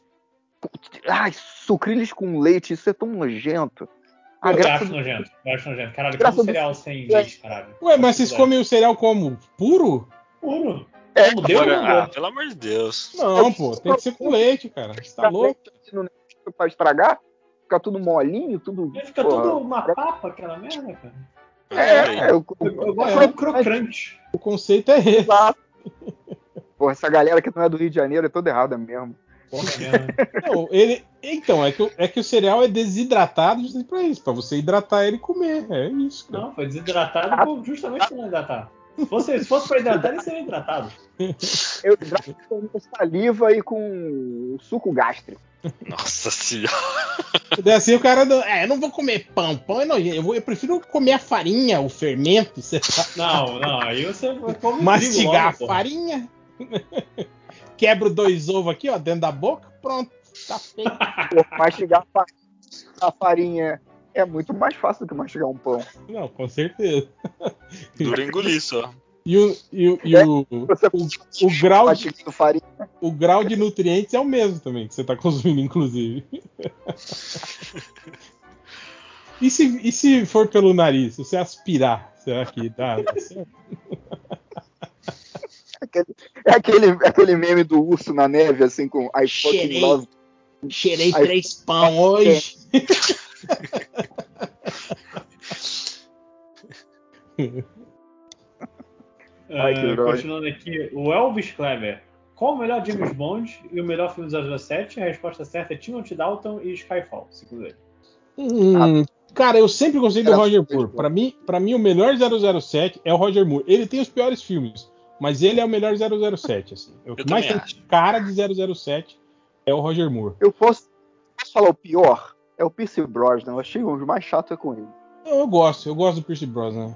Ai, sucrilhos com leite, isso é tão nojento. A Eu graça acho do... nojento. Eu acho nojento. Caralho, Graça como do- cereal sem leite, caralho. Ué, mas vocês Faculdade. comem o cereal como? Puro? Puro. É, Como deu ou não Agora, ah, deu? pelo amor de Deus. Não, pô, tem que ser com leite, cara. Você tá louco? Não é pra estragar? ficar tudo molinho, tudo. Ele fica porra, tudo uma papa, aquela merda, cara. É, é eu, eu, eu gosto é, do crocante. O conceito é esse. Porra, essa galera que não é do Rio de Janeiro é toda errada mesmo. Porra, mesmo. Não, ele, então, é que, é que o cereal é desidratado justamente pra isso, pra você hidratar ele e comer. É isso. Cara. Não, foi desidratado justamente pra não hidratar. Se fosse, se fosse pra hidratar, ele seria hidratado. Eu hidrato com saliva e com suco gástrico. Nossa senhora. Assim o cara. Não, é, eu não vou comer pão. Pão é nojento. Eu, vou, eu prefiro comer a farinha, o fermento. Você tá... Não, não. Aí você come mastigar trigo logo, a farinha. Quebro dois ovos aqui, ó, dentro da boca. Pronto. Tá feito. Mastigar a farinha é muito mais fácil do que mastigar um pão. Não, com certeza. Dura engolir só. E o, e, o, e o, o, o, grau de, o grau de nutrientes é o mesmo também, que você está consumindo, inclusive. E se, e se for pelo nariz? Se você aspirar, será que dá? Aquele, é aquele, aquele meme do urso na neve, assim, com I fucking love. Cheirei três pão hoje. Ai, uh, continuando aqui, o Elvis Kleber. Qual o melhor James Bond e o melhor filme do zero zero sete? A resposta certa é Timothy Dalton e Skyfall, segundo ele. Hum, cara, eu sempre gostei do Roger Moore. Pra mim, pra mim, o melhor zero zero sete é o Roger Moore. Ele tem os piores filmes, mas ele é o melhor zero zero sete. Assim. O que mais tem acho. cara de zero zero sete é o Roger Moore. Eu posso, posso falar o pior? É o Pierce Brosnan. Eu achei o mais chato é com ele. Eu, eu gosto, eu gosto do Pierce Brosnan.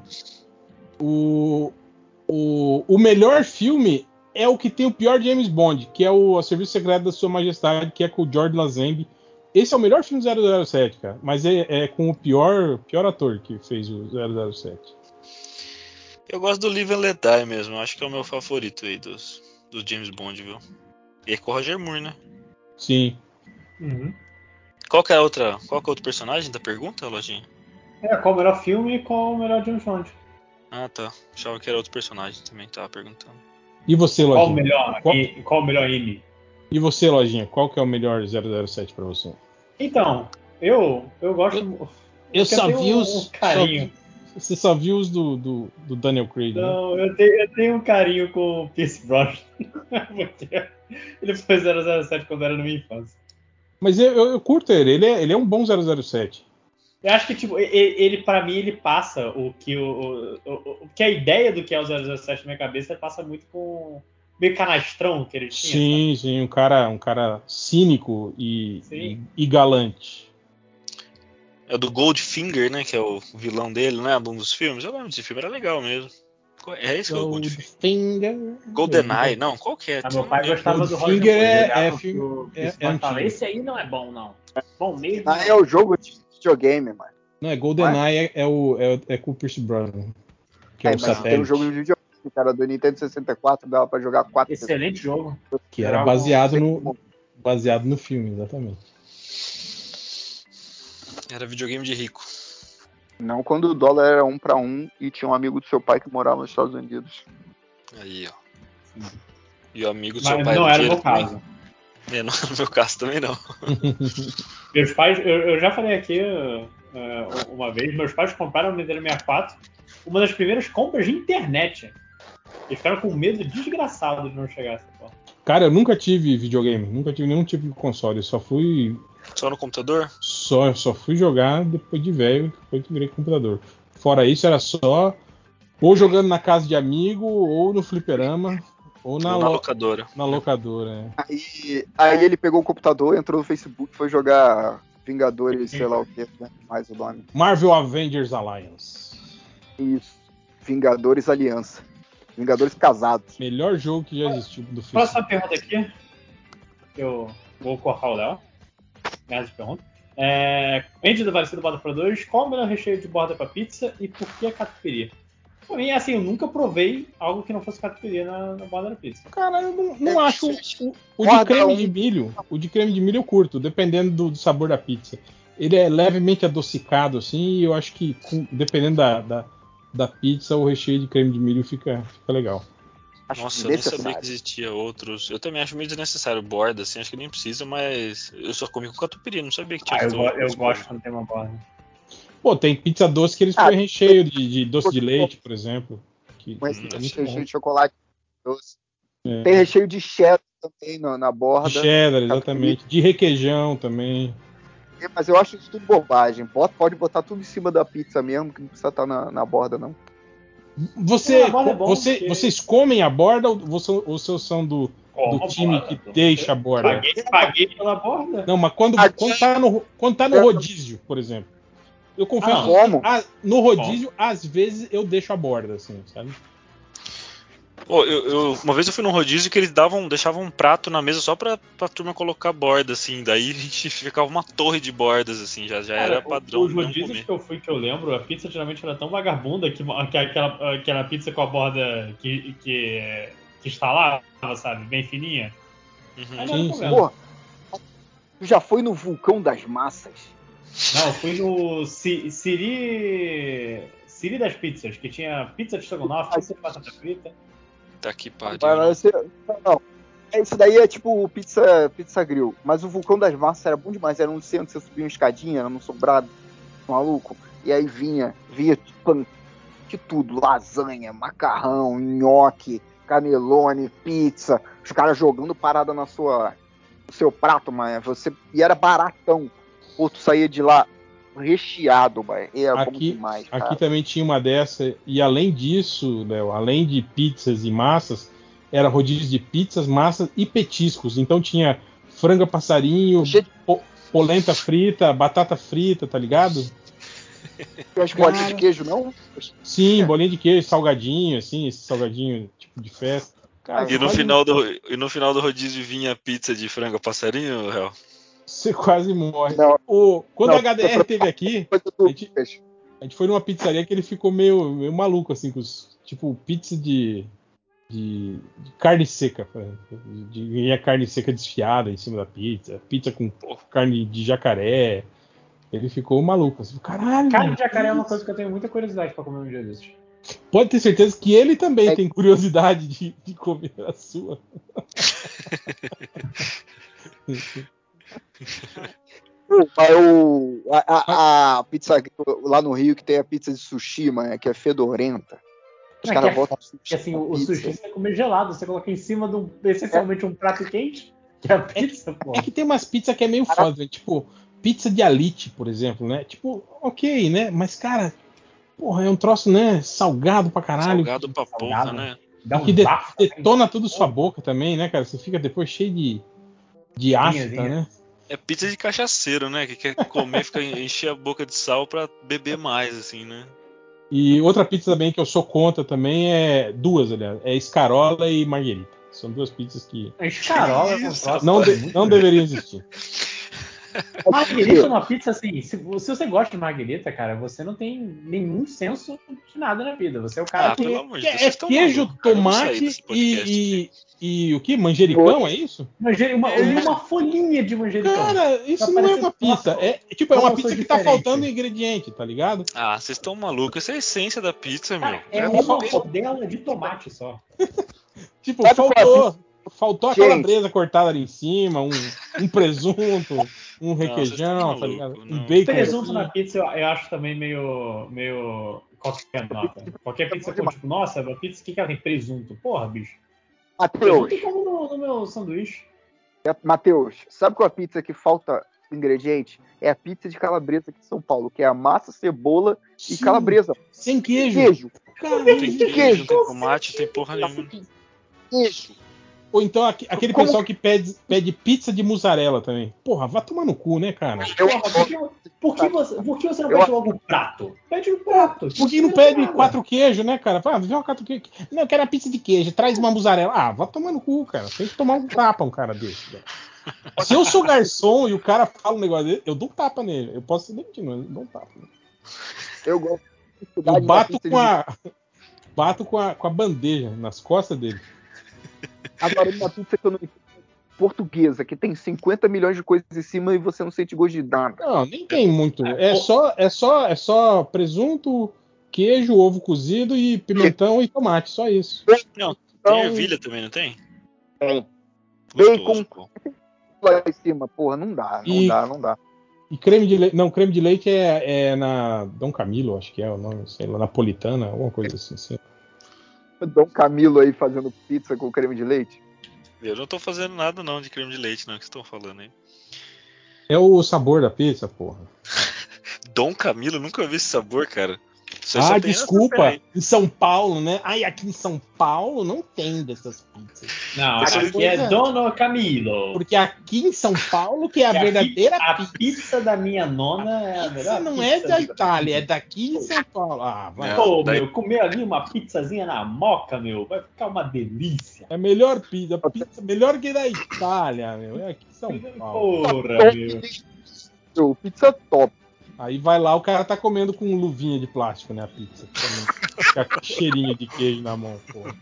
O... O, o melhor filme é o que tem o pior James Bond, que é o A Serviço Secreto da Sua Majestade, que é com o George Lazenby. Esse é o melhor filme do zero zero sete, cara. Mas é, é com o pior, pior ator que fez o zero zero sete. Eu gosto do Live and Let Die mesmo. Acho que é o meu favorito aí dos, dos James Bond, viu? E é com o Roger Moore, né? Sim. Uhum. Qual que é a outra, qual que é outro personagem da pergunta, Lojinha? É, qual o melhor filme e qual o melhor James Bond. Ah, tá. Achava que era outro personagem também, tava perguntando. E você, Lojinha? Qual o melhor? Qual, E, qual o melhor M? E você, Lojinha? Qual que é o melhor zero zero sete pra você? Então, eu, eu gosto... Eu, eu só vi um, os... Um carinho. Só, você só viu os do, do, do Daniel Craig, Não, né? eu tenho, eu tenho um carinho com o Pierce Brosnan. Porque ele foi zero zero sete quando era na minha infância. Mas eu, eu, eu curto ele. Ele é, ele é um bom zero zero sete. Eu acho que, tipo, ele, ele pra mim, ele passa o que o, o, o, o que a ideia do que é o zero zero sete na minha cabeça passa muito com meio canastrão que ele tinha. Sim, sabe? sim, um cara, um cara cínico e, e, e galante. É o do Goldfinger, né? Que é o vilão dele, né? Um dos filmes. Eu lembro desse filme, era legal mesmo. É esse que é o Goldfinger? GoldenEye, não, qual que é? Ah, meu pai gostava do Roger Moore. É, é, é, filme, é, é antigo. Esse aí não é bom, não. É bom mesmo. Não, é o jogo de videogame, mano. Não, é GoldenEye é, é, o, é, é com o Pierce Brosnan. Que é, é o satélite. Tem um jogo de videogame, cara, do Nintendo sessenta e quatro, dava pra jogar quatro. Excelente jogo. Que era baseado no, baseado no filme, exatamente. Era videogame de rico. Não quando o dólar era um pra um e tinha um amigo do seu pai que morava nos Estados Unidos. Aí, ó. E o amigo do Mas seu pai não era no meu caso. É, não era no meu caso também, não. Meus pais, eu, eu já falei aqui uh, uma vez, meus pais compraram o Nintendo sessenta e quatro, uma das primeiras compras de internet. Eles ficaram com medo desgraçado de não chegar a essa porra. Cara, eu nunca tive videogame, nunca tive nenhum tipo de console, eu só fui... Só no computador? Só, só fui jogar depois de velho, depois que virei computador. Fora isso, era só ou jogando na casa de amigo, ou no fliperama, ou na, ou na lo... locadora. Na locadora, é. Aí, aí ele pegou o computador, entrou no Facebook e foi jogar Vingadores, sei lá o que, né? Mais o nome. Marvel Avengers Alliance. Isso. Vingadores Aliança. Vingadores Casados. Melhor jogo que já existiu do Facebook. Próxima pergunta aqui. Eu vou cortar o Léo. Essa pergunta. É, antes do Valecido Borda para dois, qual o melhor recheio de borda para pizza e por que a catupiry? Pra mim, assim, eu nunca provei algo que não fosse catupiry na, na borda da pizza. Cara, eu não, não é, acho o, o de creme um... de milho. O de creme de milho eu curto, dependendo do, do sabor da pizza. Ele é levemente adocicado, assim, e eu acho que, com, dependendo da, da, da pizza, o recheio de creme de milho fica, fica legal. Acho Nossa, eu nem sabia que existia outros. Eu também acho meio desnecessário borda, assim, acho que nem precisa, mas eu só comi com catupiry, não sabia que tinha Ah, eu, todo, go- eu gosto quando tem uma borda. Pô, tem pizza doce que eles Ah, põem recheio de, de doce de leite, por exemplo. Que Com esse fica Hum, muito recheio bom. de chocolate doce. É. Tem recheio de cheddar também na, na borda. De cheddar, Catupiry. exatamente. De requeijão também. Mas eu acho isso tudo bobagem. Bota- Pode botar tudo em cima da pizza mesmo, que não precisa estar na, na borda, não. Você, Não, a borda é bom você, porque- Vocês comem a borda ou você- ou vocês são do, Como do a time borda, que então. deixa a borda? Paguei, paguei pela borda. Não, mas quando, Aqui- quando, tá no, quando tá no rodízio, por exemplo. Eu confesso Ah, que como? a- no rodízio, às vezes, eu deixo a borda, assim, sabe? Pô, eu, eu- uma vez eu fui num rodízio que eles davam, deixavam um prato na mesa só pra, pra turma colocar borda, assim. Daí a gente ficava uma torre de bordas, assim, já, já Cara, era padrão os não rodízios comer. que eu fui que eu lembro, a pizza geralmente era tão vagabunda que, que aquela, aquela pizza com a borda que, que, que estalava, sabe? Bem fininha. Uhum. Aí não era Sim, problema. Porra, tu já foi no vulcão das massas? Não, eu fui no Ci- Siri. Siri das pizzas, que tinha pizza de estrogonofe, pizza de batata frita. Tá que pariu. Mas você- não, esse daí é tipo pizza, pizza grill. Mas o vulcão das massas era bom demais. Era um centro, você subia uma escadinha, era num sobrado, maluco. E aí vinha, vinha pan- de tudo: lasanha, macarrão, nhoque, canelone, pizza. Os caras jogando parada na sua, no seu prato, mas você. E era baratão. Pô, tu saía de lá recheado, mas era bom Aqui, demais. aqui Cara. também tinha uma dessa, e além disso, Léo, além de pizzas e massas, era rodízio de pizzas, massas e petiscos. Então tinha franga passarinho, Cheio de- po- polenta frita, batata frita, tá ligado? As bolinhas de queijo, não? Sim, bolinha de queijo, salgadinho, assim, esse salgadinho tipo de festa. Cara, E você no, quase, final do, e no final do rodízio vinha pizza de frango passarinho, Real? você quase morre. Não. O, quando Não, a H D R teve aqui, Coisa a do gente, peixe. a gente foi numa pizzaria que ele ficou meio, meio maluco, assim, com os, tipo, pizza de, de, de carne seca. De, de, vinha carne seca desfiada em cima da pizza, pizza com carne de jacaré. Ele ficou maluco, assim, caralho. Carne mano, de jacaré é uma isso? coisa que eu tenho muita curiosidade pra comer um dia desses. Pode ter certeza que ele também É. tem curiosidade de, de comer a sua. Mas o, a, a, a pizza lá no Rio que tem a pizza de sushi, mano, que é fedorenta. Os Não, caras que é- botam sushi. Porque assim, na o, o pizza. sushi você vai comer gelado, você coloca em cima de um, essencialmente um prato quente, que é a pizza, pô. É que tem umas pizzas que é meio foda, né? Tipo, pizza de alite, por exemplo, né? Tipo, ok, né? Mas, cara, porra, é um troço, né? Salgado pra caralho. Salgado pra porra, Salgado. né? Dá que um de- bafo. detona tudo sua boca também, né, cara? Você fica depois cheio de, de ácida, Vinhazinha. né? É pizza de cachaceiro, né? Que quer comer, fica encher a boca de sal pra beber mais, assim, né? E outra pizza também que eu sou contra também é duas, aliás, é escarola e marguerita. São duas pizzas que A escarola é um isso, troço não, de- muito não grande. deveriam existir. Marguerita é uma pizza assim. Se, se você gosta de marguerita, cara, você não tem nenhum senso de nada na vida. Você é o cara Ah, que. pelo amor de Que Deus, é vocês estão queijo, malucos, cara. Eu vou sair tomate desse podcast. e, e, e o que? Manjericão, é isso? Mangeri- uma, É. uma folhinha de manjericão. Cara, isso Pra não é parecer- uma pizza. Nossa, É tipo, é como uma eu sou pizza que tá diferente. faltando ingrediente, tá ligado? Ah, vocês estão malucos. Essa é a essência da pizza, meu. Cara, é É uma bem- rodela de tomate só. Tipo, Sabe qual é a faltou. Faltou a Gente. calabresa cortada ali em cima, um, um presunto, um requeijão, vocês tá tão ligado? maluco, Um não. bacon. Presunto na pizza eu, eu acho também meio. meio. qualquer nota. Qualquer pizza com tipo, nossa, a pizza, o que, que ela tem? Presunto. Porra, bicho. Matheus, Presunto como no, no meu sanduíche. é- Matheus, sabe qual é a pizza que falta ingrediente? É a pizza de calabresa aqui em São Paulo, que é a massa, cebola e Sim, calabresa. sem queijo. Queijo. Cara, Não tem Que queijo, queijo? não tem tomate, não tem porra nenhuma. Queijo. Ou então aque- aquele Como- pessoal que pede, pede pizza de mussarela também. Porra, vai tomar no cu, né, cara? Eu- Porra, por que, por que você, por que você não Eu- pede logo um prato? Pede um prato. Por que não pede quatro queijos, né, cara? Ah, vê uma quatro queijos. Não, eu quero a pizza de queijo, traz uma mussarela. Ah, vai tomar no cu, cara. Tem que tomar um tapa um cara desse. Cara. Se eu sou garçom e o cara fala um negócio dele, eu dou um tapa nele. Eu posso ser demitido, mas eu dou um tapa. Né? Eu gosto. Eu bato com a. Bato com a, com a bandeja nas costas dele. Agora, uma pizza que eu não entendo, portuguesa, que tem cinquenta milhões de coisas em cima e você não sente gosto de nada. Não, nem tem muito. É só, é só, é só presunto, queijo, ovo cozido e pimentão e tomate, só isso. Não, Tem ervilha também, não tem? Tem. Gostoso, Bacon pô. lá em cima, porra, não dá, não E- dá, não dá. E creme de leite. Não, creme de leite é, é na Dom Camilo, acho que é o nome, sei lá, napolitana, alguma coisa assim. Sei. Dom Camilo aí fazendo pizza com creme de leite. Eu não tô fazendo nada não de creme de leite, não, que vocês estão falando aí. É o sabor da pizza, porra. Dom Camilo, nunca vi esse sabor, cara. Isso aí Ah, só tem desculpa. nessa série. Em São Paulo, né? Ai, aqui em São Paulo não tem dessas pizzas. Não, Eu só aqui vi- é Dono Camilo. Porque aqui em São Paulo que é a E a verdadeira pi- a pizza. pizza da minha nona é a Pizza melhor não pizza é da do Itália, é Brasil. daqui de São Paulo. Ah, vai. É. Pô, daí- meu, comer ali uma pizzazinha na moca, meu, vai ficar uma delícia. É a melhor pizza, pizza melhor que da Itália, meu. É aqui em São Paulo. Porra, meu. Meu, pizza top. Aí vai lá, o cara tá comendo com luvinha de plástico, né? A pizza. Com a cheirinha de queijo na mão, porra.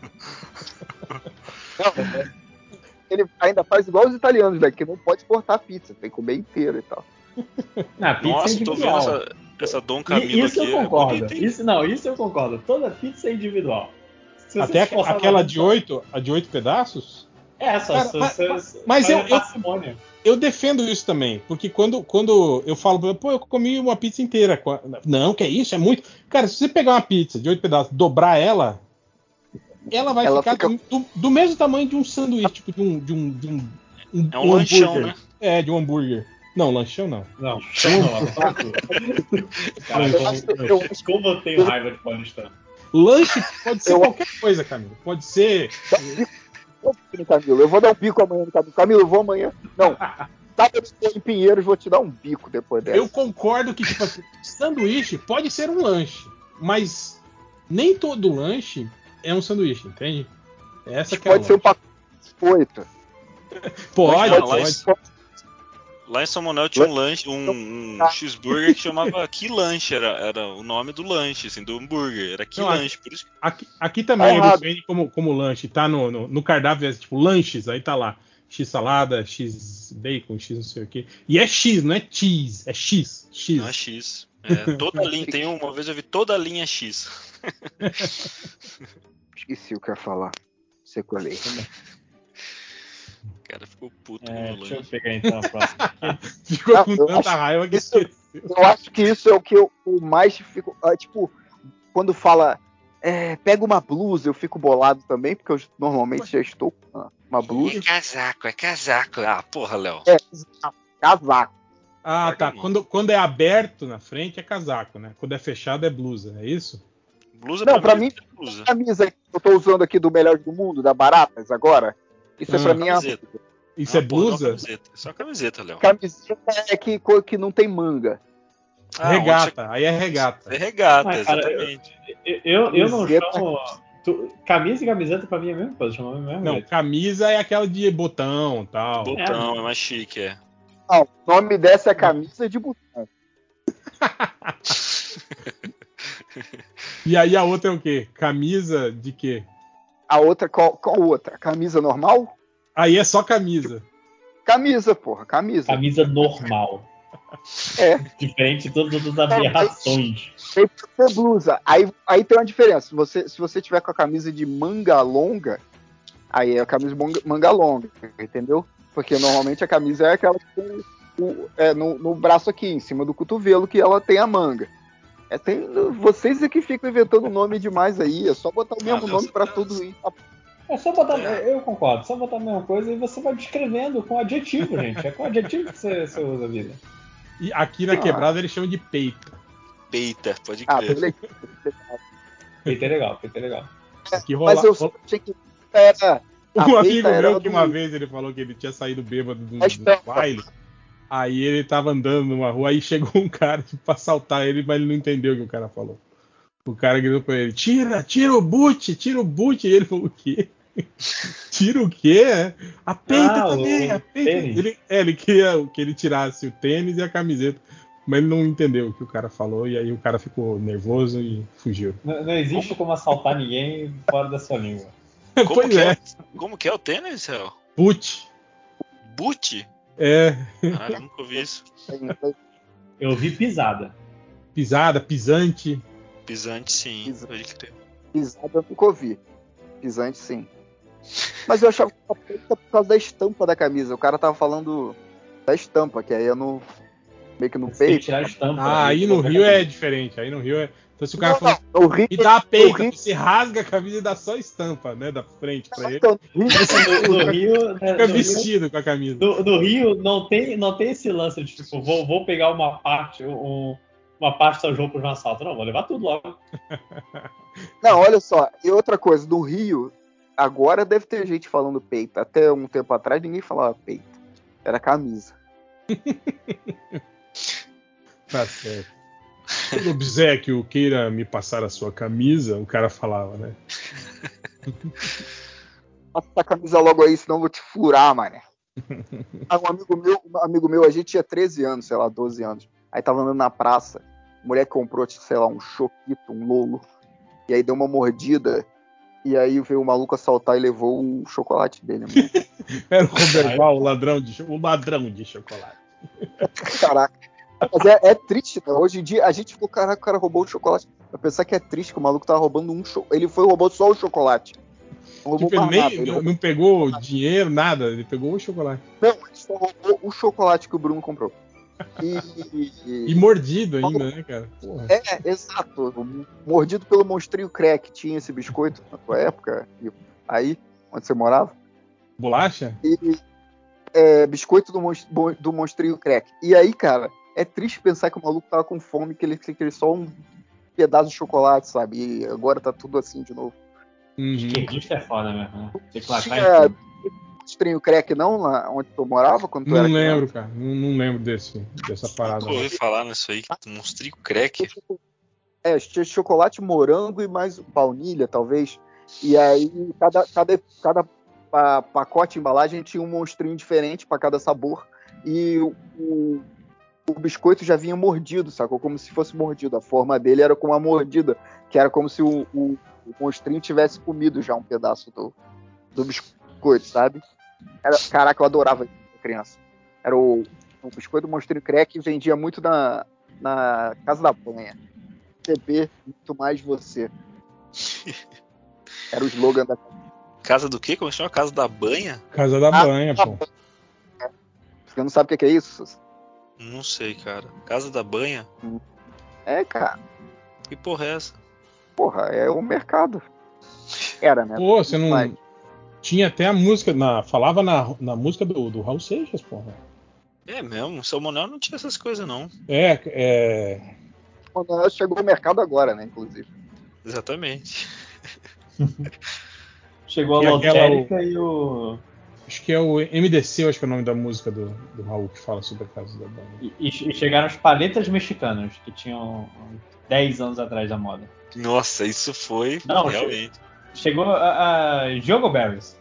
Não, é- ele ainda faz igual os italianos daqui, não pode cortar a pizza, tem que comer inteira e tal. Na pizza Nossa, tô individual. vendo essa, essa Dom E- Camilo isso aqui. eu é concordo. bonita, hein? Isso, não, isso eu concordo. Toda pizza é individual. Se você Até se esforçar aquela mais, de oito, a de oito pedaços? É, só Cara, se mas- você. mas- mas faz eu- a eu- parcimônia. Eu defendo isso também, porque quando, quando eu falo, pô, eu comi uma pizza inteira. Não, que é isso? É muito. Cara, se você pegar uma pizza de oito pedaços, dobrar ela, ela vai Ela ficar fica- do, do- do mesmo tamanho de um sanduíche, tipo de um. De um, de um, um É um lanchão, hambúrguer. né? É, de um hambúrguer. Não, lanchão não. Não, não, Cara, Eu como, acho- eu acho- como eu tenho raiva de paulistano. Lanche pode ser Eu- qualquer coisa, Camilo. Pode ser. Dá um bico no Camilo, eu vou dar um bico amanhã no Camilo. Camilo, eu vou amanhã. Não, sábado eu estou em Pinheiros, vou te dar um bico depois dessa. Eu concordo que, tipo assim, sanduíche pode ser um lanche, mas nem todo lanche é um sanduíche, entende? Essa que é a Pode ser um lógica. pacote de biscoito. Pode, Não, pode. lá Lá em São Manuel tinha um lanche, um, um cheeseburger que chamava Que Lanche, era, era o nome do lanche, assim, do hambúrguer, era Que Não, Lanche, por isso que... Aqui, aqui também Tá eles errado. vendem como, como lanche, tá no, no, no cardápio, é tipo lanches, aí tá lá. X salada, X bacon, X não sei o que. E é X, não é cheese, é X. X. Não é X. É, toda a linha, tem uma vez eu vi toda a linha X. Esqueci o que eu ia falar. Secolei. O cara ficou puto É, com o deixa eu lanche. pegar então a próxima. Ficou Ah, com eu tanta acho- raiva que isso- esqueceu. Eu acho que isso é o que eu o mais fico. ah, tipo, quando fala é, pega uma blusa, eu fico bolado também, porque eu normalmente já estou com uma- uma blusa. É casaco, é casaco. Ah, porra, Léo. É, casaco. Ah, Larga tá. a mão. Quando, quando é aberto na frente é casaco, né? Quando é fechado é blusa, é isso? Blusa Não, pra mim, é blusa. A camisa que eu tô usando aqui do Melhor do Mundo, da Baratas, agora, isso é Ah, pra mim a camiseta. Isso é Ah, porra, não, blusa? camiseta. É só camiseta, Léo. camiseta é que, que não tem manga. Ah, regata, aí é regata. onde você- É regata, Ah, cara, exatamente. Eu, eu, eu não Camiseta. chamo. tu- camisa e camiseta pra mim é a mesma coisa, chama a mesma Não, coisa. camisa é aquela de botão e tal. Botão, é mais chique, é. Não, o nome dessa é camisa de botão. E aí a outra é o quê? Camisa de quê? A outra, qual, qual outra? Camisa normal? Aí é só camisa. Camisa, porra, camisa. Camisa normal. É. Diferente de todas as aberrações. Tem que ser blusa. Aí, aí tem uma diferença. Se você, se você tiver com a camisa de manga longa, aí é a camisa de manga, manga longa, entendeu? Porque normalmente a camisa é aquela que tem o, é, no, no braço aqui, em cima do cotovelo, que ela tem a manga. É, tem, vocês é que ficam inventando nome demais aí. É só botar o mesmo Ah, não, nome você pra tá- tudo aí. É só botar. Eu concordo, só botar a mesma coisa e você vai descrevendo com adjetivo, gente. É com adjetivo que você, você usa a vida. E aqui na Ah. quebrada eles chamam de peito. Peita, pode Ah, crer. beleza. Feito é legal, feito é legal. Aqui rola, Mas eu rola- tinha que. Era, a Um peita amigo era meu que do- uma vez ele falou que ele tinha saído bêbado do, Mas do não. baile. Aí ele tava andando numa rua, aí chegou um cara tipo, pra assaltar ele, mas ele não entendeu o que o cara falou. O cara gritou pra ele: tira, tira o boot, tira o boot. E ele falou: o quê? Tira o quê? A peita Ah, também, o a peita. tênis. Ele, é, ele queria que ele tirasse o tênis e a camiseta, mas ele não entendeu o que o cara falou, e aí o cara ficou nervoso e fugiu. Não, não existe como assaltar ninguém fora da sua língua. Como Pois que é, é? Como que é o tênis, Léo? boot. Boot? É, Ah, eu nunca ouvi isso. Eu vi pisada. pisada, pisante. Pisante, sim. Pisa- Pode crer. Pisada eu nunca ouvi. Pisante, sim. Mas eu achava que era peita por causa da estampa da camisa. O cara tava falando da estampa, que aí eu não... meio que no Você tem que peito. tirar a estampa. Ah, aí no Rio é diferente. Aí no Rio é. Então se o cara Não, falou. não, no Rio- E dá a no peita, Rio- você rasga a camisa e dá só a estampa, né? Da frente pra ele. Então, no Rio- No, no Rio, né, Fica no, Rio vestido com a camisa. no, no Rio não tem, não tem esse lance de tipo, vou, vou pegar uma parte, um, uma parte das roupas no assalto. Não, vou levar tudo logo. Não, olha só. E outra coisa, no Rio, agora deve ter gente falando peito. Até um tempo atrás ninguém falava peito. Era camisa. Tá certo. Todo obséquio queira me passar a sua camisa, o cara falava, né? Passa essa camisa logo aí, senão eu vou te furar, mané. Ah, um amigo meu, um amigo meu, a gente tinha treze anos, sei lá, doze anos. Aí tava andando na praça. A mulher comprou, sei lá, um choquito, um lolo. E aí deu uma mordida. E aí veio o maluco assaltar e levou o chocolate dele, mano. Era o Roberval, o ladrão de, cho- o ladrão de chocolate. Caraca. Mas é, é triste, né? Hoje em dia a gente ficou, caraca, o cara roubou o chocolate. Eu pensar que é triste que o maluco tava roubando um chocolate. Ele foi e roubou só o chocolate. Não roubou Tipo, ele mais nem nada. Ele não, roubou... não pegou dinheiro, nada, ele pegou o chocolate. Não, ele só roubou o chocolate que o Bruno comprou. E, E mordido ainda, né, cara? Porra. É, exato. Mordido pelo monstrinho crack. Tinha esse biscoito na tua época? Aí, onde você morava? Bolacha? E, é, biscoito do, monst- do monstrinho crack. E aí, cara, é triste pensar que o maluco tava com fome, que ele queria só um pedaço de chocolate, sabe? E agora tá tudo assim de novo. Uhum. Esquerdista é foda mesmo, né? Tem que lacrar em Tinha tudo. monstrinho crack não, lá onde tu morava, quando tu Não era lembro, criança? cara. Não, não lembro desse, dessa parada. Nunca ouvi falar nisso aí. Monstrinho crack. É, tinha chocolate, morango e mais baunilha, talvez. E aí, cada, cada, cada pa- pacote de embalagem tinha um monstrinho diferente para cada sabor. E o, o, o biscoito já vinha mordido, sacou? Como se fosse mordido. A forma dele era com uma mordida, que era como se o, o, o monstrinho tivesse comido já um pedaço do, do biscoito, sabe? Era, caraca, eu adorava isso quando criança. Era o, o biscoito do monstrinho crack, e vendia muito na, na Casa da Banha. C B, muito mais você. Era o slogan da Casa do quê? Como é que chama? Casa da banha? Casa da Ah, banha, tá pô. Você não sabe o que que é isso? Não sei, cara. Casa da banha? É, cara. Que porra é essa? Porra, é o mercado. Era, né? Pô, você não. Mas, Tinha até a música, na, falava na, na música do, do Raul Seixas, porra. É mesmo, o Salmonel não tinha essas coisas, não. É, é. quando chegou o mercado agora, né? Inclusive. Exatamente. Chegou a E aquela, lotérica e o. Acho que é o M D C, acho que é o nome da música do, do Raul que fala sobre a Casa da Banha. E, e chegaram as paletas mexicanas, que tinham dez anos atrás da moda. Nossa, isso foi Não, realmente. Chegou a, a Jogo Berries.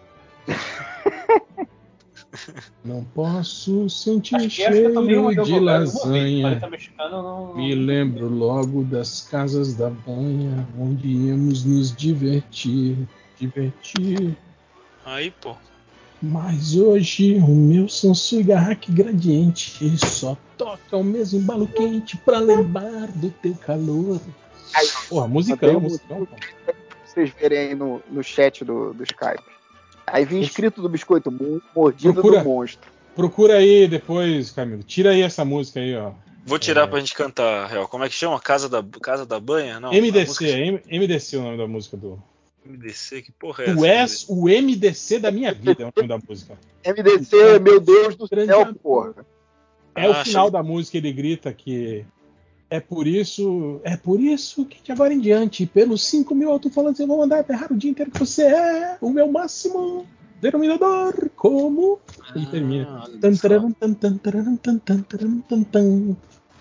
Não posso sentir Acho que, acho que eu tomei uma cheiro de Yogo Berries uma vez. lasanha. Paleta mexicana eu não. Me não- lembro logo das casas da banha, onde íamos nos divertir, divertir. Aí, pô. Mas hoje o meu Samsung Hack Gradiente só toca o mesmo embalo quente pra lembrar do teu calor. Aí, Porra, Mandei musicão, um- musicão. Pô. pra vocês verem aí no, no chat do, do Skype. Aí vinha escrito do biscoito, mordida Procura. do monstro. Procura aí depois, Camilo. Tira aí essa música aí, ó. Vou tirar É. pra gente cantar, Real. Como é que chama? Casa da, Casa da Banha? Não. a M D C, música- é M- MDC é o nome da música do. M D C, que porra é Tu essa? és o M D C da minha vida, é o nome da música. M D C, meu Deus do Grande céu, amor. porra. É o Ah, final achei- da música, ele grita que é por isso, é por isso que de agora em diante, pelos cinco mil alto-falantes, eu vou andar berrar o dia inteiro que você é o meu máximo denominador como. E termina. Ah, olha Tan, só. tararam, tan, tan, tararam, tan, tan, tararam, tan, tan.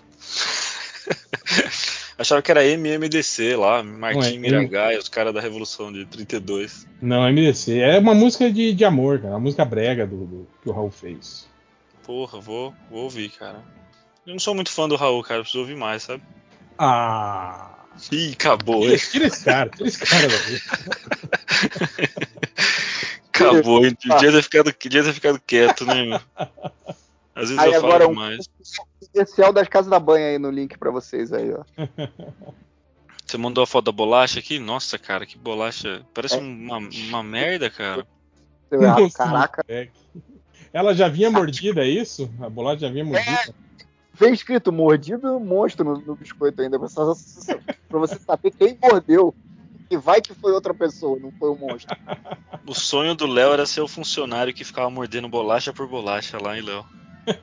Achava que era M M D C lá, Não Martim é, Miragai, os caras da Revolução de trinta e dois. Não, M D C. É uma música de, de amor, cara. Uma música brega do, do- que o Raul fez. Porra, vou, vou ouvir, cara. Eu não sou muito fã do Raul, cara, preciso ouvir mais, sabe? Ah! Ih, acabou, Tira, hein? tira esse cara, tira esse cara daí. Acabou, hein? Devia ter ficado, devia ter ficado quieto, né, meu? Às vezes Aí eu agora falo um demais. especial das casas da banha aí no link pra vocês aí, ó. Você mandou a foto da bolacha aqui? Nossa, cara, que bolacha. Parece É. uma, uma merda, cara. Ah, caraca. Ela já vinha mordida, é isso? A bolacha já vinha mordida? É, vem escrito mordido monstro no, no biscoito ainda, pra você, pra você saber quem mordeu. E vai que foi outra pessoa, não foi o monstro. O sonho do Léo era ser o funcionário que ficava mordendo bolacha por bolacha lá em Léo.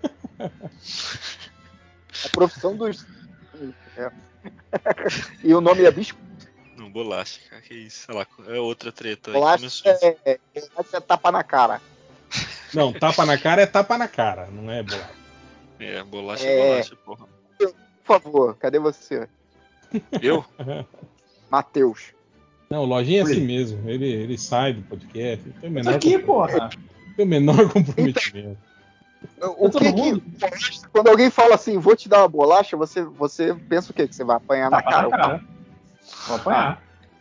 A profissão dos... É. E o nome é biscoito. Não, bolacha, cara, que isso. Sei lá, é outra treta. Bolacha é, é, é tapa na cara. Não, tapa na cara é tapa na cara, não é bolacha. É, bolacha é, é bolacha, porra. Por favor, cadê você? Eu? Matheus. Não, o Lojinha é assim mesmo. Ele, ele sai do podcast. Tem o menor aqui, porra. Tem o menor comprometimento. Então, o que que, quando alguém fala assim, vou te dar uma bolacha, você, você pensa o quê? Que você vai apanhar Tapa na cara? Na cara. Vou apanhar.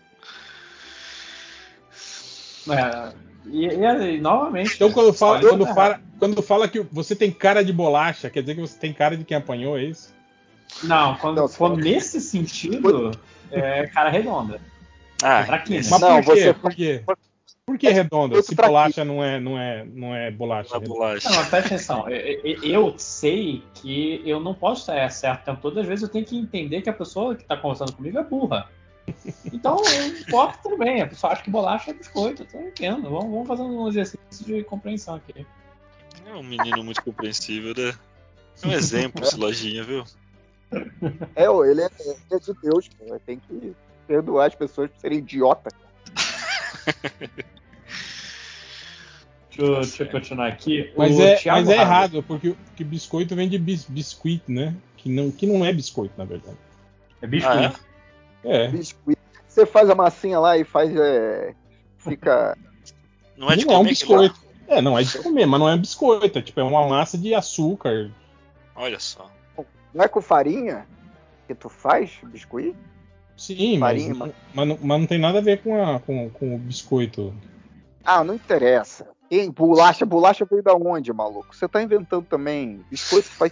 É, e, e, e novamente. Então quando fala, quando, fala, quando fala que você tem cara de bolacha, quer dizer que você tem cara de quem apanhou, é isso? Não, quando Não, for nesse sentido, é cara redonda. Ah, traquinas. Mas não, por quê? você... Por quê? Por que redonda? Se bolacha não é, não é, não é bolacha. Não é bolacha. Não, mas presta atenção. Eu, eu, eu sei que eu não posso estar certo o tempo todo. Às vezes eu tenho que entender que a pessoa que está conversando comigo é burra. Então, importa tudo bem. A pessoa acha que bolacha é biscoito. Então eu entendo. Vamos, vamos fazer um exercício de compreensão aqui. É um menino muito compreensível, né? É um exemplo esse Lojinha, viu? É, ele é, ele é de Deus, pô. Tem que perdoar as pessoas por serem idiota. Deixa eu, deixa eu continuar aqui. Mas o é, Thiago mas é Rago. errado, porque, porque biscoito vem de bis, biscuit, né? Que não, que não é biscoito, na verdade. É biscoito. Ah, é? É. Biscoito. Você faz a massinha lá e faz. É, fica. Não é de não comer é um biscoito. É, não é de comer, mas não é biscoito. É tipo, é uma massa de açúcar. Olha só. Não é com farinha que tu faz biscoito? Sim, Farinha, mas, mas, não, mas não tem nada a ver com, a, com, com o biscoito. Ah, não interessa. Quem? Bolacha, bolacha veio da onde, maluco? Você tá inventando também. Biscoito faz.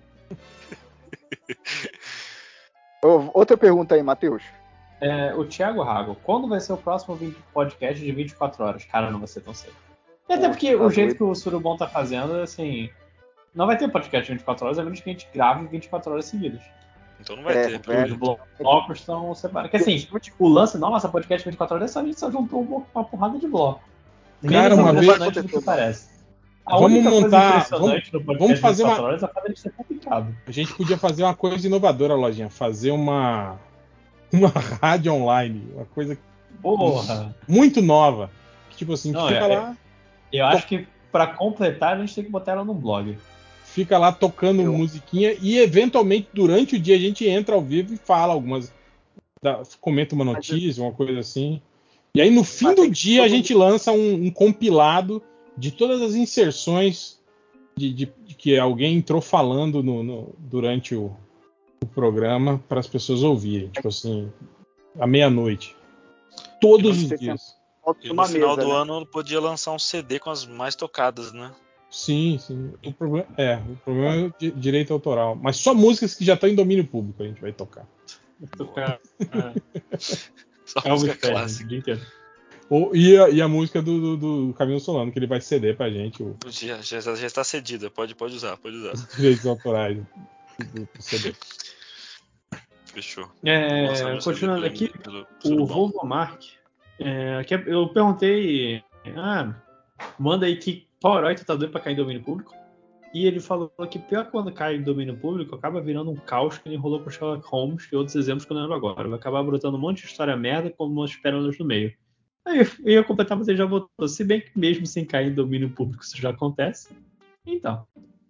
Outra pergunta aí, Matheus. É, o Thiago Rago. Quando vai ser o próximo podcast de vinte e quatro horas? Cara, não vai ser tão cedo. E até porque tá o jeito doido. que o Surubom tá fazendo, assim. Não vai ter podcast de vinte e quatro horas, a menos que a gente grave vinte e quatro horas seguidas. Então não vai É, ter. velho. Os blocos estão separados. Porque assim, o lance, nossa, podcast vinte e quatro horas, a gente só juntou uma porrada de bloco. Cara, Menos uma impressionante vez- do que parece. A Vamos única coisa montar- impressionante no podcast vamos fazer vinte e quatro uma- horas é o fato de ser complicado. A gente podia fazer uma coisa inovadora, Lojinha. Fazer uma. Uma rádio online. Uma coisa Porra! muito nova. Que, tipo assim, Não, fica é- lá. Eu acho que pra completar a gente tem que botar ela num blog. Fica lá tocando Eu- musiquinha e eventualmente durante o dia a gente entra ao vivo e fala algumas. dá- comenta uma notícia, uma coisa assim. E aí no fim Mas do tem que dia a todo gente lança um, um compilado de todas as inserções de, de- de que alguém entrou falando no- no- durante o, o programa para as pessoas ouvirem. Tipo assim, à meia-noite. Todos E os no- dias. Falta E no uma final mesa, do né? ano podia lançar um C D com as mais tocadas, né? Sim, sim. O problema é, o problema é o di- direito autoral. Mas só músicas que já estão em domínio público a gente vai tocar. Tocar. É, Só Elvis música Presley, clássica. o dia inteiro. Ou, e, a, e a música do, do, do Camilo Solano, que ele vai ceder pra gente, o- Já, já, já está cedida, pode, pode usar, pode usar. os direitos autorais do, do C D. Fechou. É, Lançar meu continuando C D aqui, pelo- pelo o Surubom. Volvo Mark, é, que eu perguntei, ah, manda aí que qual herói tu tá doido pra cair em domínio público? E ele falou que pior que quando cai em domínio público, acaba virando um caos que ele enrolou com Sherlock Holmes e outros exemplos que eu não lembro agora. Vai acabar brotando um monte de história merda com um monte de pérolas no meio. Aí eu ia completar, mas ele já votou. Se bem que mesmo sem cair em domínio público isso já acontece. Então.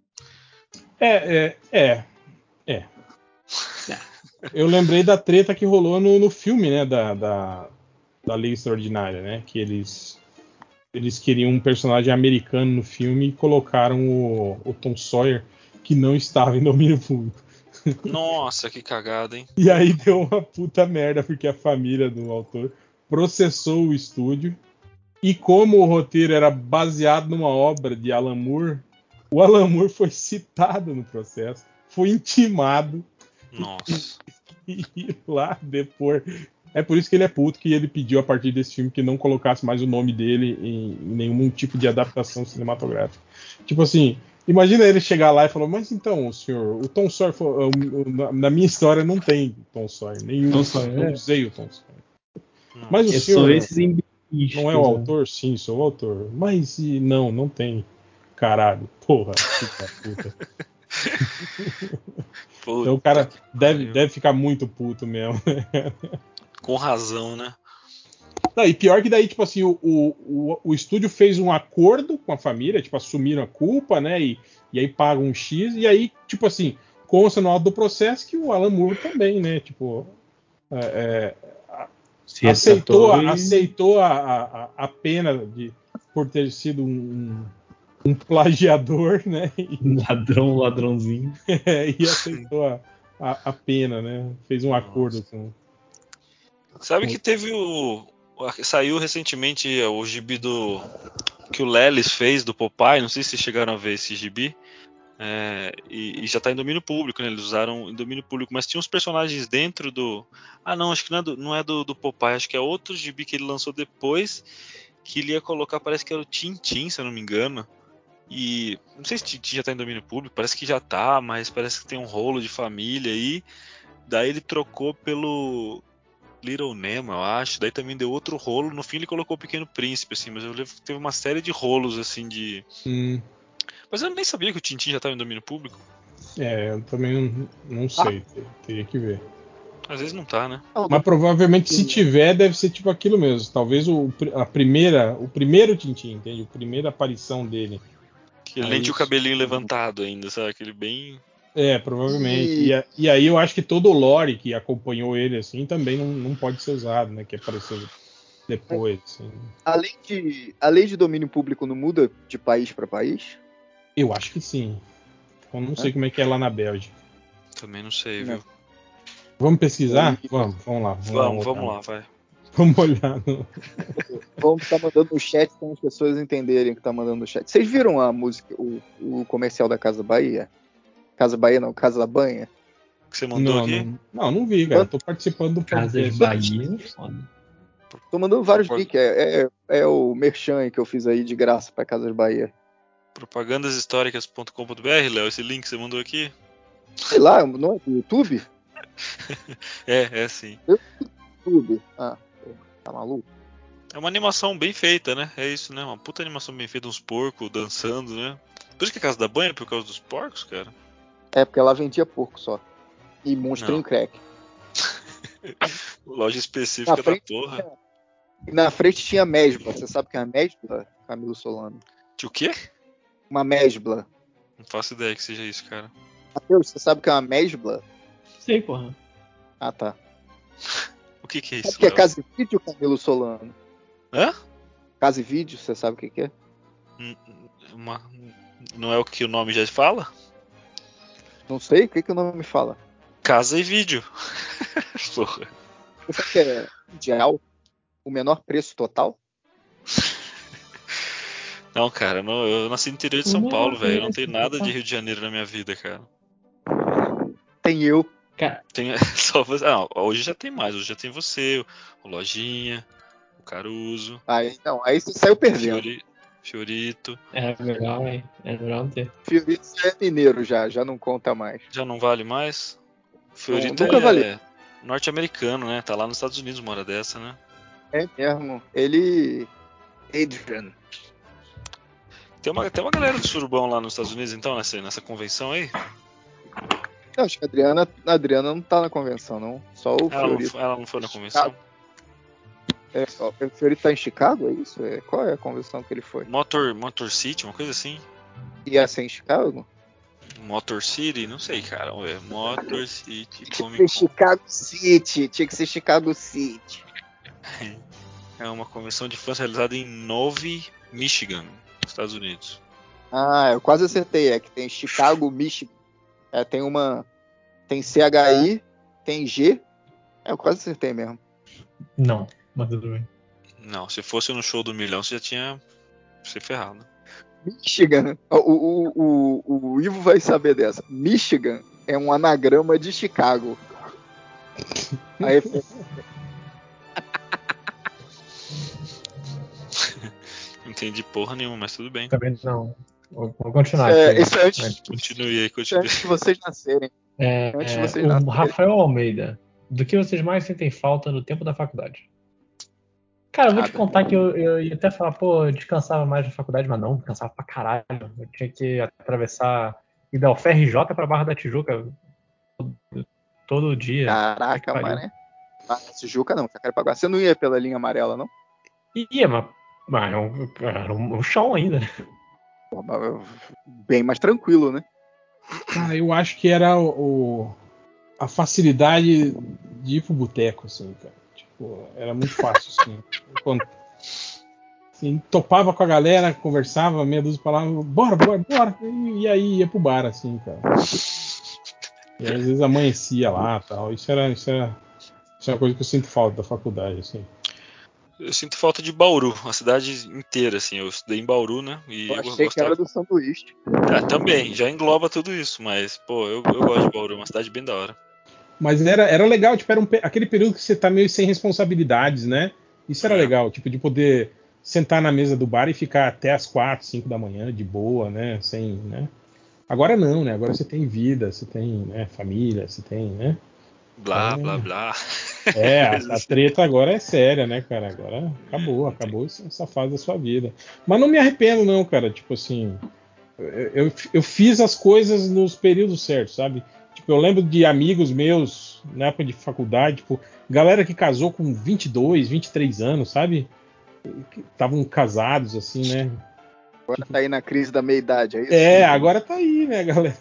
É, é, é, é. Eu lembrei da treta que rolou no, no filme, né, da, da, da Liga Extraordinária, né, que eles eles queriam um personagem americano no filme e colocaram o, o Tom Sawyer, que não estava em domínio público. Nossa, que cagada, hein? E aí deu uma puta merda, porque a família do autor processou o estúdio. E como o roteiro era baseado numa obra de Alan Moore, o Alan Moore foi citado no processo, foi intimado Nossa. e ir lá depor É por isso que ele é puto, que ele pediu a partir desse filme que não colocasse mais o nome dele em, em nenhum tipo de adaptação cinematográfica. Tipo assim, imagina ele chegar lá e falar, mas então, senhor, o Tom Sawyer, foi, na, na minha história não tem Tom Sawyer, nenhum, Tom Sawyer, não é. usei o Tom Sawyer. Mas o Eu senhor sou esses imbecis, não é o né? autor? Sim, sou o autor. Mas e, não, não tem. Caralho, porra, puta, puta. Então o cara deve, deve ficar muito puto mesmo. Com razão, né? Não, e pior que daí, tipo assim, o, o, o estúdio fez um acordo com a família, tipo, assumiram a culpa, né? E, e aí pagam um X, e aí, tipo assim, consta no auto do processo que o Alan Moore também, né? Tipo, é, é, aceitou, e... aceitou a, a, a pena de, por ter sido um, um plagiador, né? E, ladrão, ladrãozinho. É, e aceitou a, a, a pena, né? Fez um acordo com. Sabe que teve o. Saiu recentemente o gibi do. Que o Lelis fez do Popeye. Não sei se vocês chegaram a ver esse gibi. É, e, e já tá em domínio público, né? Eles usaram em domínio público, mas tinha uns personagens dentro do. Ah, não, acho que não é do, não é do, do Popeye, acho que é outro gibi que ele lançou depois. Que ele ia colocar, parece que era o Tintin, se eu não me engano. E não sei se Tintin já tá em domínio público, parece que já tá, mas parece que tem um rolo de família aí. Daí ele trocou pelo Little Nemo, eu acho. Daí também deu outro rolo. No fim ele colocou o Pequeno Príncipe, assim. Mas eu lembro que teve uma série de rolos, assim, de... Hum. Mas eu nem sabia que o Tintin já estava em domínio público. É, eu também não, não sei. Ah. Teria que ver. Às vezes não tá, né? Mas provavelmente se tiver, deve ser tipo aquilo mesmo. Talvez o, a primeira, o primeiro Tintin, entende? A primeira aparição dele. Que ele nem tinha o cabelinho levantado ainda, sabe? Aquele bem... É, provavelmente. E, e, e aí eu acho que todo o lore que acompanhou ele, assim, também não, não pode ser usado, né? Que apareceu depois, assim. A lei de, a lei de domínio público não muda de país para país? Eu acho que sim. Eu não sei é? como é que é lá na Bélgica. Também não sei, não. viu? Vamos pesquisar? Vamos, vamos lá. Vamos, vamos, vamos lá, vai. Vamos olhar. No... Vamos estar mandando no chat para as pessoas entenderem o que está mandando no chat. Vocês viram a música, o, o comercial da Casa Bahia? Casa Bahia não, Casa da Banha? Que você mandou não, aqui? Não, não, não vi, cara. Manda... Tô participando do Casa Bahia, foda. Tô mandando vários links. É, é, é o merchan que eu fiz aí de graça para Casas Bahia. propagandas históricas ponto com ponto b r, Léo, esse link que você mandou aqui? Sei lá, não é do YouTube? é, é sim. YouTube? Ah, tá maluco? É uma animação bem feita, né? É isso, né? Uma puta animação bem feita, uns porcos dançando, né? Por isso que é Casa da Banha, por causa dos porcos, cara? É, porque ela vendia porco só. E monstrinho crack. Loja específica na frente, da porra. Tinha, e na frente tinha mesbla. Você sabe o que é a mesbla, Camilo Solano? Tinha o quê? Uma mesbla. Não faço ideia que seja isso, cara. Matheus, você sabe o que é uma mesbla? Sei, porra. Ah, tá. O que que é isso, Sabe o que é casa e vídeo, Camilo Solano? Hã? Casa e vídeo, você sabe o que que é? Uma... Não é o que o nome já fala? Não sei, o que que o nome fala? Casa e vídeo. Porra. Você sabe que é mundial? O menor preço total? Não, cara, não, eu nasci no interior de São Paulo, velho. Eu não tenho nada de Rio de Janeiro na minha vida, cara. Tem eu. Cara. Tem só você. Ah, hoje já tem mais. Hoje já tem você, o Lojinha, o Caruso. Aí, não, aí você saiu perdendo. Fiori... Fiorito. É legal, hein? É legal não ter. Fiorito já é mineiro, já, já não conta mais. Já não vale mais? Fiorito não, nunca é valeu. norte-americano, né? Tá lá nos Estados Unidos uma hora dessa, né? É mesmo. Ele. Adrian. Tem uma, tem uma galera do surubão lá nos Estados Unidos, então, nessa, nessa convenção aí? Não, acho que a Adriana, a Adriana não tá na convenção, não. Só o ela Fiorito. Não, ela não foi na convenção? É, o Fiorito tá em Chicago, é isso? É, qual é a convenção que ele foi? Motor, Motor City, uma coisa assim? Ia ser em Chicago? Motor City? Não sei, cara. É Motor City Comic Con. Chicago City, tinha que ser Chicago City. É uma convenção de fãs realizada em Nove, Michigan, Estados Unidos. Ah, eu quase acertei. É que tem Chicago, Michigan. É, tem uma. Tem C H I, tem G. É, eu quase acertei mesmo. Não, mas tudo bem. Não, se fosse no show do milhão, você já tinha se ferrado. Michigan. O, o, o, o Ivo vai saber dessa. Michigan é um anagrama de Chicago. Aí, entendi porra nenhuma, mas tudo bem. Também não. Vou continuar é, aqui. Isso é antes, Continue aí, isso é continue. antes de vocês nascerem. É, Antes de é, vocês o nascerem. Rafael Almeida. Do que vocês mais sentem falta no tempo da faculdade? Cara, eu vou te Nada. contar que eu, eu ia até falar, pô, eu descansava mais na faculdade, mas não, descansava pra caralho. Eu tinha que atravessar e dar o F R J pra Barra da Tijuca todo, todo dia. Caraca, mané. Ah, Tijuca não, Jacarepaguá. Você não ia pela linha amarela, não? Ia, mas, mas era um, era um chão ainda, né? Pô, mas bem mais tranquilo, né? Cara, eu acho que era o, o- a facilidade de ir pro boteco, assim, cara. Tipo, era muito fácil, assim. Quando, assim, topava com a galera, conversava, meia dúzia de palavras, bora, bora, bora. E, e aí ia pro bar, assim, cara. E aí, às vezes amanhecia lá tal. Isso era, isso era, isso é uma coisa que eu sinto falta da faculdade, assim. Eu sinto falta de Bauru, a cidade inteira, assim. Eu estudei em Bauru, né? E Eu eu achei que gostava. era do sanduíche. Ah, também, já engloba tudo isso, mas, pô, eu, eu gosto de Bauru, é uma cidade bem da hora. Mas era, era legal, tipo, era um, pe- aquele período que você tá meio sem responsabilidades, né? Isso era É. legal, tipo, de poder sentar na mesa do bar e ficar até as quatro, cinco da manhã, de boa, né? Sem, né? Agora não, né? Agora você tem vida, você tem, né, família, você tem, né? Blá, Então, blá, blá. é, a, a treta agora é séria, né, cara? Agora acabou, acabou essa fase da sua vida. Mas não me arrependo, não, cara. Tipo assim, eu, eu, eu fiz as coisas nos períodos certos, sabe? Tipo, eu lembro de amigos meus na época de faculdade, tipo, galera que casou com vinte e dois, vinte e três anos, sabe? Estavam casados, assim, né? Agora tá aí na crise da meia-idade, é isso? É, agora tá aí, né, galera?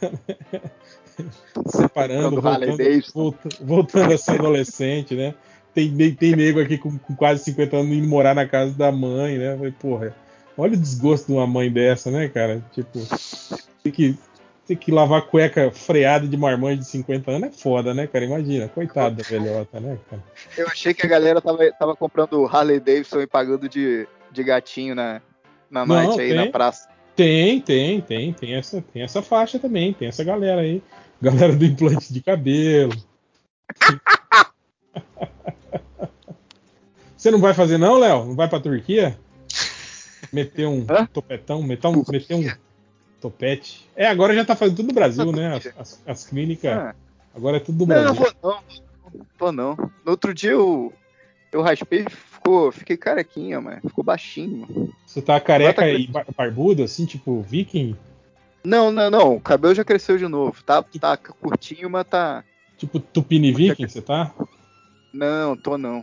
Separando, Comprando Harley voltando, Davidson. volta- voltando a ser adolescente, né? Tem, ne- tem nego aqui com, com quase cinquenta anos indo morar na casa da mãe, né? Falei, porra, olha o desgosto de uma mãe dessa, né, cara? Tipo, tem que, tem que lavar cueca freada de marmanjo de cinquenta anos é foda, né, cara? Imagina, coitado da velhota, né, cara? Eu achei que a galera tava, tava comprando Harley Davidson e pagando de, de gatinho na, na Não, noite aí tem. na praça. Tem, tem, tem, tem essa, tem essa faixa também, tem essa galera aí. Galera do implante de cabelo. Você não vai fazer não, Léo? Não vai pra Turquia? Meter um Hã? topetão, meter um, meter um topete. É, agora já tá fazendo tudo no Brasil, né? As, as, as clínicas. Ah, Agora é tudo do não, Brasil. vou não. Tô não. No outro dia eu, eu raspei e ficou, fiquei carequinha, mano. Ficou baixinho. Você tá Agora careca tá e bar- barbudo, assim, tipo viking? Não, não, não. O cabelo já cresceu de novo. Tá, tá curtinho, mas tá. Tipo tupini viking, você tá? Não, tô não.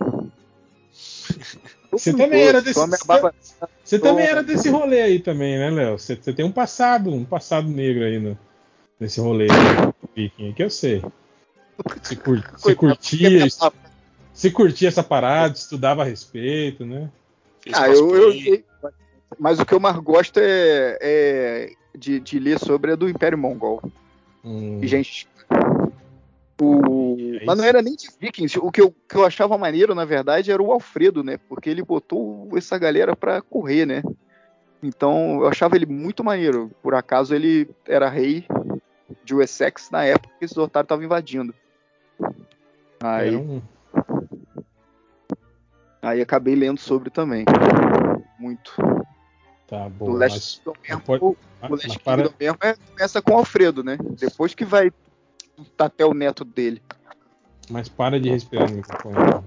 Tô Você com também doce, era tô desse. a minha barba- Você tô- também era desse rolê aí também, né, Léo? Você, você tem um passado, um passado negro aí no, nesse rolê aí, viking, aí, que eu sei. Você, cur, você Coitado, porque a curtia, minha isso- barba- você curtia essa parada, estudava a respeito, né? Fez Ah, eu, cosplay. eu, mas o que eu mais gosto é, é de, de ler sobre é do Império Mongol. Hum, E, gente, o... aí mas não sim. era nem de Vikings. O que eu, que eu achava maneiro, na verdade, era o Alfredo, né? Porque ele botou essa galera pra correr, né? Então eu achava ele muito maneiro. Por acaso ele era rei de Wessex na época que esses otários estavam invadindo. Era Aí, um, aí acabei lendo sobre também. Muito. tá Do bom, Last mas, Kingdom mas mesmo, pode, o mas Last para, Kingdom mesmo é, começa com o Alfredo, né? Depois que vai tá até o neto dele. mas para de respirar no microfone. Então.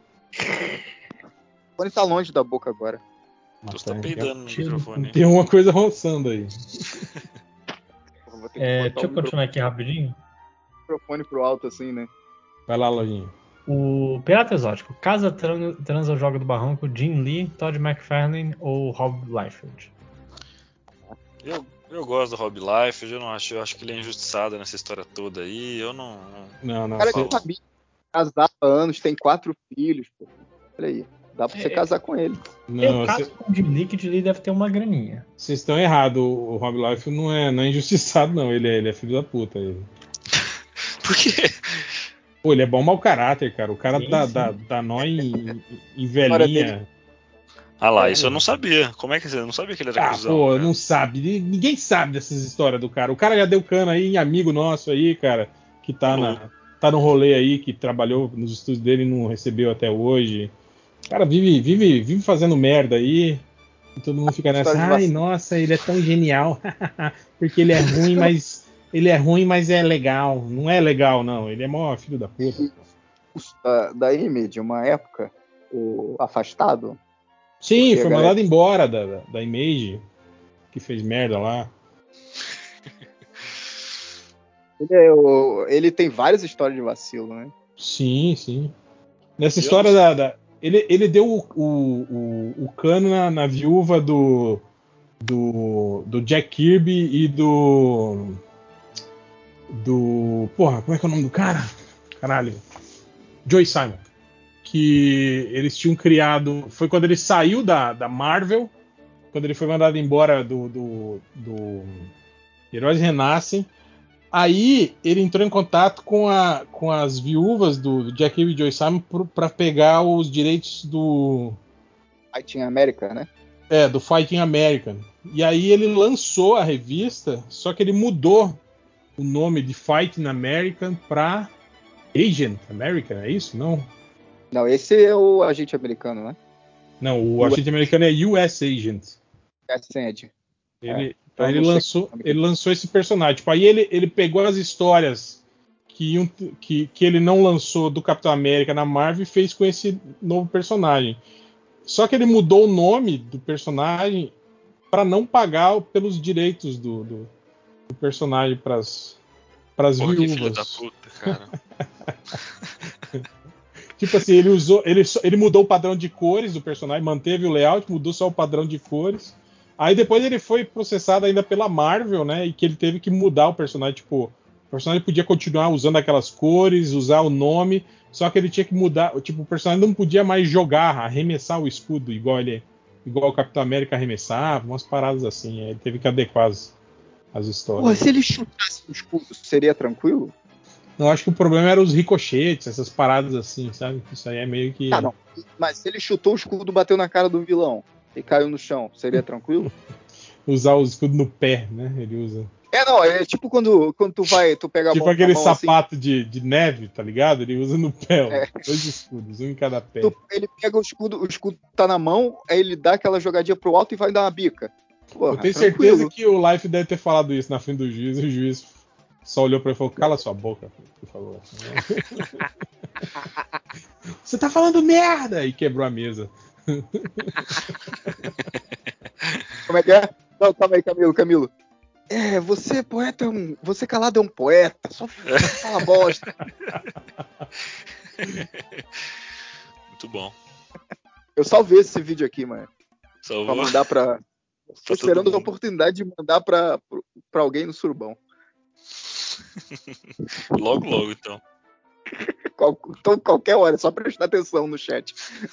O fone tá longe da boca agora. Tu tá Matar, peidando no Tiro do microfone. tem uma coisa roçando aí. Porra, vou ter que É, botar deixa o eu continuar aqui rapidinho. microfone pro alto assim, né? Vai lá, Lojinha. O Pirata Exótico. Casa tran- transa o Jogo do Barranco, Jim Lee, Todd McFarlane ou Rob Liefeld? Eu, eu gosto do Rob Liefeld, eu não acho, eu acho que ele é injustiçado nessa história toda aí. Eu não. Não, não, O cara você, de família, casado há anos, tem quatro filhos, pô. Olha aí. Dá pra você É, casar com ele. Eu não, caso você- com o Jim Lee, que o Jim Lee deve ter uma graninha. vocês estão errados. O, o Rob Life não é, não é injustiçado, não. Ele é, ele é filho da puta. Ele. Por quê? Pô, ele é bom mau caráter, cara. O cara Sim, dá, sim. dá, dá nó em, em história velhinha. Ah lá, É, isso eu não sabia. Como é que você não sabia que ele era Ah, cuzão? pô, cara? não sabe. Ni- Ninguém sabe dessas histórias do cara. O cara já deu cano aí em amigo nosso aí, cara, que tá, Tá na, louco. tá no rolê aí, que trabalhou nos estudos dele e não recebeu até hoje. O cara vive, vive, vive fazendo merda aí. E todo mundo fica nessa, ai, nossa, ele é tão genial. Porque ele é ruim, mas ele é ruim, mas é legal. Não é legal, não. Ele é mó filho da puta. Da, da Image, uma época, o afastado. Sim, foi mandado galera... embora da, da, da Image, que fez merda lá. Ele, é o, ele tem várias histórias de vacilo, né? Sim, sim. Nessa Deus. história da, da. Ele, ele deu o, o, o, o cano na, na viúva do, do. do Jack Kirby e do. Do. Porra, como é que é o nome do cara? Caralho. Joe Simon. Que eles tinham criado. Foi quando ele saiu da, da Marvel. Quando ele foi mandado embora do. do, do Heróis Renascem. Aí ele entrou em contato com, a, com as viúvas do, do Jack Kirby e Joe Simon para pegar os direitos do Fighting America, né? É, do Fighting American. E aí ele lançou a revista, só que ele mudou o nome de Fighting American para Agent American, é isso? Não? Não, esse é o agente americano, né? Não, o U S agente americano é U S Agent. U S Agent. Ele, é. Então, aí ele lançou, ele lançou esse personagem. Tipo, aí ele, ele pegou as histórias que, iam, que, que ele não lançou do Capitão América na Marvel e fez com esse novo personagem. Só que ele mudou o nome do personagem para não pagar pelos direitos do, do, do personagem para as viúvas. Que filho da puta, cara. Tipo assim, ele usou, ele, ele mudou o padrão de cores do personagem, manteve o layout, mudou só o padrão de cores. Aí depois ele foi processado ainda pela Marvel, né? E que ele teve que mudar o personagem. Tipo, o personagem podia continuar usando aquelas cores, usar o nome, só que ele tinha que mudar. Tipo, o personagem não podia mais jogar, arremessar o escudo, igual ele, igual o Capitão América arremessava, umas paradas assim. Aí ele teve que adequar as, as histórias. Pô, se ele chutasse o escudo, seria tranquilo? Não, acho que o problema era os ricochetes, essas paradas assim, sabe? Isso aí é meio que. Ah, não. Mas se ele chutou o escudo, bateu na cara do vilão e caiu no chão, seria tranquilo? Usar o escudo no pé, né? Ele usa. É, não, é tipo quando, quando tu vai, tu pega a tipo mão. Tipo aquele mão sapato assim, de, de neve, tá ligado? Ele usa no pé, ó, é. dois escudos, um em cada pé. Tu, ele pega o escudo, o escudo tá na mão, aí ele dá aquela jogadinha pro alto e vai dar uma bica. Porra, Eu tenho tranquilo. certeza que o Life deve ter falado isso na frente do juiz, e o juiz só olhou pra ele e falou: cala sua boca, por favor. Você tá falando merda! E quebrou a mesa. Como é que é? Não, calma aí, Camilo, Camilo. É, você poeta é um. Você calado é um poeta, só fala bosta. Muito bom. Eu salvei esse vídeo aqui, mano. Salvou? Pra mandar pra. Tô esperando a oportunidade de mandar pra, pra alguém no surubão. Logo, logo, então. Qual, então, qualquer hora, só prestar atenção no chat.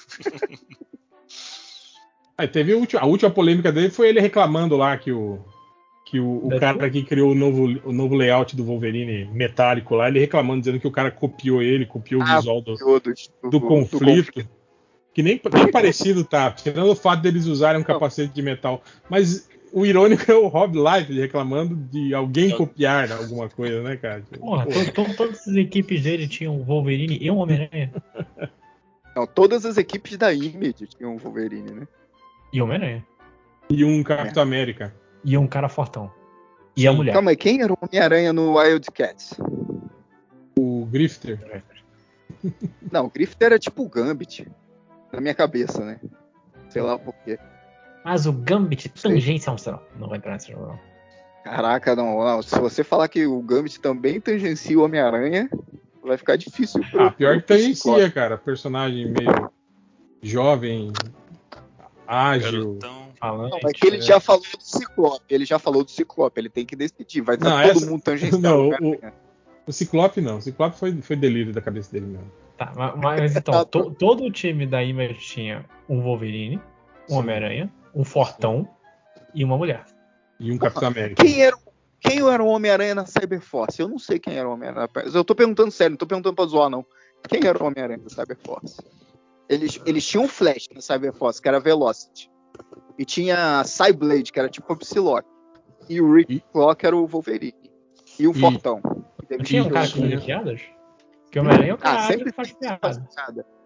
Aí teve a última, a última polêmica dele foi ele reclamando lá que o que o, o cara que criou o novo, o novo layout do Wolverine metálico lá, ele reclamando, dizendo que o cara copiou ele, copiou ah, o visual do, do, do, do, conflito, do conflito. Que nem, nem parecido tá, tirando o fato deles usarem um capacete de metal. Mas o irônico é o Rob Liefeld reclamando de alguém Eu... copiar alguma coisa, né, cara? Porra, Porra. To, todas as equipes dele tinham Wolverine e um Homem-Aranha. Não, todas as equipes da Image tinham Wolverine, né? E Homem-Aranha. E um Capitão é. América. E um cara fortão. E Sim. a mulher. Calma aí, quem era o Homem-Aranha no Wildcats? O Grifter. Não, o Grifter era tipo o Gambit. Na minha cabeça, né? Sei lá por quê. Mas o Gambit tangência Armstrong. Não vai entrar nesse jogo, não. Caraca, não, não. Se você falar que o Gambit também tangencia o Homem-Aranha, vai ficar difícil. Pro, ah, pior que tangencia, cara. Personagem meio jovem, ágil. Não, é que ele já falou do Ciclope. Ele já falou do Ciclope. Ele tem que decidir. Vai estar todo essa... mundo tangenciado. Não, o, o Ciclope não. O Ciclope foi, foi delírio da cabeça dele mesmo. Tá, mas então, to, todo o time da Image tinha um Wolverine, um Sim. Homem-Aranha, um Fortão Sim. e uma mulher. E um Capitão América. Quem era, quem era o Homem-Aranha na Cyberforce? Eu não sei quem era o Homem-Aranha. Eu tô perguntando sério, não tô perguntando pra zoar, não. Quem era o Homem-Aranha na Cyberforce? Eles, eles tinham um Flash na Cyberforce, que era Velocity. E tinha a Cyblade, que era tipo o Psylocke. E o Rick Clock era o Wolverine. E o e... Fortão. Não tinha um cara que fazia piadas? Porque o Homem-Aranha é o cara ah, sempre que faz piada.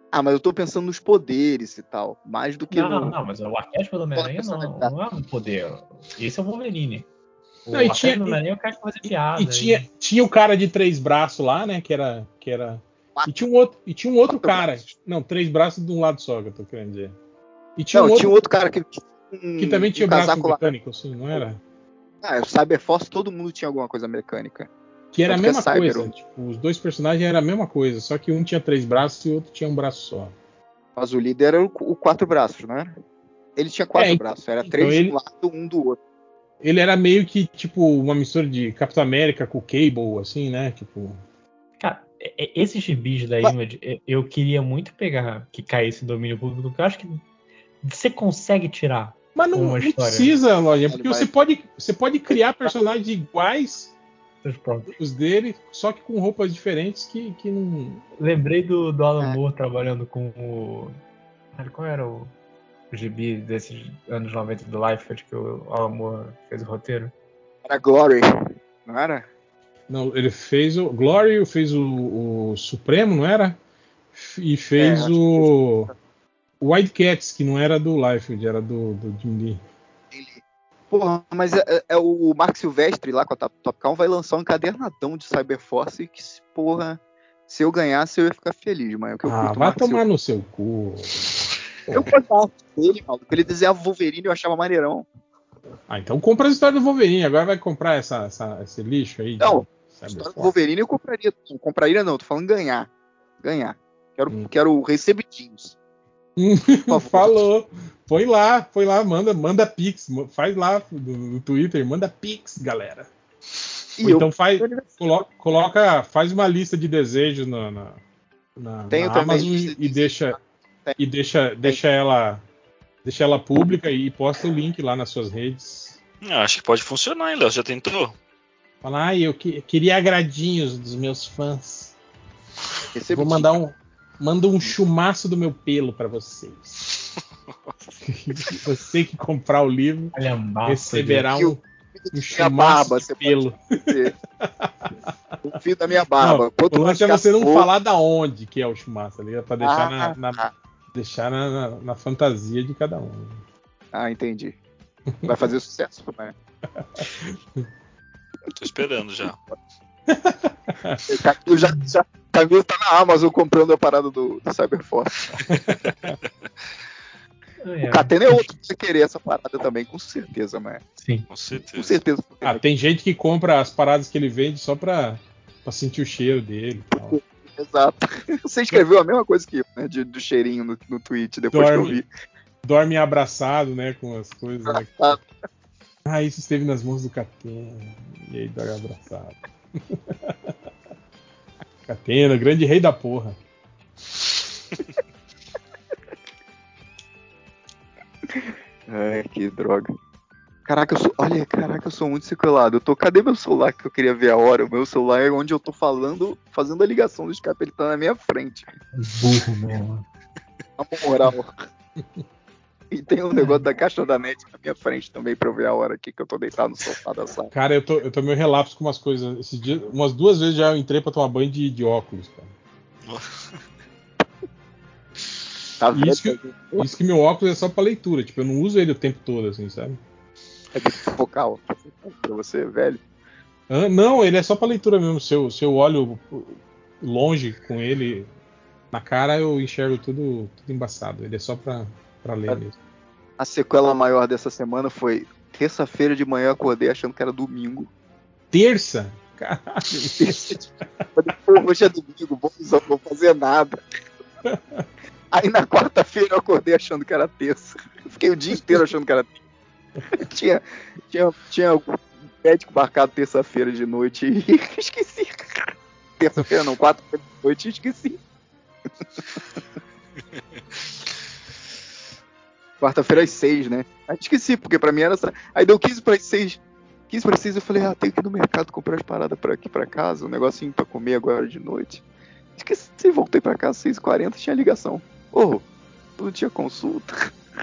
Ah, mas eu tô pensando nos poderes e tal, mais do que não, no... Não, mas o arquétipo do Homem-Aranha não, não é um poder. Esse é o Wolverine. O não, arquétipo tinha, do Homem-Aranha é o cara que faz piada. E, e tinha, tinha o cara de três braços lá, né? Que era. Que era... E tinha um outro, e tinha um outro cara. Braços. Não, três braços de um lado só, que eu tô querendo dizer. E tinha não, um outro, tinha um outro cara que. Um, que também tinha um braço mecânico, lá. Assim, não era? Ah, o Cyberforce todo mundo tinha alguma coisa mecânica. Que era Tanto a mesma é coisa. Cyber, tipo, os dois personagens eram a mesma coisa, só que um tinha três braços e o outro tinha um braço só. Mas o líder era o, o quatro braços, não era? Ele tinha quatro é, braços, era então três ele... de um lado, um do outro. Ele era meio que, tipo, uma mistura de Capitão América com o Cable, assim, né? Tipo... Cara, esses gibis da Image, Mas... eu queria muito pegar que caísse em domínio público, porque eu acho que você consegue tirar Mas não, uma não história. precisa, Lojinha, porque Mas... você, pode, você pode criar personagens iguais os dele, só que com roupas diferentes que, que não... Lembrei do, do Alan Moore é. trabalhando com o... Qual era o... o gibi desses anos noventa do Liefeld que o Alan Moore fez o roteiro? Era Glory, não era? Não, ele fez o Glory, fez o, o Supremo, não era? E fez é, o o Wildcats, que não era do Liefeld, era do, do Jim Lee. Porra, mas é, é o Mark Silvestre lá com a Top Cow vai lançar um encadernadão de Cyberforce que, porra, se eu ganhasse eu ia ficar feliz, mano. Que eu ah, vai tomar Sil... no seu cu. Eu gostava dele, mano. Ele desenhava Wolverine eu achava maneirão. Ah, então compra as histórias do Wolverine. Agora vai comprar essa, essa, esse lixo aí. Não, a história do Wolverine eu compraria. Não compraria não, tô falando ganhar. Ganhar. Quero, hum. quero recebidinhos. Falou. Põe lá, põe lá, manda, manda Pix. Faz lá no, no Twitter, manda Pix, galera. E Ou eu, então faz, coloca, coloca, faz uma lista de desejos na, na, na, na Amazon e, e deixa, e deixa, deixa ela, deixa ela pública e posta o link lá nas suas redes. Ah, acho que pode funcionar, hein, Léo? Já tentou? Fala, ah, eu que, queria agradinhos dos meus fãs. Esse Vou mandar um, manda um chumaço do meu pelo para vocês. Você que comprar o livro receberá um, um chumaço de pelo. O fio da minha barba. Não, o lance é você não falar da onde que é o chumaço ali, é pra deixar, ah, na, na, ah. deixar na, na, na fantasia de cada um. Ah, entendi. Vai fazer sucesso, né? Tô esperando já. Eu já, já Camilo tá na Amazon comprando a parada do, do Cyberforce. É. O Catena é outro que você querer essa parada também, com certeza, mas. Sim, com certeza. Com certeza. Ah, tem gente que compra as paradas que ele vende só pra, pra sentir o cheiro dele. Tal. Exato. Você escreveu a mesma coisa que eu, né? De, do cheirinho no, no tweet depois dorme, que eu vi. Dorme abraçado, né? Com as coisas. Né, que... Ah, isso esteve nas mãos do Catena. E aí dorme abraçado. Catena, grande rei da porra. Ai, que droga. Caraca, eu sou. Olha, caraca, eu sou muito sequelado. Eu tô. Cadê meu celular que eu queria ver a hora? O meu celular é onde eu tô falando, fazendo a ligação do Skype, ele tá na minha frente. Burro mesmo. A moral. E tem um negócio da caixa da net na minha frente também pra eu ver a hora aqui que eu tô deitado no sofá da sala. Cara, eu tô, eu tô meio relapso com umas coisas. Esses dias, umas duas vezes já eu entrei pra tomar banho de, de óculos, cara. Tá vendo? Isso que, isso que meu óculos é só pra leitura, tipo, eu não uso ele o tempo todo, assim, sabe? É focal pra você, velho? Ah, não, ele é só pra leitura mesmo. Se eu, se eu olho longe com ele na cara, eu enxergo tudo, tudo embaçado. Ele é só pra, pra ler mesmo. A sequela maior dessa semana foi terça-feira de manhã, acordei achando que era domingo. Terça? Caralho. Pô, hoje é domingo, não vou fazer nada. Aí na quarta-feira eu acordei achando que era terça. Fiquei o dia inteiro achando que era terça. tinha, tinha, tinha um médico marcado terça-feira de noite e esqueci. Terça-feira não, quarta-feira de noite e esqueci. Quarta-feira às seis, né? Aí esqueci, porque pra mim era essa. Aí deu quinze para as seis. quinze para as seis eu falei, ah, tenho que ir no mercado comprar as paradas pra aqui pra casa, um negocinho pra comer agora de noite. Esqueci, voltei pra casa às seis e quarenta, tinha ligação. Ô, oh, tu não tinha consulta?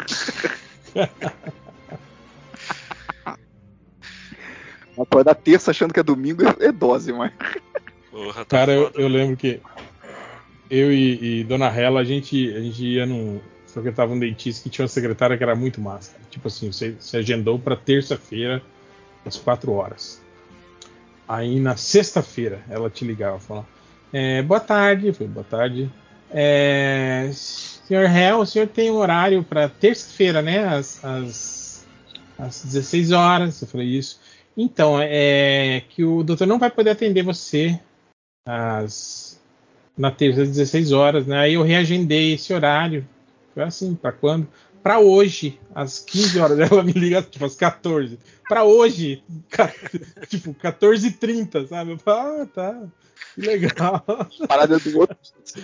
Acordar terça achando que é domingo é dose, mas. Porra, tá Cara, eu, foda, eu lembro que eu e, e Dona Hela, a gente, a gente ia num. frequentava um dentista que tinha uma secretária que era muito massa. Tipo assim, você, você agendou para terça-feira, às quatro horas. Aí na sexta-feira ela te ligava, falava: é, boa tarde, eu falei, boa tarde. É, senhor Hel, o senhor tem um horário para terça-feira, né? Às, às, às dezesseis horas. Eu falei isso. Então, é que o doutor não vai poder atender você às, na terça às dezesseis horas, né? Aí eu reagendei esse horário. Foi assim, para quando? Para hoje, às quinze horas. Ela me liga, tipo, às quatorze. Para hoje, tipo, quatorze e trinta, sabe? Eu falo, ah, tá. Que legal. Parada do outro.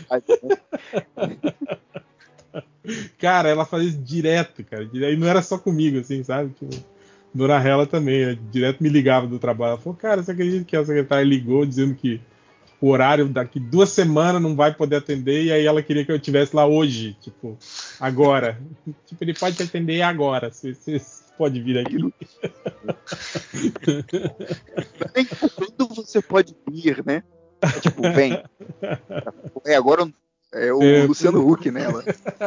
Cara, ela fazia isso direto, cara. E não era só comigo, assim, sabe? Tipo, Dona Hela também, né? Direto me ligava do trabalho. Ela falou, cara, você acredita que a secretária ligou dizendo que o horário daqui duas semanas não vai poder atender, e aí ela queria que eu estivesse lá hoje, tipo, agora. Tipo, ele pode te atender agora, você, você pode vir aqui. Nem quando você pode vir, né? É tipo, vem. É, agora é o é, Luciano Huck, né? Ela.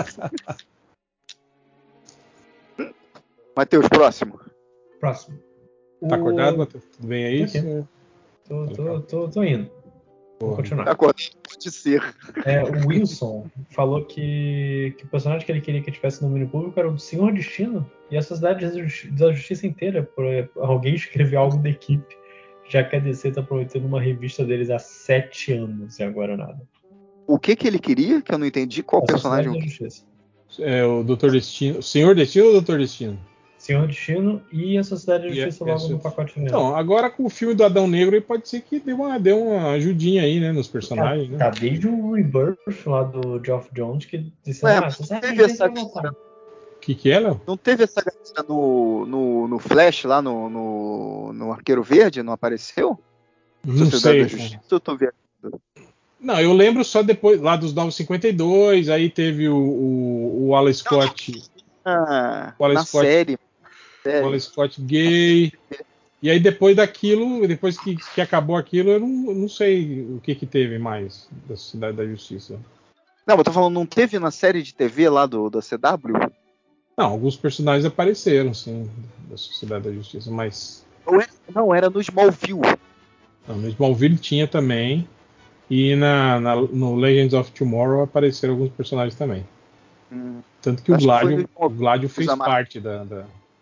Matheus, próximo. Próximo. Tá acordado, Matheus? Tudo bem aí? Tô, tô, tô, tô indo. Vou continuar. Tá acordado, pode ser. É, o Wilson falou que, que o personagem que ele queria que tivesse no domínio público era o do Senhor Destino e a Sociedade da Justiça inteira, por alguém escrever algo da equipe, já que a D C tá prometendo uma revista deles há sete anos e agora nada. O que que ele queria? Que eu não entendi. Qual a personagem? Sociedade da Justiça. É o doutor Destino. O Senhor Destino ou o doutor Destino? Senhor Destino e a Sociedade da Justiça e a, logo e a, no pacote mesmo. Então, agora com o filme do Adão Negro, pode ser que dê uma, dê uma ajudinha aí, né, nos personagens. Tá, né? tá desde o Rebirth lá do Geoff Jones que disse, Ué, ah, Sociedade da teve Justiça essa vai voltar. O que que é, Léo? Não teve essa galera no, no, no Flash lá no, no, no Arqueiro Verde? Não apareceu? Não Sociedade sei. da Justiça, eu tô vendo. Não, eu lembro só depois, lá dos Novos cinquenta e dois, aí teve o, o, o Alan Scott. Ah, o Alan na Scott, série. O Alan Scott gay. E aí depois daquilo, depois que, que acabou aquilo, eu não, eu não sei o que, que teve mais da Sociedade da Justiça. Não, eu tô falando, não teve na série de T V lá do, da C W? Não, alguns personagens apareceram, sim, da Sociedade da Justiça, mas... Não era, não, era no Smallville. Não, no Smallville tinha também. E na, na, no Legends of Tomorrow apareceram alguns personagens também. Hum, Tanto que o Gladio, que o Gladio fez parte da, da,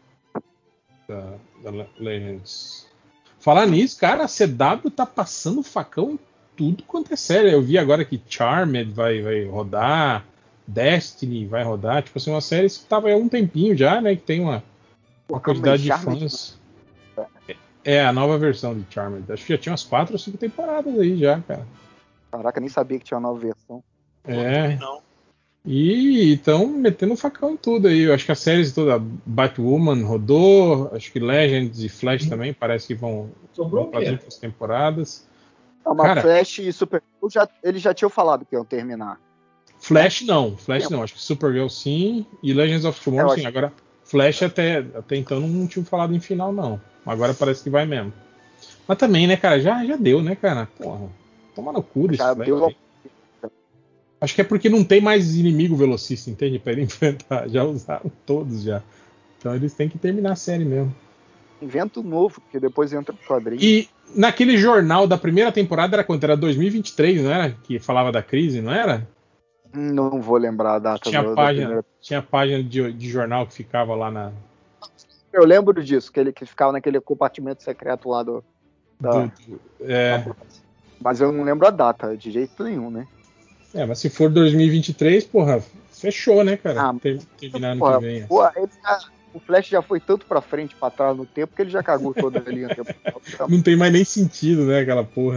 da, da Legends. Falar hum. nisso, cara, a C W tá passando facão em tudo quanto é série. Eu vi agora que Charmed vai, vai rodar, Destiny vai rodar. Tipo assim, uma série que tava há um tempinho já, né? Que tem uma, uma quantidade de fãs. É, a nova versão de Charmed. Acho que já tinha umas quatro ou cinco temporadas aí já, cara. Caraca, nem sabia que tinha uma nova versão. É. Não. E estão metendo facão em tudo aí. Eu acho que as séries toda, Batwoman rodou, acho que Legends e Flash hum. também parece que vão, vão para as últimas temporadas. Não, mas cara, Flash e Supergirl já, eles já tinham falado que iam terminar. Flash né? não, Flash não. Acho que Supergirl sim e Legends of Tomorrow é, sim. Acho... Agora, Flash até, até então não tinha falado em final, não. Agora parece que vai mesmo. Mas também, né, cara, já, já deu, né, cara? Porra, toma no cu desse já Flash deu aí. Acho que é porque não tem mais inimigo velocista, entende? Pra ele enfrentar. Já usaram todos já. Então eles têm que terminar a série mesmo. Invento novo, porque depois entra pro quadrinho. E naquele jornal da primeira temporada era quanto? Era dois mil e vinte e três, não era? Que falava da crise, não era? Não vou lembrar a data tinha do, página, da primeira. Tinha página de, de jornal que ficava lá na... Eu lembro disso, que ele que ficava naquele compartimento secreto lá do... Da, do, do é... da... Mas eu não lembro a data, de jeito nenhum, né? É, mas se for dois mil e vinte e três, porra, fechou, né, cara? Ah, Ter, terminar porra, ano que vem. Porra, ele já, o Flash já foi tanto pra frente, pra trás no tempo, que ele já cagou toda a linha temporal. Não tem mais nem sentido, né, aquela porra.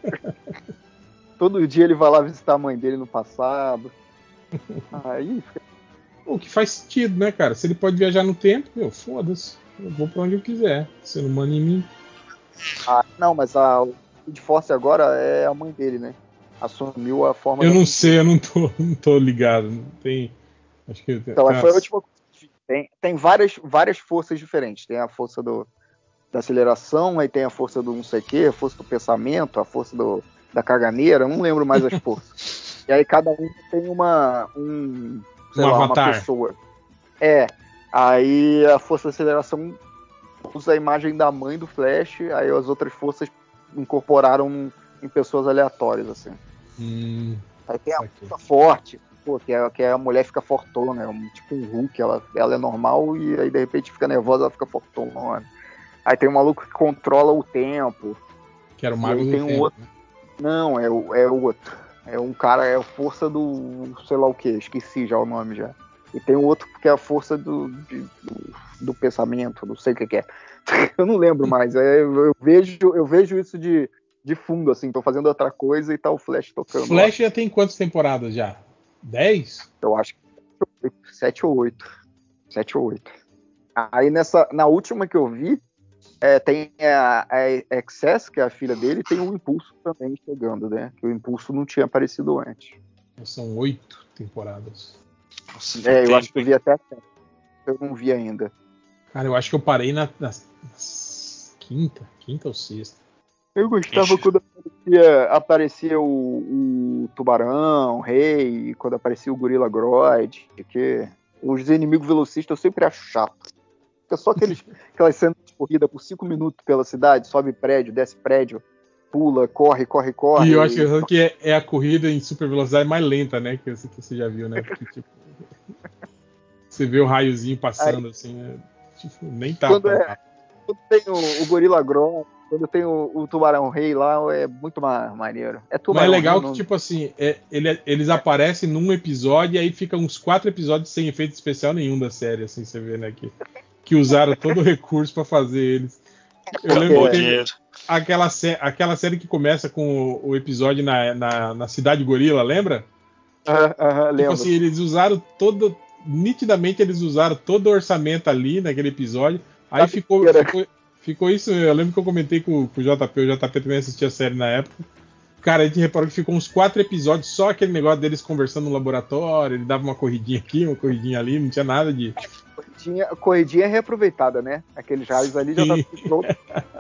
Todo dia ele vai lá visitar a mãe dele no passado. Aí... O que faz sentido, né, cara? Se ele pode viajar no tempo, meu, foda-se. Eu vou pra onde eu quiser. Você não manda em mim. Ah, não, mas a, o Speed Force agora é a mãe dele, né? Assumiu a forma. Eu não sei, eu não tô, não tô ligado. Não tem. Acho que então, tem foi a última coisa. Tem, tem várias, várias forças diferentes. Tem a força do, da aceleração, aí tem a força do não sei o quê, a força do pensamento, a força do, da caganeira. Eu não lembro mais as forças. E aí cada um tem uma. Um, sei Um lá, avatar. uma pessoa. É. Aí a Força da Aceleração usa a imagem da mãe do Flash, aí as outras forças incorporaram em pessoas aleatórias, assim. Hum, aí tem a aqui. força forte, pô, que, é, que é a mulher fica fortona, é um, tipo um Hulk, ela, ela é normal e aí de repente fica nervosa, ela fica fortona. Aí tem um maluco que controla o tempo. Que era o E Mago aí do tem um Tempo. outro. Né? Não, é o é outro. É um cara, é a força do sei lá o que, esqueci já o nome já. E tem o outro que é a força do, de, do, do pensamento, não sei o que, que é. Eu não lembro mais. É, eu, eu, vejo, eu vejo isso de, de fundo, assim, tô fazendo outra coisa e tá o Flash tocando. Flash ó. já tem quantas temporadas já? Dez? Eu acho que sete ou oito. Sete ou oito. Aí nessa, na última que eu vi, é, tem a, a Excess, que é a filha dele, e tem o Impulso também chegando, né? Que o Impulso não tinha aparecido antes. São oito temporadas. Nossa, É, eu tempo, acho que eu vi até sete. Eu não vi ainda. Cara, eu acho que eu parei na, na, na quinta, quinta ou sexta. Eu gostava Ixi. quando aparecia, aparecia o, o Tubarão, o Rei, quando aparecia o Gorila Grodd, que os inimigos velocistas eu sempre acho chato. Fica só aqueles, aquelas cenas de corrida por cinco minutos pela cidade, sobe prédio, desce prédio, pula, corre, corre, corre. E eu acho que é, é a corrida em super velocidade mais lenta, né? Que, que você já viu, né? Porque, tipo, você vê o raiozinho passando, aí, assim, né? Tipo, nem tá quando tão é, rápido. Quando tem o, o Gorila Grodd, quando tem o, o Tubarão Rei lá, é muito mais maneiro. É Tubarão Mas é legal Rei, que, não... tipo assim, é, ele, eles aparecem num episódio e aí fica uns quatro episódios sem efeito especial nenhum da série, assim, você vê, né? Que, que usaram todo o recurso pra fazer eles. Eu lembro que teve aquela, aquela série que começa com o, o episódio na, na, na Cidade Gorila, lembra? Aham, aham, Tipo lembro. assim, eles usaram todo. Nitidamente eles usaram todo o orçamento ali naquele episódio. Aí ficou, ficou, ficou isso. Eu lembro que eu comentei com, com o J P, o J P também assistia a série na época. Cara, a gente reparou que ficou uns quatro episódios só aquele negócio deles conversando no laboratório. Ele dava uma corridinha aqui, uma corridinha ali, não tinha nada de. Corridinha, corridinha reaproveitada, né? Aqueles raios ali já tá tudo pronto.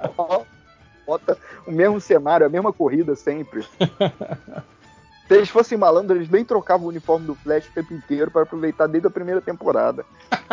Bota o mesmo cenário, a mesma corrida sempre. Se eles fossem malandros, eles nem trocavam o uniforme do Flash o tempo inteiro para aproveitar desde a primeira temporada.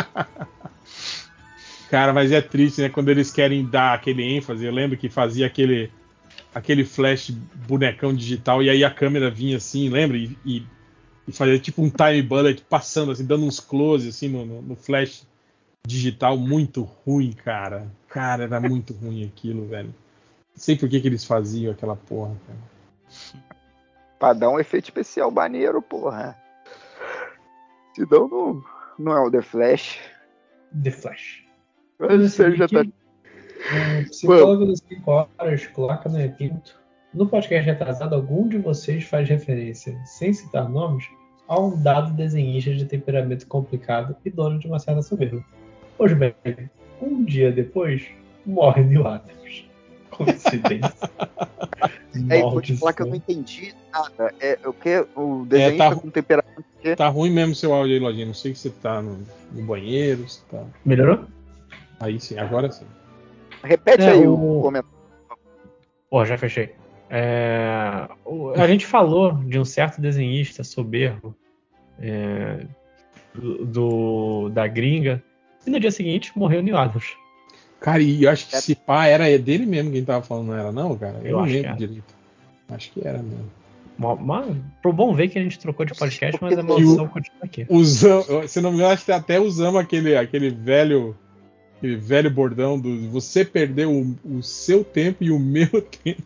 Cara, mas é triste, né? Quando eles querem dar aquele ênfase. Eu lembro que fazia aquele, aquele Flash bonecão digital e aí a câmera vinha assim, lembra? E, e, e fazia tipo um time bullet passando, assim, dando uns close assim no, no, no Flash digital. Muito ruim, cara. Cara, era muito ruim aquilo, velho. Não sei por que, que eles faziam aquela porra, cara. Pra dar um efeito especial maneiro, porra. Se não, não, não é o The Flash. The Flash. Mas você já tá... O psicólogo das cinco horas, Cloaca no Pinto. No podcast retrasado, algum de vocês faz referência, sem citar nomes, a um dado desenhista de temperamento complicado e dono de uma certa soberba. Pois bem, um dia depois, morre Neil Adams. Coincidência? É, vou te falar que eu não entendi nada. É, o que? O desenhista é, tá, com temperamento que... Tá ruim mesmo seu áudio aí, Lojinha. Não sei se você tá no, no banheiro, se tá... Melhorou? Aí sim, agora sim. Repete é, aí o... o comentário. Pô, já fechei. É... A gente falou de um certo desenhista soberbo é... do, do... da gringa e no dia seguinte morreu Neil Adams. Cara, e eu acho que esse pá era dele mesmo quem tava falando, não era não, cara? Eu, eu não lembro direito. Acho que era mesmo. Mas, pro bom ver que a gente trocou de podcast, mas a maldição continua aqui. Usam, se não me engano, acho que até usamos aquele, aquele velho aquele velho bordão do você perdeu o, o seu tempo e o meu tempo.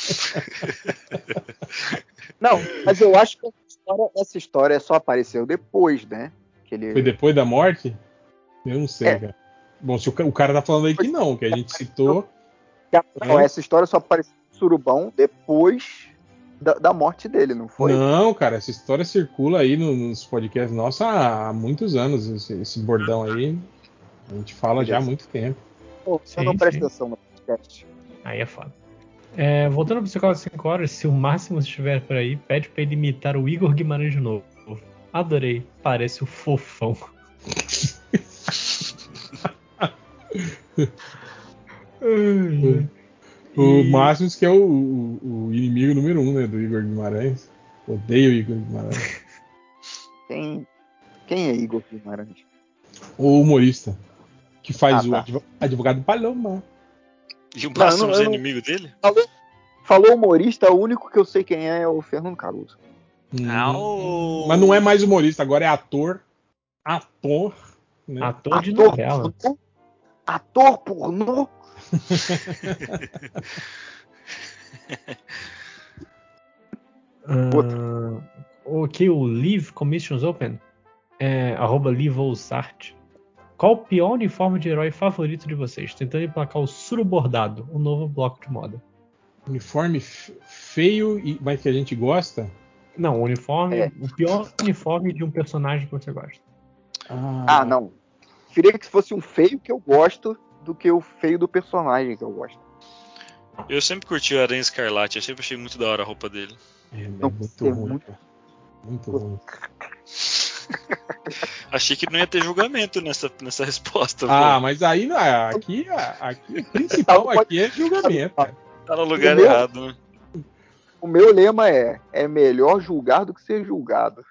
Não, mas eu acho que essa história, essa história só apareceu depois, né? Que ele... Foi depois da morte? Eu não sei, é. cara. Bom, se o, o cara tá falando aí que não, que a gente citou... Não, essa história só apareceu no Surubão depois da, da morte dele, não foi? Não, cara, essa história circula aí nos podcasts nossos há, há muitos anos. Esse, esse bordão aí, a gente fala já há muito tempo. Pô, você não presta atenção no podcast. Aí é foda. É, voltando pro Psicólogo de cinco horas, se o Máximo estiver por aí, pede pra ele imitar o Igor Guimarães de novo. Adorei, parece o fofão. O, o Máximos que é o, o, o inimigo número um, né, do Igor Guimarães. Odeio Igor Guimarães. Quem, quem é Igor Guimarães? O humorista. Que faz Ah, tá. o advogado Paloma. E o Márcio não, é não, inimigo dele? Falou, falou humorista, o único que eu sei quem é é o Fernando Caruso. Hum, mas não é mais humorista, agora é ator. Ator. Né? Ator, Ator de novela. Pornô? Ator pornô? uh, ok, o Live Commissions Open. É, arroba Livousart. Qual o pior uniforme de herói favorito de vocês? Tentando emplacar o Suro Bordado, o novo bloco de moda. Uniforme feio, e mas que a gente gosta? Não, o uniforme. É. O pior uniforme de um personagem que você gosta. Ah, Ah, não. Preferia que fosse um feio que eu gosto do que o feio do personagem que eu gosto. Eu sempre curti o Aranha Escarlate, eu sempre achei muito da hora a roupa dele. É, é Não, muito é ruim. muito- Cara. Muito ruim. Achei que não ia ter julgamento nessa, nessa resposta. Ah, pô. mas aí não é. Aqui, aqui o principal aqui é julgamento, cara. Tá no lugar O meu- errado, né? O meu lema é: é melhor julgar do que ser julgado.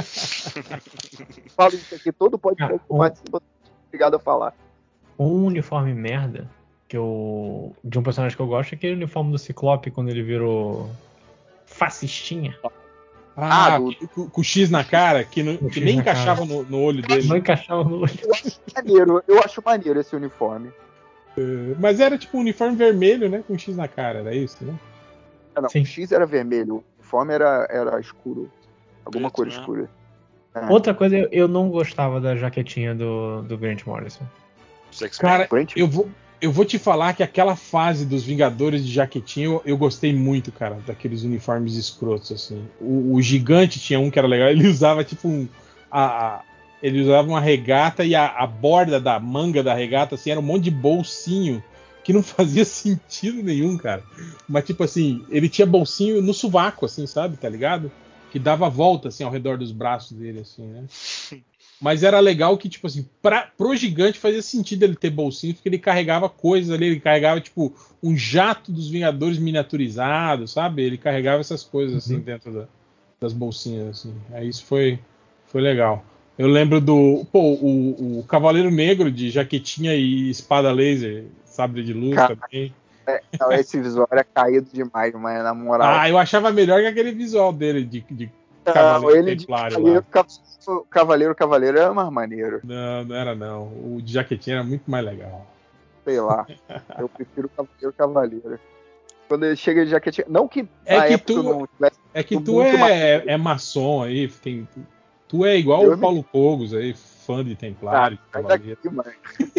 Falo isso aqui, todo podcast que Ah, um- participa, obrigado a falar. Um uniforme merda que eu, de um personagem que eu gosto é aquele uniforme do Ciclope quando ele virou fascistinha. Ah, Ah, do- com, com o X na cara, que, não- Com que X nem na encaixava no, no olho dele. Não encaixava no olho. Maneiro, eu acho maneiro esse uniforme. Mas era tipo um uniforme vermelho, né? Com X na cara, era isso, né? Ah, não, Sim. o X era vermelho, o uniforme era, era escuro. Alguma Preto, cor né? escura. É. Outra coisa, eu, eu não gostava da jaquetinha do, do Grant Morrison. Os X-Men. Cara, Brent? eu vou, eu vou te falar que aquela fase dos Vingadores de jaquetinha eu, eu gostei muito, cara, daqueles uniformes escrotos, assim. O, o Gigante tinha um que era legal, ele usava tipo um. A, a- ele usava uma regata e a, a borda da manga da regata, assim, era um monte de bolsinho que não fazia sentido nenhum, cara. Mas, tipo assim, ele tinha bolsinho no sovaco, assim, sabe? Tá ligado? Que dava volta, assim, ao redor dos braços dele, assim, né? Mas era legal que, tipo assim, pra, pro Gigante fazia sentido ele ter bolsinho, porque ele carregava coisas ali, ele carregava, tipo, um jato dos Vingadores miniaturizado, sabe? Ele carregava essas coisas, assim, Uhum. dentro da- das bolsinhas, assim. Aí isso foi, foi legal. Eu lembro do, pô, o, o Cavaleiro Negro de jaquetinha e espada laser, sabre de luz Cara, também. É, não, esse visual era caído demais, mas na moral. Ah, eu achava melhor que aquele visual dele de, de Não, Cavaleiro ele de Templário cavaleiro, lá. Cavaleiro, Cavaleiro, Cavaleiro era mais maneiro. Não, não era não. O de jaquetinha era muito mais legal. Sei lá. Eu prefiro Cavaleiro, Cavaleiro. Quando ele chega de jaquetinha. Não que É na que época tu- não tivesse. É que tu muito é, maneiro. é maçom aí, tem, tu é igual Eu o me- Paulo Cogos aí, fã de Templário, Ah, sai Cavaleiro. daqui, mano.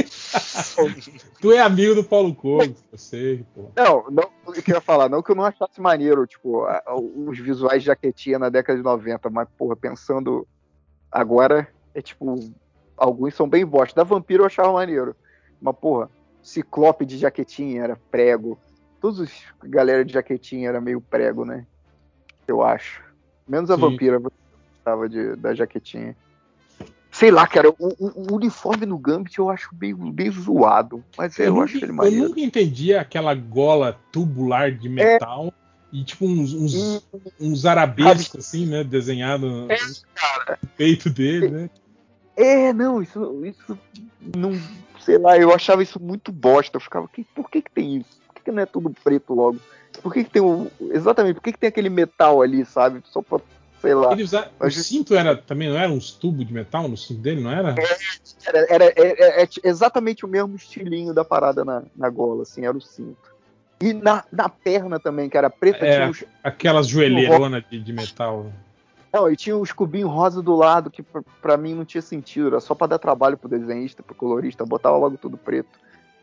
Tu é amigo do Paulo Cogos, eu sei, pô. Não, não, o que eu ia falar, não que eu não achasse maneiro, tipo, a- a- os visuais de jaquetinha na década de noventa, mas, porra, pensando agora, é tipo, alguns são bem bosta. Da Vampiro eu achava maneiro, mas, porra, Ciclope de jaquetinha era prego, todos os galera de jaquetinha era meio prego, né? Eu acho. Menos a Sim. Vampira gostava de, da jaquetinha. Sei lá, cara, o, o- o uniforme no Gambit eu acho meio, meio zoado, mas eu, Eu nunca, acho ele eu maneiro. nunca entendi aquela gola tubular de metal e tipo uns, uns, uns arabescos assim, né, desenhado no, É, no peito dele, né? É, não, isso, isso não, sei lá, eu achava isso muito bosta. Eu ficava, que, por que que tem isso? Por que, que não é tudo preto logo? Por que que tem o, exatamente, por que que tem aquele metal ali, sabe? Só pra, sei lá. Ele usa, o Mas- cinto era também não era uns tubos de metal no cinto dele, não era? Era, era, era- é exatamente o mesmo estilinho da parada na, na gola, assim, era o cinto. E na, na perna também, que era preta, É, tinha uns, aquelas joelheironas de, de metal. não, e tinha uns cubinhos rosa do lado, que pra, pra mim não tinha sentido, era só pra dar trabalho pro desenhista, pro colorista, botava logo tudo preto.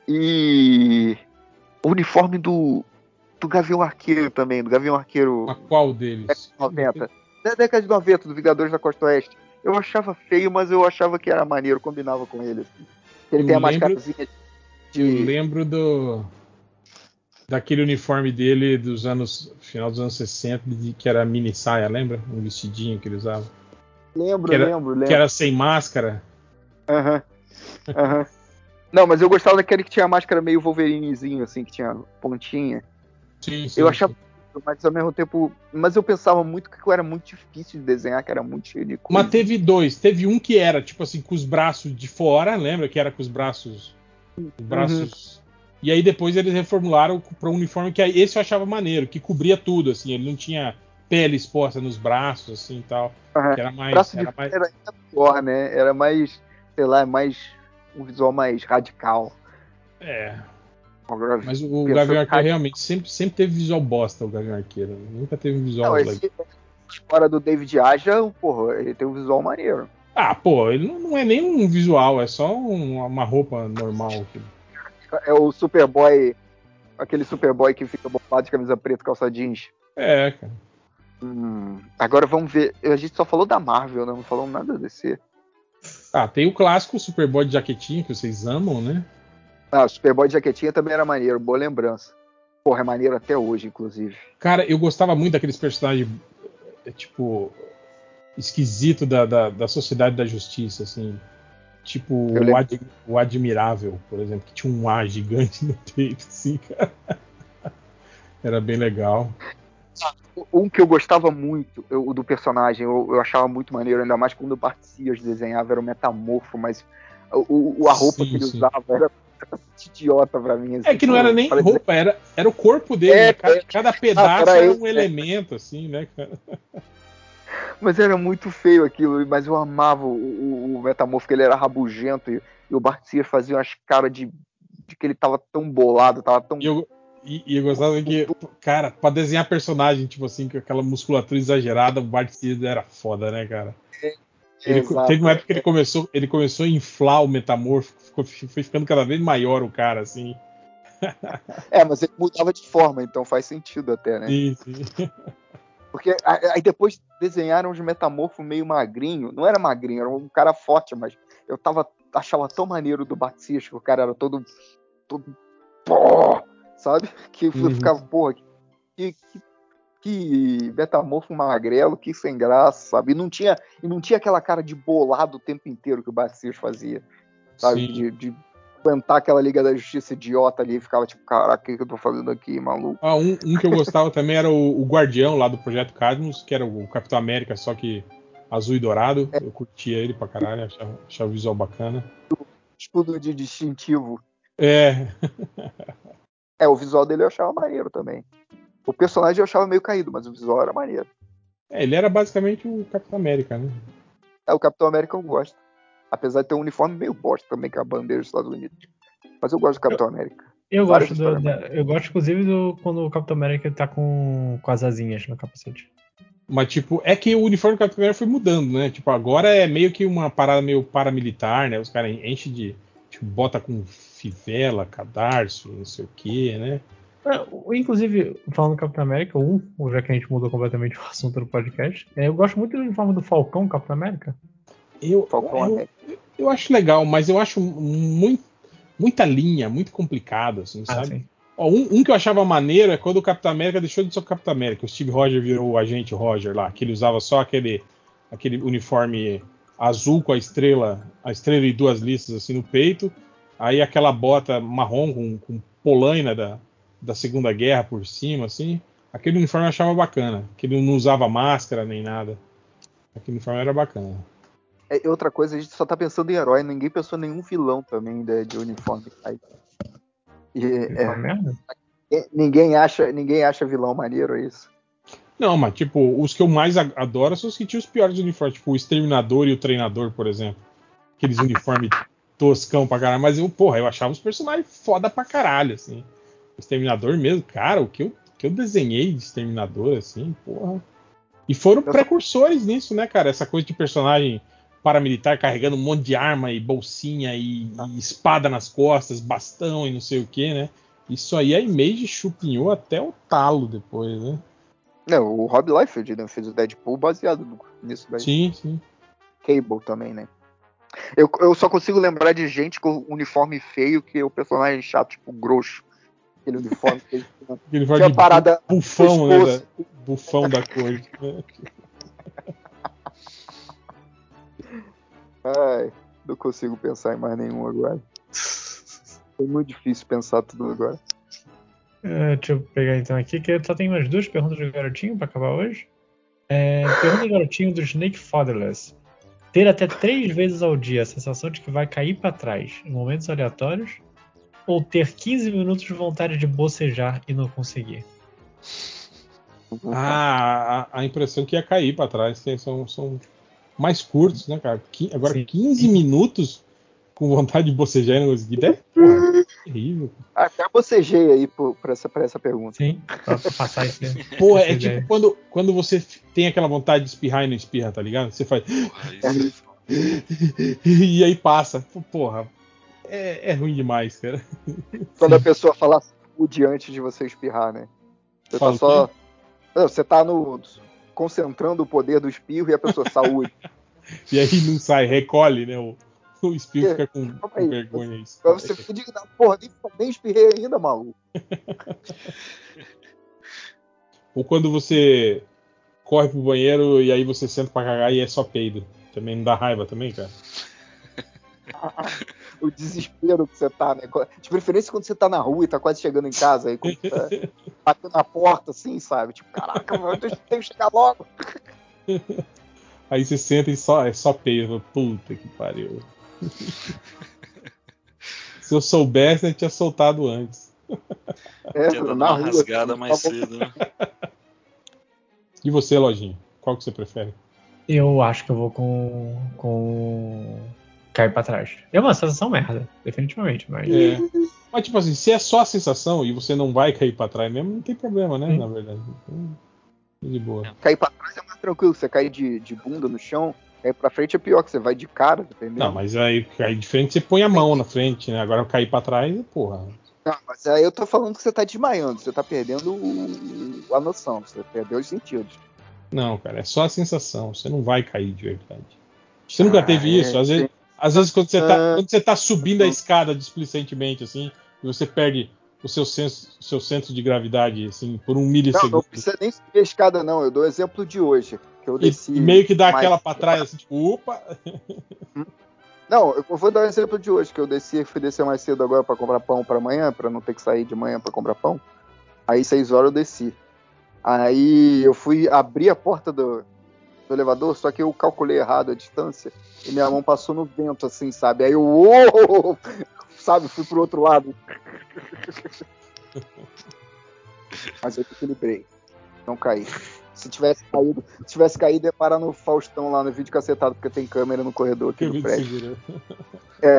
E o uniforme do, do Gavião Arqueiro também, do Gavião Arqueiro A qual deles? década de noventa. Da década de noventa, do Vingadores da Costa Oeste. Eu achava feio, mas eu achava que era maneiro, combinava com ele. Assim. Ele Eu tem a lembro- mascarazinha de. Eu lembro do daquele uniforme dele dos anos final dos anos sessenta, de, que era mini saia, lembra? Um vestidinho que ele usava. Lembro, Que era, lembro, lembro. que era sem máscara. Aham. Aham. Não, mas eu gostava daquele que tinha a máscara meio Wolverinezinho, assim, que tinha pontinha. Sim, sim. Eu achava, sim. mas ao mesmo tempo. Mas eu pensava muito que era muito difícil de desenhar, que era muito cheio de coisa. Mas teve dois. Teve um que era, tipo assim, com os braços de fora, lembra? Que era com os braços. Os braços. Uhum. E aí depois eles reformularam para um uniforme que esse eu achava maneiro, que cobria tudo, assim, ele não tinha pele exposta nos braços, assim e tal. Uhum. Que era mais. Braço era de mais... era ainda pior, né? Era mais, sei lá, mais. Um visual mais radical. É. Mas o, o Gavião Arqueiro radical. realmente sempre, sempre teve visual bosta, o Gavião Arqueiro. Nunca teve um visual. Não, esse fora do David Aja, porra, ele tem um visual maneiro. Ah, pô, ele não, não é nem um visual, é só um, uma roupa normal. Aqui. É o Superboy, aquele Superboy que fica bombado de camisa preta, calça jeans. É, cara. Hum, agora vamos ver. A gente só falou da Marvel, né? Não falou nada da D C. Ah, tem o clássico Superboy de jaquetinha, que vocês amam, né? Ah, o Superboy de jaquetinha também era maneiro, boa lembrança. Porra, é maneiro até hoje, inclusive. Cara, eu gostava muito daqueles personagens, tipo, esquisito da, da, da Sociedade da Justiça, assim. Tipo, o, Ad, o Admirável, por exemplo, que tinha um A gigante no peito, assim, cara. Era bem legal. Um que eu gostava muito, eu, do personagem, eu, eu achava muito maneiro, ainda mais quando o Bart Sears desenhava, era o Metamorfo, mas o, o, a roupa sim, que ele sim. usava era idiota pra mim. Assim, é que não era nem roupa, dizer... era, era o corpo dele, é, né? cada, é, cada pedaço ah, era um ele, elemento, é. assim, né, cara? Mas era muito feio aquilo, mas eu amava o, o, o Metamorfo, que ele era rabugento, e, e o Bart Sears fazia umas caras de, de que ele tava tão bolado, tava tão... E eu, e, e eu gostava que, cara, pra desenhar personagem, tipo assim, com aquela musculatura exagerada, o Bart Sears era foda, né, cara? É, ele, exato, teve uma época que ele começou, ele começou a inflar o Metamorfo, ficou, foi ficando cada vez maior o cara, assim. É, mas ele mudava de forma, então faz sentido até, né? Sim, sim. Porque aí depois desenharam os Metamorfos meio magrinho. Não era magrinho, era um cara forte, mas eu tava, achava tão maneiro do Bart Sears, que o cara era todo... todo pô, sabe? Que eu uhum. ficava, porra, que, que, que Metamorfo magrelo, que sem graça, sabe? E não tinha, e não tinha aquela cara de bolado o tempo inteiro que o Bart Sears fazia, sabe? De, de aguentar aquela Liga da Justiça idiota ali e ficava tipo, caraca, o que, que eu tô fazendo aqui, maluco? Ah, um, um que eu gostava também era o, o Guardião lá do Projeto Cadmus, que era o Capitão América, só que azul e dourado. É. Eu curtia ele pra caralho, achava, achava o visual bacana. Escudo de distintivo. É. É, o visual dele eu achava maneiro também. O personagem eu achava meio caído, mas o visual era maneiro. É, ele era basicamente o Capitão América, né? É, o Capitão América eu gosto. Apesar de ter um uniforme meio bosta também, que é a bandeira dos Estados Unidos. Mas eu gosto do Capitão eu, América. Eu gosto, do, da, eu gosto, inclusive, do, quando o Capitão América tá com, com as asinhas no capacete. Mas, tipo, é que o uniforme do Capitão América foi mudando, né? Tipo, agora é meio que uma parada meio paramilitar, né? Os caras enchem de... Tipo, bota com fivela, cadarço, não sei o quê, né? É, inclusive, falando do Capitão América, um, já que a gente mudou completamente o assunto do podcast, é, eu gosto muito do uniforme do Falcão, Capitão América. Eu, eu, eu, eu acho legal, mas eu acho muito, muita linha, muito complicado, assim, ah, sabe? Ó, um, um que eu achava maneiro é quando o Capitão América deixou de ser o Capitão América. O Steve Rogers virou o agente Roger lá, que ele usava só aquele, aquele uniforme azul com a estrela, a estrela e duas listas assim no peito. Aí aquela bota marrom com, com polaina da, da Segunda Guerra por cima, assim. Aquele uniforme eu achava bacana, que ele não usava máscara nem nada. Aquele uniforme era bacana. É, outra coisa, a gente só tá pensando em herói, ninguém pensou em nenhum vilão também de, de uniforme. Aí, e, é, merda? Ninguém acha, ninguém acha vilão maneiro, é isso? Não, mas tipo, os que eu mais adoro são os que tinham os piores uniformes, tipo o Exterminador e o Treinador, por exemplo. Aqueles uniformes toscão pra caralho. Mas eu, porra, eu achava os personagens foda pra caralho, assim. O Exterminador mesmo, cara, o que eu, que eu desenhei de Exterminador, assim, porra. E foram eu precursores só... nisso, né, cara? Essa coisa de personagem paramilitar carregando um monte de arma e bolsinha e, e espada nas costas, bastão e não sei o que, né? Isso aí a Image chupinhou até o talo depois, né? Não, o Rob Liefeld, né, fez o Deadpool baseado nisso daí. Sim, sim. Cable também, né? Eu, eu só consigo lembrar de gente com uniforme feio que é o personagem chato, tipo, grosso. Aquele uniforme que ele tinha, Aquele tinha de parada bufão, né? Da, bufão da corte. Né? Ai, não consigo pensar em mais nenhum agora. Foi muito difícil pensar tudo agora. Uh, deixa eu pegar então aqui, que eu só tenho umas duas perguntas do garotinho pra acabar hoje. É, pergunta do garotinho do Snake Fatherless. Ter até três vezes ao dia a sensação de que vai cair pra trás em momentos aleatórios, ou ter quinze minutos de vontade de bocejar e não conseguir? Ah, a, a impressão que ia cair pra trás, que são, são mais curtos, né, cara? Agora, Sim. quinze minutos com vontade de bocejar e não conseguir, é porra, terrível. Até bocejei aí por, por, essa, por essa pergunta. Sim, pra passar esse. Pô, é tipo quando, quando você tem aquela vontade de espirrar e não espirra, tá ligado? Você faz. Porra, isso é... E aí passa. Porra, é, é ruim demais, cara. Quando a pessoa fala saúde antes de você espirrar, né? Você Fala tá só. Não, você tá no. Concentrando o poder do espirro e a pessoa saúde. E aí não sai, recolhe, né? O, o espirro fica com, com aí, vergonha. Isso. Pra você ficar indignado, porra, nem, nem espirrei ainda, maluco. Ou quando você corre pro banheiro e aí você senta pra cagar e é só peido. Também não dá raiva também, cara? O desespero que você tá, né? De preferência quando você tá na rua e tá quase chegando em casa, aí quando tá batendo na porta, assim, sabe? Tipo, caraca, mano, eu tenho que chegar logo. Aí você senta e só, é só peido. Puta que pariu. Se eu soubesse, eu tinha soltado antes. É, tinha dado na uma rua, rasgada assim, mais cedo, né? E você, Lojinha? Qual que você prefere? Eu acho que eu vou com. com. cair pra trás. É uma sensação merda, definitivamente, mas. É. Mas, tipo assim, se é só a sensação e você não vai cair pra trás mesmo, não tem problema, né? Sim. Na verdade. Então, de boa. Cair pra trás é mais tranquilo. Você cair de, de bunda no chão, cair pra frente é pior, que você vai de cara, entendeu? Não, mas aí, aí de frente você põe a mão na frente, né? Agora cair pra trás, porra. Não, mas aí eu tô falando que você tá desmaiando, você tá perdendo o, a noção, você perdeu os sentidos. Não, cara, é só a sensação. Você não vai cair de verdade. Você nunca Ah, teve é, isso? Às vezes, sim. às vezes quando, você tá, Ah, quando você tá subindo a escada displicentemente, assim, e você perde o seu senso, seu centro de gravidade, assim, por um não, milissegundo. não precisa nem subir a escada, não. Eu dou o exemplo de hoje, que eu E, desci. e meio que dá mais... aquela pra trás, assim, tipo, opa! Não, eu vou dar o um exemplo de hoje, que eu desci, fui descer mais cedo agora pra comprar pão pra amanhã, pra não ter que sair de manhã pra comprar pão. Aí, seis horas, eu desci. Aí, eu fui abrir a porta do, do elevador, só que eu calculei errado a distância e minha mão passou no vento, assim, sabe? Aí eu, uou, sabe, fui pro outro lado. Mas eu equilibrei, não caí. Se tivesse caído, se tivesse caído, ia parar no Faustão lá no vídeo cacetado, porque tem câmera no corredor aqui do prédio. É.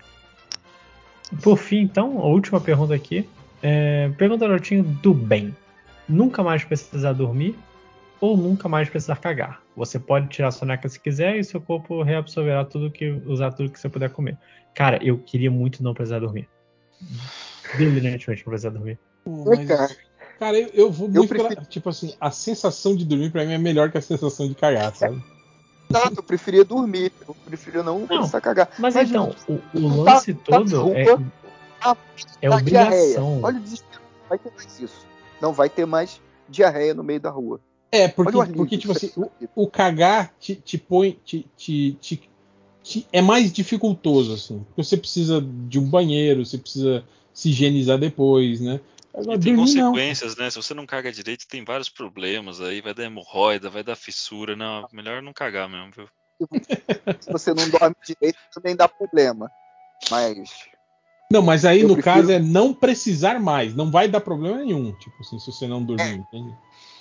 Por fim, então, a última pergunta aqui. É, pergunta ao garotinho do bem. Nunca mais precisar dormir ou nunca mais precisar cagar? Você pode tirar a soneca se quiser e seu corpo reabsorverá tudo que usar tudo que você puder comer. Cara, eu queria muito não precisar dormir. Delirantemente não precisar dormir. Pô, mas, cara, eu, eu vou muito eu prefiro... pela, tipo assim, a sensação de dormir pra mim é melhor que a sensação de cagar, sabe? Exato, eu preferia dormir, eu preferia não, não precisar cagar. Mas, mas então, o, o não lance tá, todo tá é, a, é obrigação. Olha o desespero, vai ter mais isso. Não vai ter mais diarreia no meio da rua. É, porque, porque tipo assim, o, o cagar te, te põe, te, te, te, te, é mais dificultoso, assim. Porque você precisa de um banheiro, você precisa se higienizar depois, né? Agora, e tem dormir, consequências, não. Né? Se você não caga direito, tem vários problemas aí, vai dar hemorroida, vai dar fissura, não, melhor não cagar mesmo, viu? Se você não dorme direito, também dá problema. Mas. Não, mas aí no prefiro... caso é não precisar mais, não vai dar problema nenhum, tipo assim, se você não dormir, é. Entende?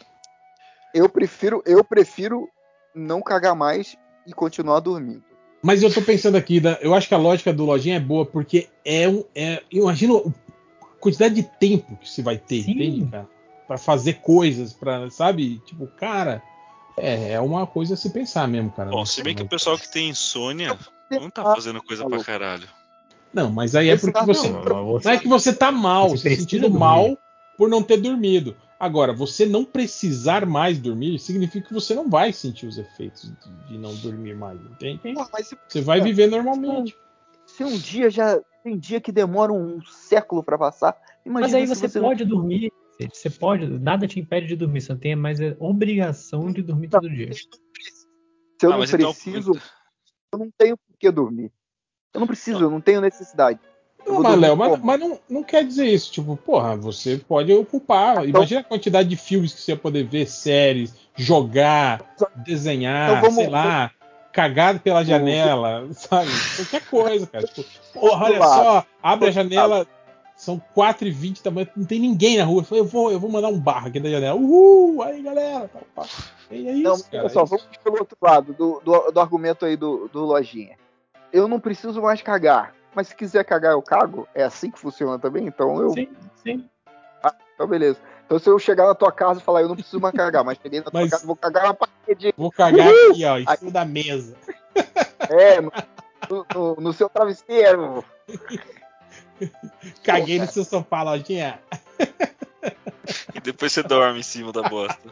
Eu prefiro, eu prefiro não cagar mais e continuar dormindo. Mas eu tô pensando aqui, eu acho que a lógica do Lojinha é boa, porque é um. É, eu imagino a quantidade de tempo que você vai ter, Sim. entende, cara? Pra fazer coisas, pra, sabe? Tipo, cara, é, é uma coisa a se pensar mesmo, cara. Bom, se bem que o pessoal que tem insônia não tá fazendo coisa pra caralho. Não, mas aí é porque você. Não, não é que você tá mal, se sentindo dormir. mal por não ter dormido. Agora, você não precisar mais dormir significa que você não vai sentir os efeitos de, de não dormir mais, entende? Pô, mas se, você vai viver normalmente. Se um dia já. Tem dia que demora um século para passar. Imagina mas aí você, você pode não... dormir. Você pode. Nada te impede de dormir. Você não tem mais a obrigação de dormir todo dia. Se eu ah, não preciso, então... eu não tenho por que dormir. Eu não preciso, eu não tenho necessidade. Não, mas, Léo, mas, mas não, não quer dizer isso. Tipo, porra, você pode ocupar. Então, imagina a quantidade de filmes que você ia poder ver, séries, jogar, desenhar, então vamos, sei lá, cagado pela janela, sabe? Qualquer coisa, cara. Tipo, porra, olha só, abre a janela, são quatro e vinte da manhã, não tem ninguém na rua. Eu vou, eu vou mandar um barro aqui da janela. Uhul, aí galera. E é isso, não, cara. Pessoal, é isso. vamos pelo outro lado do, do, do argumento aí do, do Lojinha. Eu não preciso mais cagar. Mas se quiser cagar, eu cago? É assim que funciona também? Então eu. Sim, sim. Ah, então beleza. Então se eu chegar na tua casa e falar, eu não preciso mais cagar, mas cheguei na tua Mas casa, vou cagar na parede. Vou cagar aqui, ó, em cima aí, da mesa. É, no, no, no seu travesseiro. Caguei no seu sofá, Lojinha. E depois você dorme em cima da bosta.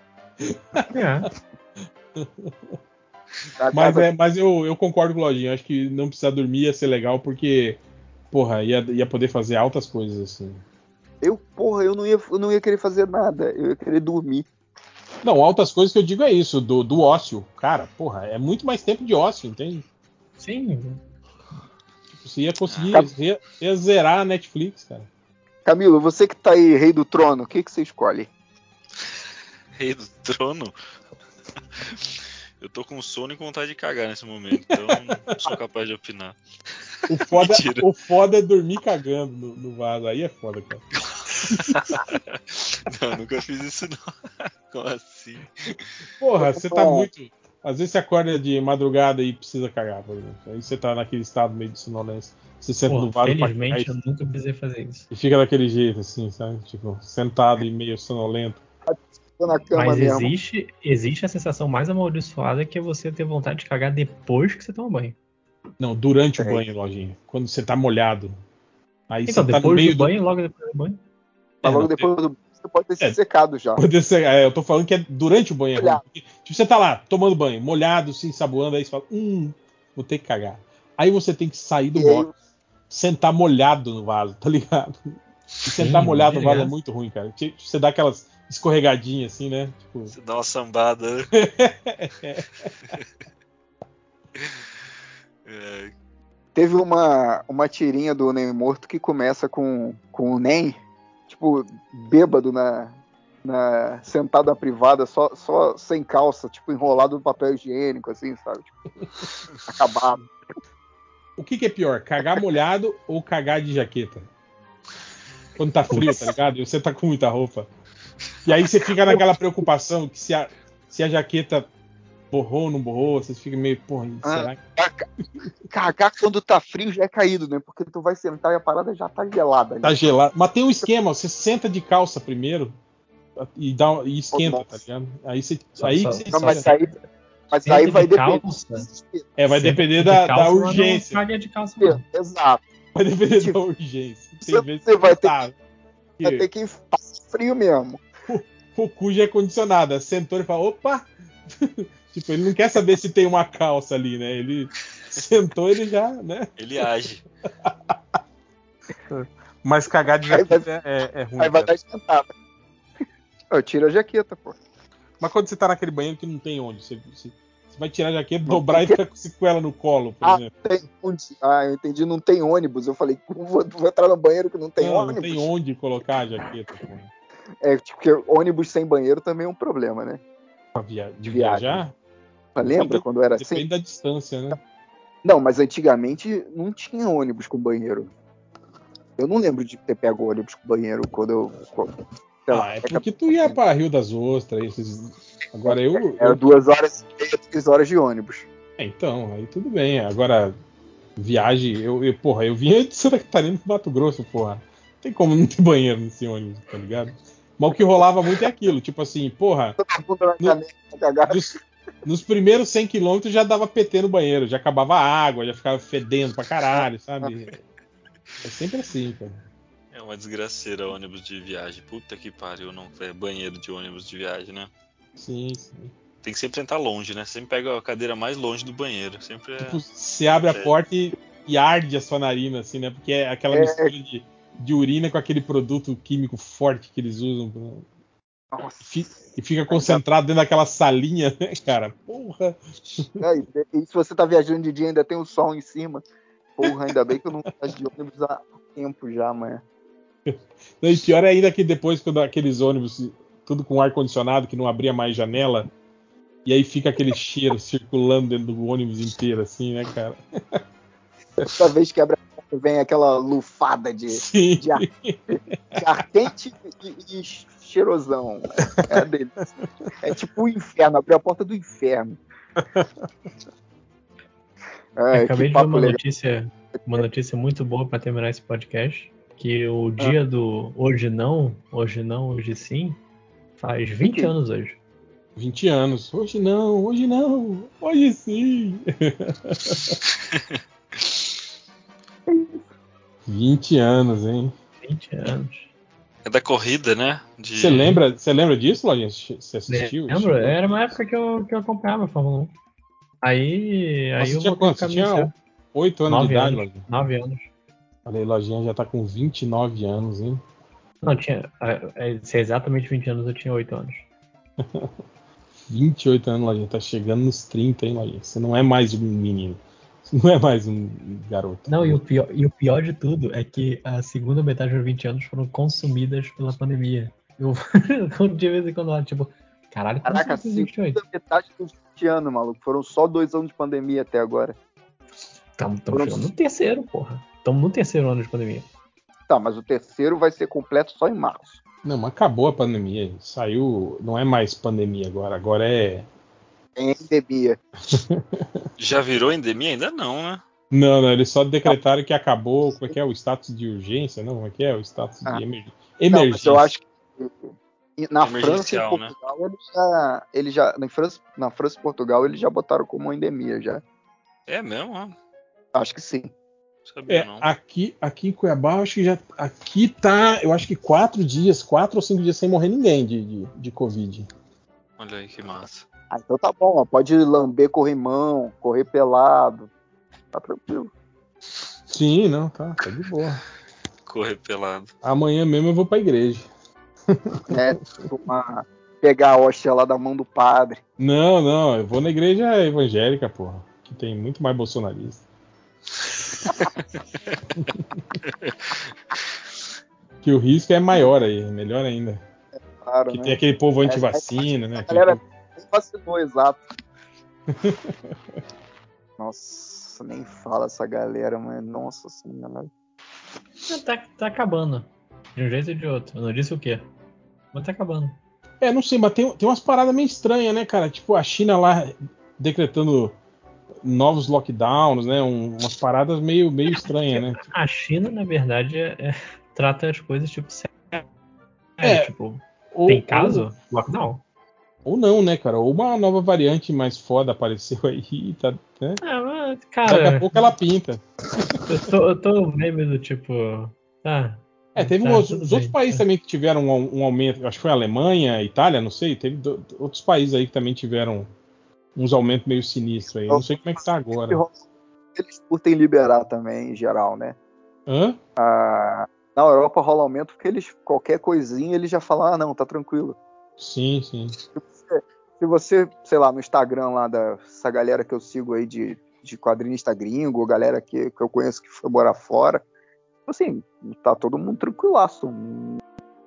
É. Mas, é, mas eu, eu concordo com o Lojinha. Acho que não precisar dormir ia ser legal, porque, porra, ia, ia poder fazer altas coisas assim. Eu, porra, eu não, ia, eu não ia querer fazer nada. Eu ia querer dormir. Não, altas coisas que eu digo é isso, do, do ócio. Cara, porra, é muito mais tempo de ócio, entende? Sim. Tipo, você ia conseguir ah, ia, ia zerar a Netflix, cara. Camilo, você que tá aí, rei do trono, o que, que você escolhe? Rei do trono? Eu tô com sono e com vontade de cagar nesse momento, então não sou capaz de opinar. O foda, o foda é dormir cagando no, no vaso, aí é foda, cara. Não, nunca fiz isso não. Como assim? Porra, você tá muito... Às vezes você acorda de madrugada e precisa cagar, por exemplo. Aí você tá naquele estado meio de sonolência. Você senta Pô, no vaso felizmente pra eu nunca precisei fazer isso. E fica daquele jeito, assim, sabe? Tipo, sentado e meio sonolento. Na cama Mas mesmo. existe, existe a sensação mais amaldiçoada, que é você ter vontade de cagar depois que você toma banho. Não, durante é. o banho, Lojinha. Quando você tá molhado. Aí então, você tá depois no meio do banho, do... logo depois do banho. Mas é, logo não, depois do banho, você pode ter se é, secado já. Pode ser, é, eu tô falando que é durante o banho é ruim. Porque, tipo, você tá lá, tomando banho, molhado, se ensaboando, aí você fala, hum, vou ter que cagar. Aí você tem que sair do E box, aí... sentar molhado no vaso, tá ligado? E sentar Sim, molhado no vaso é desgraça. muito ruim, cara. Tipo, você dá aquelas escorregadinhas assim, né? Tipo... Você dá uma sambada, né? é. Teve uma, uma tirinha do Nem Morto que começa com, com o Nem, tipo, bêbado na, na, sentado na privada, só, só sem calça, tipo, enrolado no papel higiênico, assim, sabe? Tipo, acabado. O que, que é pior, cagar molhado ou cagar de jaqueta? Quando tá frio, tá ligado? E você tá com muita roupa. E aí você fica naquela preocupação que se a, se a jaqueta borrou ou não borrou, você fica meio, porra, será que... Cagar quando tá frio já é caído, né? Porque tu vai sentar e a parada já tá gelada. Ali. Tá gelado. Mas tem um esquema, você senta de calça primeiro e, dá, e esquenta, tá ligado? Aí você... Só, aí só, você não, mas aí, mas aí vai depender. É, vai depender da, calça, da urgência. Não de calça, não. Exato. Vai depender tipo, da urgência. Tem você vezes você que vai, ter tá, que, vai ter que ir frio mesmo. O, o cu já é condicionado. Sentou e fala, opa! Tipo, ele não quer saber se tem uma calça ali, né? Ele sentou, ele já, né? Ele age. Mas cagar de jaqueta vai, é, é ruim. Aí vai dar esquentada. Eu tiro a jaqueta, pô. Mas quando você tá naquele banheiro que não tem onde, você, você, você vai tirar a jaqueta, não dobrar e ficar com ela no colo, por ah, exemplo. Tem onde? Ah, eu entendi, não tem ônibus. Eu falei, vou, vou entrar no banheiro que não tem não, ônibus. Não tem onde colocar a jaqueta, pô. É, tipo, porque ônibus sem banheiro também é um problema, né? Pra via de, de viajar? viagem. Lembra depende, quando era depende assim? Depende da distância, né? Não, mas antigamente não tinha ônibus com banheiro. Eu não lembro de ter pego ônibus com banheiro quando eu... Ah, lá, é porque tu ia pra Rio das Ostras, esses... Agora eu... Era eu... duas horas e meia, três horas de ônibus. É, então, aí tudo bem. Agora, viagem... Eu, eu, porra, eu vinha de Santa Catarina pro Mato Grosso, porra. Não tem como não ter banheiro nesse ônibus, tá ligado? Mas o que rolava muito é aquilo, tipo assim, porra... No, nos, nos primeiros cem quilômetros já dava P T no banheiro, já acabava a água, já ficava fedendo pra caralho, sabe? É sempre assim, cara. É uma desgraceira ônibus de viagem. Puta que pariu, não é banheiro de ônibus de viagem, né? Sim, sim. Tem que sempre sentar longe, né? Sempre pega a cadeira mais longe do banheiro. Sempre é... Tipo, você abre a porta e, e arde a sua narina, assim, né? Porque é aquela é... mistura de, de urina com aquele produto químico forte que eles usam. Nossa. E, e fica concentrado dentro daquela salinha, né, cara? Porra! É, e se você tá viajando de dia ainda tem o sol em cima. Porra, ainda bem que eu não faço de ônibus há tempo já, mas... E pior é ainda que depois, quando aqueles ônibus, tudo com ar-condicionado, que não abria mais janela, e aí fica aquele cheiro circulando dentro do ônibus inteiro, assim, né, cara? Toda vez que abre a porta, vem aquela lufada de, de, ar, de ar quente e, e cheirosão. É, dele. É tipo o inferno, abrir a porta do inferno. É, Acabei de ver uma legal. notícia, uma notícia muito boa para terminar esse podcast, que o dia ah. do hoje não, hoje não, hoje sim, faz vinte que? anos hoje. vinte anos. Hoje não, hoje não, hoje sim. vinte anos, hein? vinte anos. É da corrida, né? Você de... lembra, você lembra disso, Lojinha? Você assistiu? Lembro, era uma época que eu, que eu acompanhava a Fórmula um. Aí, aí eu tinha quanto? Você tinha oito anos nove de idade, anos, Lojinha? nove anos. Olha aí, Lojinha já tá com vinte e nove anos, hein? Não, tinha. Se é exatamente vinte anos, eu tinha oito anos. vinte e oito anos, Lojinha. Tá chegando nos trinta, hein, Lojinha? Você não é mais um menino. Você não é mais um garoto. Não, e o pior, e o pior de tudo é que a segunda metade dos vinte anos foram consumidas pela pandemia. Eu, de vez em quando, lá, tipo, caralho, como Caraca, a segunda metade dos vinte anos, maluco. Foram só dois anos de pandemia até agora. Estamos chegando no terceiro, porra. Estamos no terceiro ano de pandemia. Tá, mas o terceiro vai ser completo só em março. Não, mas acabou a pandemia. Saiu. Não é mais pandemia agora. Agora é. É endemia. Já virou endemia? Ainda não, né? Não, não, eles só decretaram que acabou. Como é que é? O status de urgência? Não, como é que é? O status ah. de emerg... emergência. Não, mas eu acho que na França e né? Portugal, eles já, eles já na, França, na França e Portugal, eles já botaram como endemia já. É mesmo? Ó. Acho que sim. Sabia, é, não. aqui, aqui em Cuiabá, eu acho que já. Aqui tá, eu acho que quatro dias, quatro ou cinco dias sem morrer ninguém de, de, de Covid. Olha aí que massa. Ah, então tá bom, ó, pode lamber corrimão, correr pelado. Tá tranquilo. Sim, não, tá, tá de boa. Correr pelado. Amanhã mesmo eu vou pra igreja. Né, tomar, pegar a hóstia lá da mão do padre. Não, não, eu vou na igreja evangélica, porra, que tem muito mais bolsonarista. Que o risco é maior aí, melhor ainda. É claro, que né? tem aquele povo anti-vacina, é, né? A galera povo... nem vacinou, exato. Nossa, nem fala essa galera, mas nossa senhora. Tá, tá acabando. De um jeito ou de outro. Eu não disse o quê. Mas tá acabando. É, não sei, mas tem, tem umas paradas meio estranhas, né, cara? Tipo, a China lá decretando novos lockdowns, né? Um, umas paradas meio, meio estranhas, né? A China, na verdade, é, é, trata as coisas tipo sério. É, tipo, ou, tem caso? Ou, lockdown. Ou não, né, cara? Ou uma nova variante mais foda apareceu aí, tá, né? Ah, mas, cara, daqui a pouco ela pinta. Eu tô, eu tô meme do tipo. Tá. É, teve tá, uns, os bem, outros países tá. também que tiveram um, um aumento, acho que foi a Alemanha, a Itália, não sei, teve do, outros países aí que também tiveram uns aumentos meio sinistros aí. Eu não sei como é que tá agora. Eles curtem liberar também, em geral, né? Hã? Ah, na Europa rola aumento porque eles, qualquer coisinha, eles já falam, ah, não, tá tranquilo. Sim, sim. Se você, se você sei lá, no Instagram lá dessa galera que eu sigo aí de, de quadrinista gringo, galera que, que eu conheço que foi morar fora, assim, tá todo mundo tranquilaço. Não,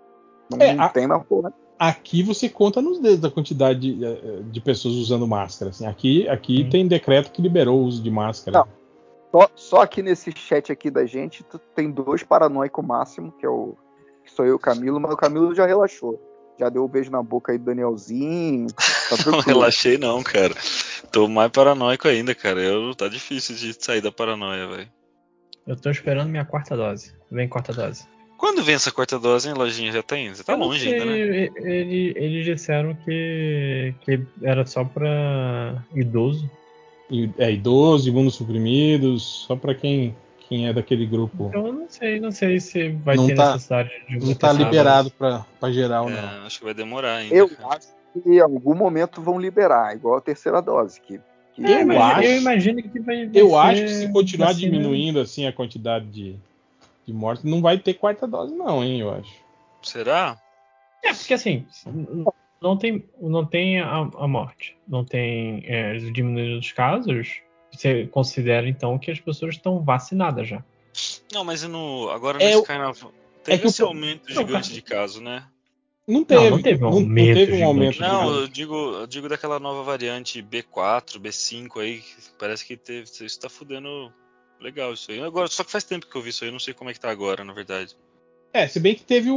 É, não a, tem mais porra. Aqui você conta nos dedos a quantidade de, de pessoas usando máscara. Assim. Aqui, aqui tem decreto que liberou o uso de máscara. Não. Só, só aqui nesse chat aqui da gente, tu tem dois paranoicos máximo, que é o que sou eu e o Camilo, mas o Camilo já relaxou. Já deu um beijo na boca aí do Danielzinho. Tá não relaxei não, cara. Tô mais paranoico ainda, cara. Eu, tá difícil de sair da paranoia, velho. Eu tô esperando minha quarta dose. Vem quarta dose. Quando vem essa quarta dose, hein, Lojinha? Já tem? Você tá eu longe sei, ainda, né? Eles, eles disseram que, que era só pra idoso. É idoso, imunossuprimidos, só pra quem, quem é daquele grupo. Então eu não sei, não sei se vai não ter tá, necessidade de Não tá liberado pra, pra geral, é, não. Acho que vai demorar ainda. Eu cara. acho que em algum momento vão liberar, igual a terceira dose. Que, que eu, imagino, acho, eu imagino que vai, vai Eu ser acho que se continuar vacina... diminuindo assim a quantidade de, de mortes, não vai ter quarta dose, não, hein, eu acho. Será? É, porque assim, não tem, não tem a, a morte, não tem é, diminuindo os casos, você considera então que as pessoas estão vacinadas já. Não, mas no, agora É, nesse carnaval teve é que esse o- aumento Não, gigante cara. de casos, né? Não teve, Não, não teve um não, não aumento teve um gigante aumento. de Não, casos. eu digo, eu digo daquela nova variante B quatro, B cinco aí, que parece que teve, isso tá fudendo legal isso aí. Agora, só que faz tempo que eu vi isso aí, eu não sei como é que tá agora, na verdade. É, se bem que teve o.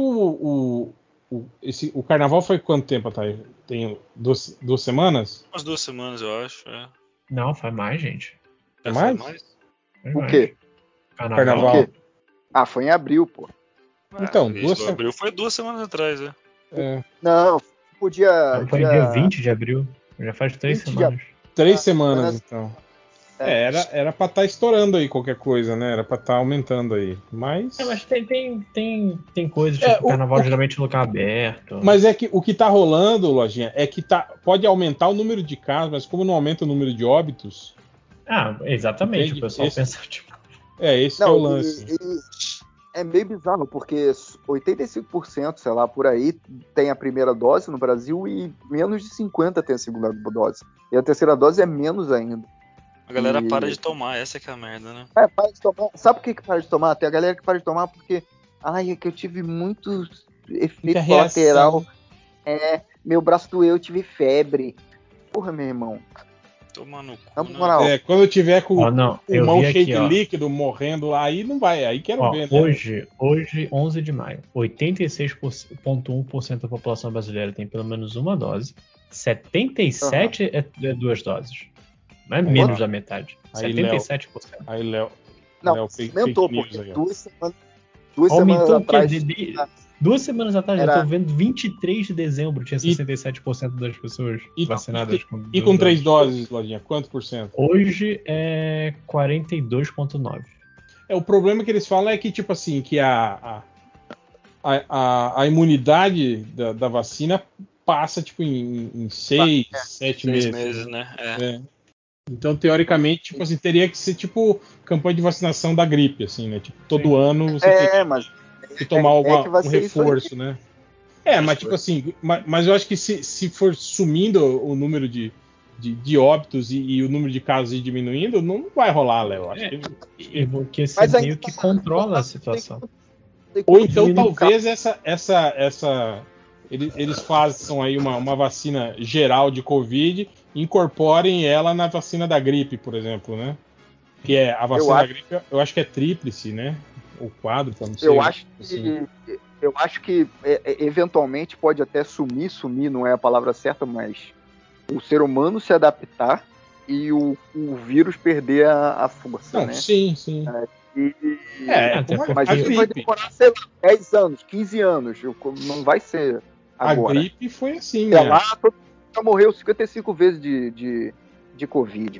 O, o, esse, o carnaval foi quanto tempo atrás? Tem duas, duas semanas? Umas duas semanas, eu acho. É. Não, faz mais, gente. É Já mais? faz mais? Faz O mais. quê? Carnaval. Carnaval. O quê? Ah, foi em abril, pô. Então, Ah, duas isso, se- abril foi duas semanas atrás, é. É, Não, podia. Não, foi dia vinte de abril. Já faz três vinte de semanas. três Ah, semanas, mas- então. É. É, era era pra estar estourando aí qualquer coisa, né? Era pra estar aumentando aí. Mas. É, mas tem, tem, tem, tem coisa, É, tipo, o- carnaval o- geralmente em lugar aberto. Mas é que o que tá rolando, Lojinha, é que tá, pode aumentar o número de casos, mas como não aumenta o número de óbitos, Ah, exatamente. Entende? O pessoal Esse- pensa, tipo, é esse que é o Não, lance. e, e é meio bizarro, porque oitenta e cinco por cento, sei lá, por aí, tem a primeira dose no Brasil e menos de cinquenta por cento tem a segunda dose. E a terceira dose é menos ainda. A galera E- para de tomar, essa que é a merda, né? É, para de tomar. Sabe por que, que para de tomar? Tem a galera que para de tomar porque. Ai, é que eu tive muito efeito Muita colateral. reação. É, meu braço doeu, eu tive febre. Porra, meu irmão. Toma no cu, Na né? moral. É, quando eu tiver com ó, não, o eu pulmão vi cheio aqui, de ó. líquido, morrendo lá, aí não vai, aí quero Ó, ver, né? hoje, hoje, onze de maio, oitenta e seis vírgula um por cento da população brasileira tem pelo menos uma dose, setenta e sete por cento é, é duas doses. Não é menos da metade. Aí, setenta e sete por cento. Aí, Léo, Não, Léo, fake, aumentou, fake news porque aí, ó. duas semanas, duas Aumentou semanas o quê? atrás. De- de- duas semanas atrás, Era- eu tô vendo vinte e três de dezembro, tinha E- sessenta e sete por cento das pessoas E, vacinadas e, com e duas com três doses. doses, Lojinha, quanto por cento? Hoje é quarenta e dois vírgula nove. É, o problema que eles falam é que, tipo assim, que a, a, a, a imunidade da, da vacina passa, tipo, em, em seis, sete Seis meses. meses, né? É. É. Então, teoricamente, tipo assim, teria que ser, tipo, campanha de vacinação da gripe, assim, né? Tipo, todo Sim. ano você É, tem mas que tomar é uma- que vai um ser isso aí. reforço, né? É, mas tipo assim, mas, mas eu acho que se, se for sumindo o número de, de, de óbitos e, e o número de casos ir diminuindo, não vai rolar, Léo. Acho É, que, E porque você Mas ainda meio que tá- controla a situação. tem ou como então diminuir o talvez essa essa essa eles, eles façam aí uma, uma vacina geral de Covid e incorporem ela na vacina da gripe, por exemplo, né? Que é a vacina Eu da acho- gripe, eu acho que é tríplice, né? Ou quádrupla, não sei. Eu acho assim. que, eu acho que é, é, eventualmente pode até sumir, sumir não é a palavra certa, mas o ser humano se adaptar e o, o vírus perder a, a força, Não, né? sim, sim. E, É, Até como a, mas a isso vai gripe. demorar, sei lá, dez anos, quinze anos. Eu- Não vai ser A agora. gripe foi assim, Até né? lá, todo mundo já morreu cinquenta e cinco vezes de, de, de Covid.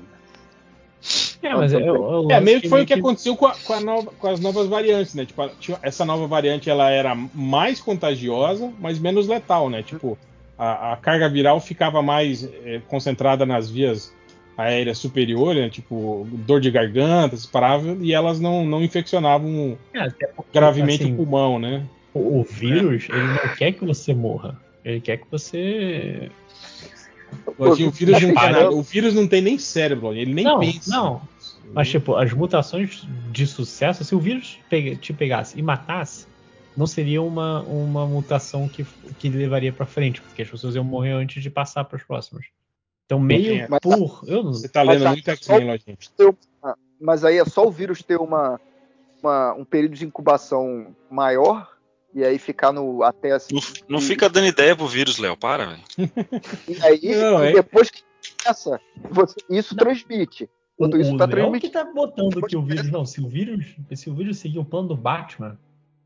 É, mas eu, eu É, meio que foi meio o que aconteceu com, a- com a nova- com as novas variantes, né? Tipo, a- tinha- essa nova variante ela era mais contagiosa, mas menos letal, né? Tipo, a, a carga viral ficava mais é, concentrada nas vias aéreas superiores, né? Tipo, dor de garganta, se parava, e elas não, não infeccionavam É, até porque, gravemente assim, o pulmão, né? o, o vírus, ele não quer que você morra. Ele quer que você. Assim, o vírus não quer Pare. nada. O vírus não tem nem cérebro, ele nem Não, pensa. não. Mas, tipo, as mutações de sucesso, se o vírus pega- te pegasse e matasse, não seria uma, uma mutação que, que levaria pra frente, porque as pessoas iam morrer antes de passar para as próximas. Então, meio Mas- por. Eu não Você tá Mas lendo aí muito é X-Men, só- Lojinha. Mas aí é só o vírus ter uma, uma- um período de incubação maior e aí ficar no até assim. Não, não e, fica dando ideia pro vírus, Léo. Para, velho. e aí, Não, e é- depois que começa, você- isso Não. transmite. O, Enquanto isso o tá Léo que transmitindo. tá botando que o vírus. Não, se o vírus. Se o vírus seguir o plano do Batman,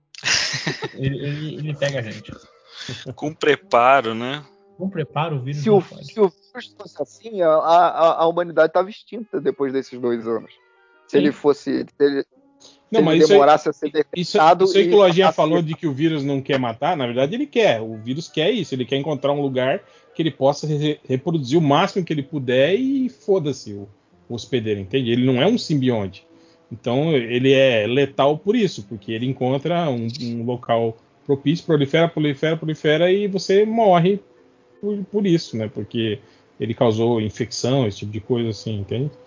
ele, ele, ele pega a gente. Com preparo, né? Não prepara o vírus, Se não o, pode. se o vírus fosse assim, a, a, a humanidade estava extinta depois desses dois anos. Se Sim. ele fosse. Se ele, Não, se mas ele isso aí, demorasse a ser isso, detectado. isso aí que e o Lojinha passasse- falou de que o vírus não quer matar, na verdade ele quer. O vírus quer isso, ele quer encontrar um lugar que ele possa re- reproduzir o máximo que ele puder e foda-se o, o hospedeiro, entende? Ele não é um simbionte. Então ele é letal por isso, porque ele encontra um, um local propício, prolifera, prolifera, prolifera e você morre por, por isso, né? Porque ele causou infecção, esse tipo de coisa assim, entende?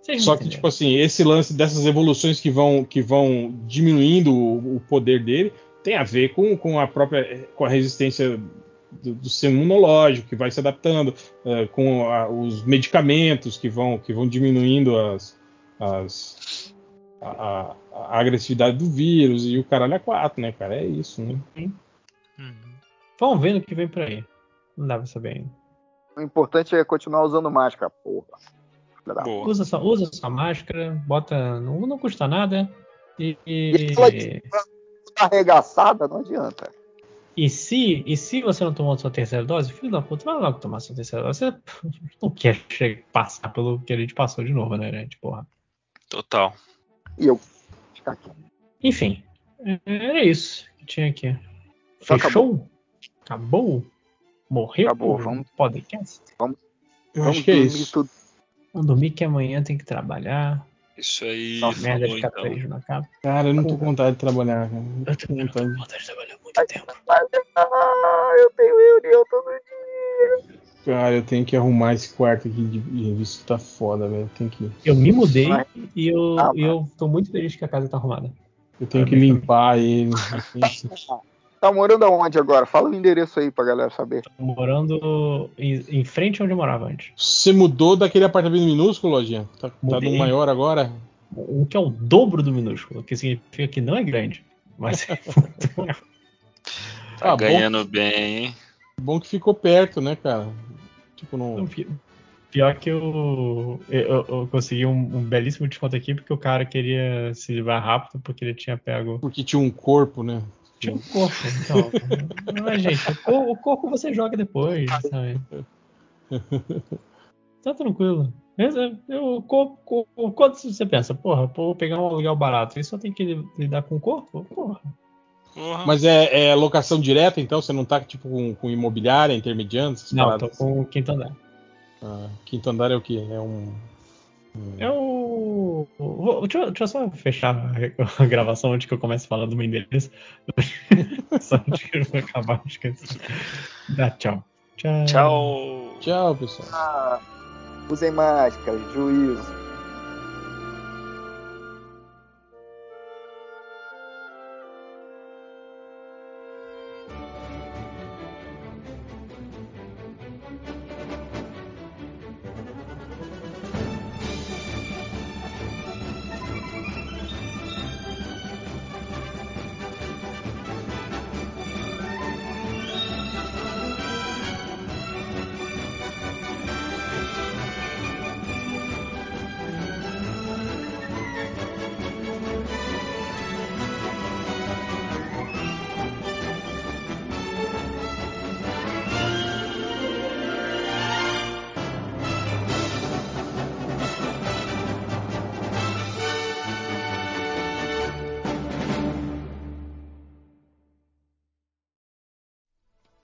Vocês Só que, entenderam. tipo assim, esse lance dessas evoluções que vão, que vão diminuindo o, o poder dele tem a ver com, com a própria com a resistência do, do sistema imunológico, que vai se adaptando, é, com a, os medicamentos que vão, que vão diminuindo as, as, a, a, a agressividade do vírus e o caralho é quatro, né, cara? É isso, né? Uhum. Vamos ver no que vem por aí. Não dá pra saber ainda. O importante é continuar usando máscara, porra. Boa. Usa sua, usa sua máscara, bota. Não, não custa nada. E, E ela e, arregaçada, não adianta. e, se, e se você não tomou sua terceira dose, filho da puta, vai logo tomar sua terceira dose. Você não quer chegar, passar pelo que a gente passou de novo, né, gente? Porra. Total. E eu ficar aqui. Enfim, era isso que tinha aqui. Já Fechou? Acabou? Morreu Acabou, o vamos- podcast? Eu Vamos acho que é dormir isso. tudo. Vamos dormir que amanhã tem que trabalhar. Isso aí, Uma merda falou de então. capitalismo na capa. Cara, eu não tô com vontade de trabalhar, cara. Não Eu tô com também não tô com vontade. vontade de trabalhar há muito tempo. Ah, eu tenho reunião todo dia. Cara, eu tenho que arrumar esse quarto aqui de de revista, tá foda, velho. Tem que, Eu me mudei Vai. e eu, Ah, e eu tô muito feliz que a casa tá arrumada. eu tenho que Parabéns pra limpar ele. eu tenho que- Tá morando aonde agora? Fala o endereço aí pra galera saber. Tô morando em, em frente onde eu morava antes. Você mudou daquele apartamento minúsculo, Lojinha? Tá, tá Mudei. no maior agora? Um que é o dobro do minúsculo, que significa que não é grande. Mas é muito maior. Tá Ah, ganhando bem, hein? Bom que ficou perto, né, cara? Tipo, não. Não, pi- Pior que eu, eu, eu consegui um, um belíssimo desconto aqui porque o cara queria se livrar rápido porque ele tinha pego. Porque tinha um corpo, né? Tinha um corpo, então. Mas, gente, o, cor- o corpo você joga depois, sabe? Tá tranquilo. Mas, é, Eu, o corpo, o- quando você pensa, porra, pô, vou pegar um aluguel barato e só tem que lidar com o corpo? Porra. Porra. Mas é, é locação direta, então? Você não tá, tipo, com, com imobiliária, intermediando, essas Não, paradas? tô com o quinto andar. Ah, quinto andar é o quê? É um. um- Eu. Vou, deixa, eu- deixa eu só fechar a, a gravação antes que eu comece a falar do meu endereço. Só antes que eu vou acabar de esquecer. Dá tchau. Tchau. Tchau. Tchau, pessoal. Ah, usem máscara, juízo.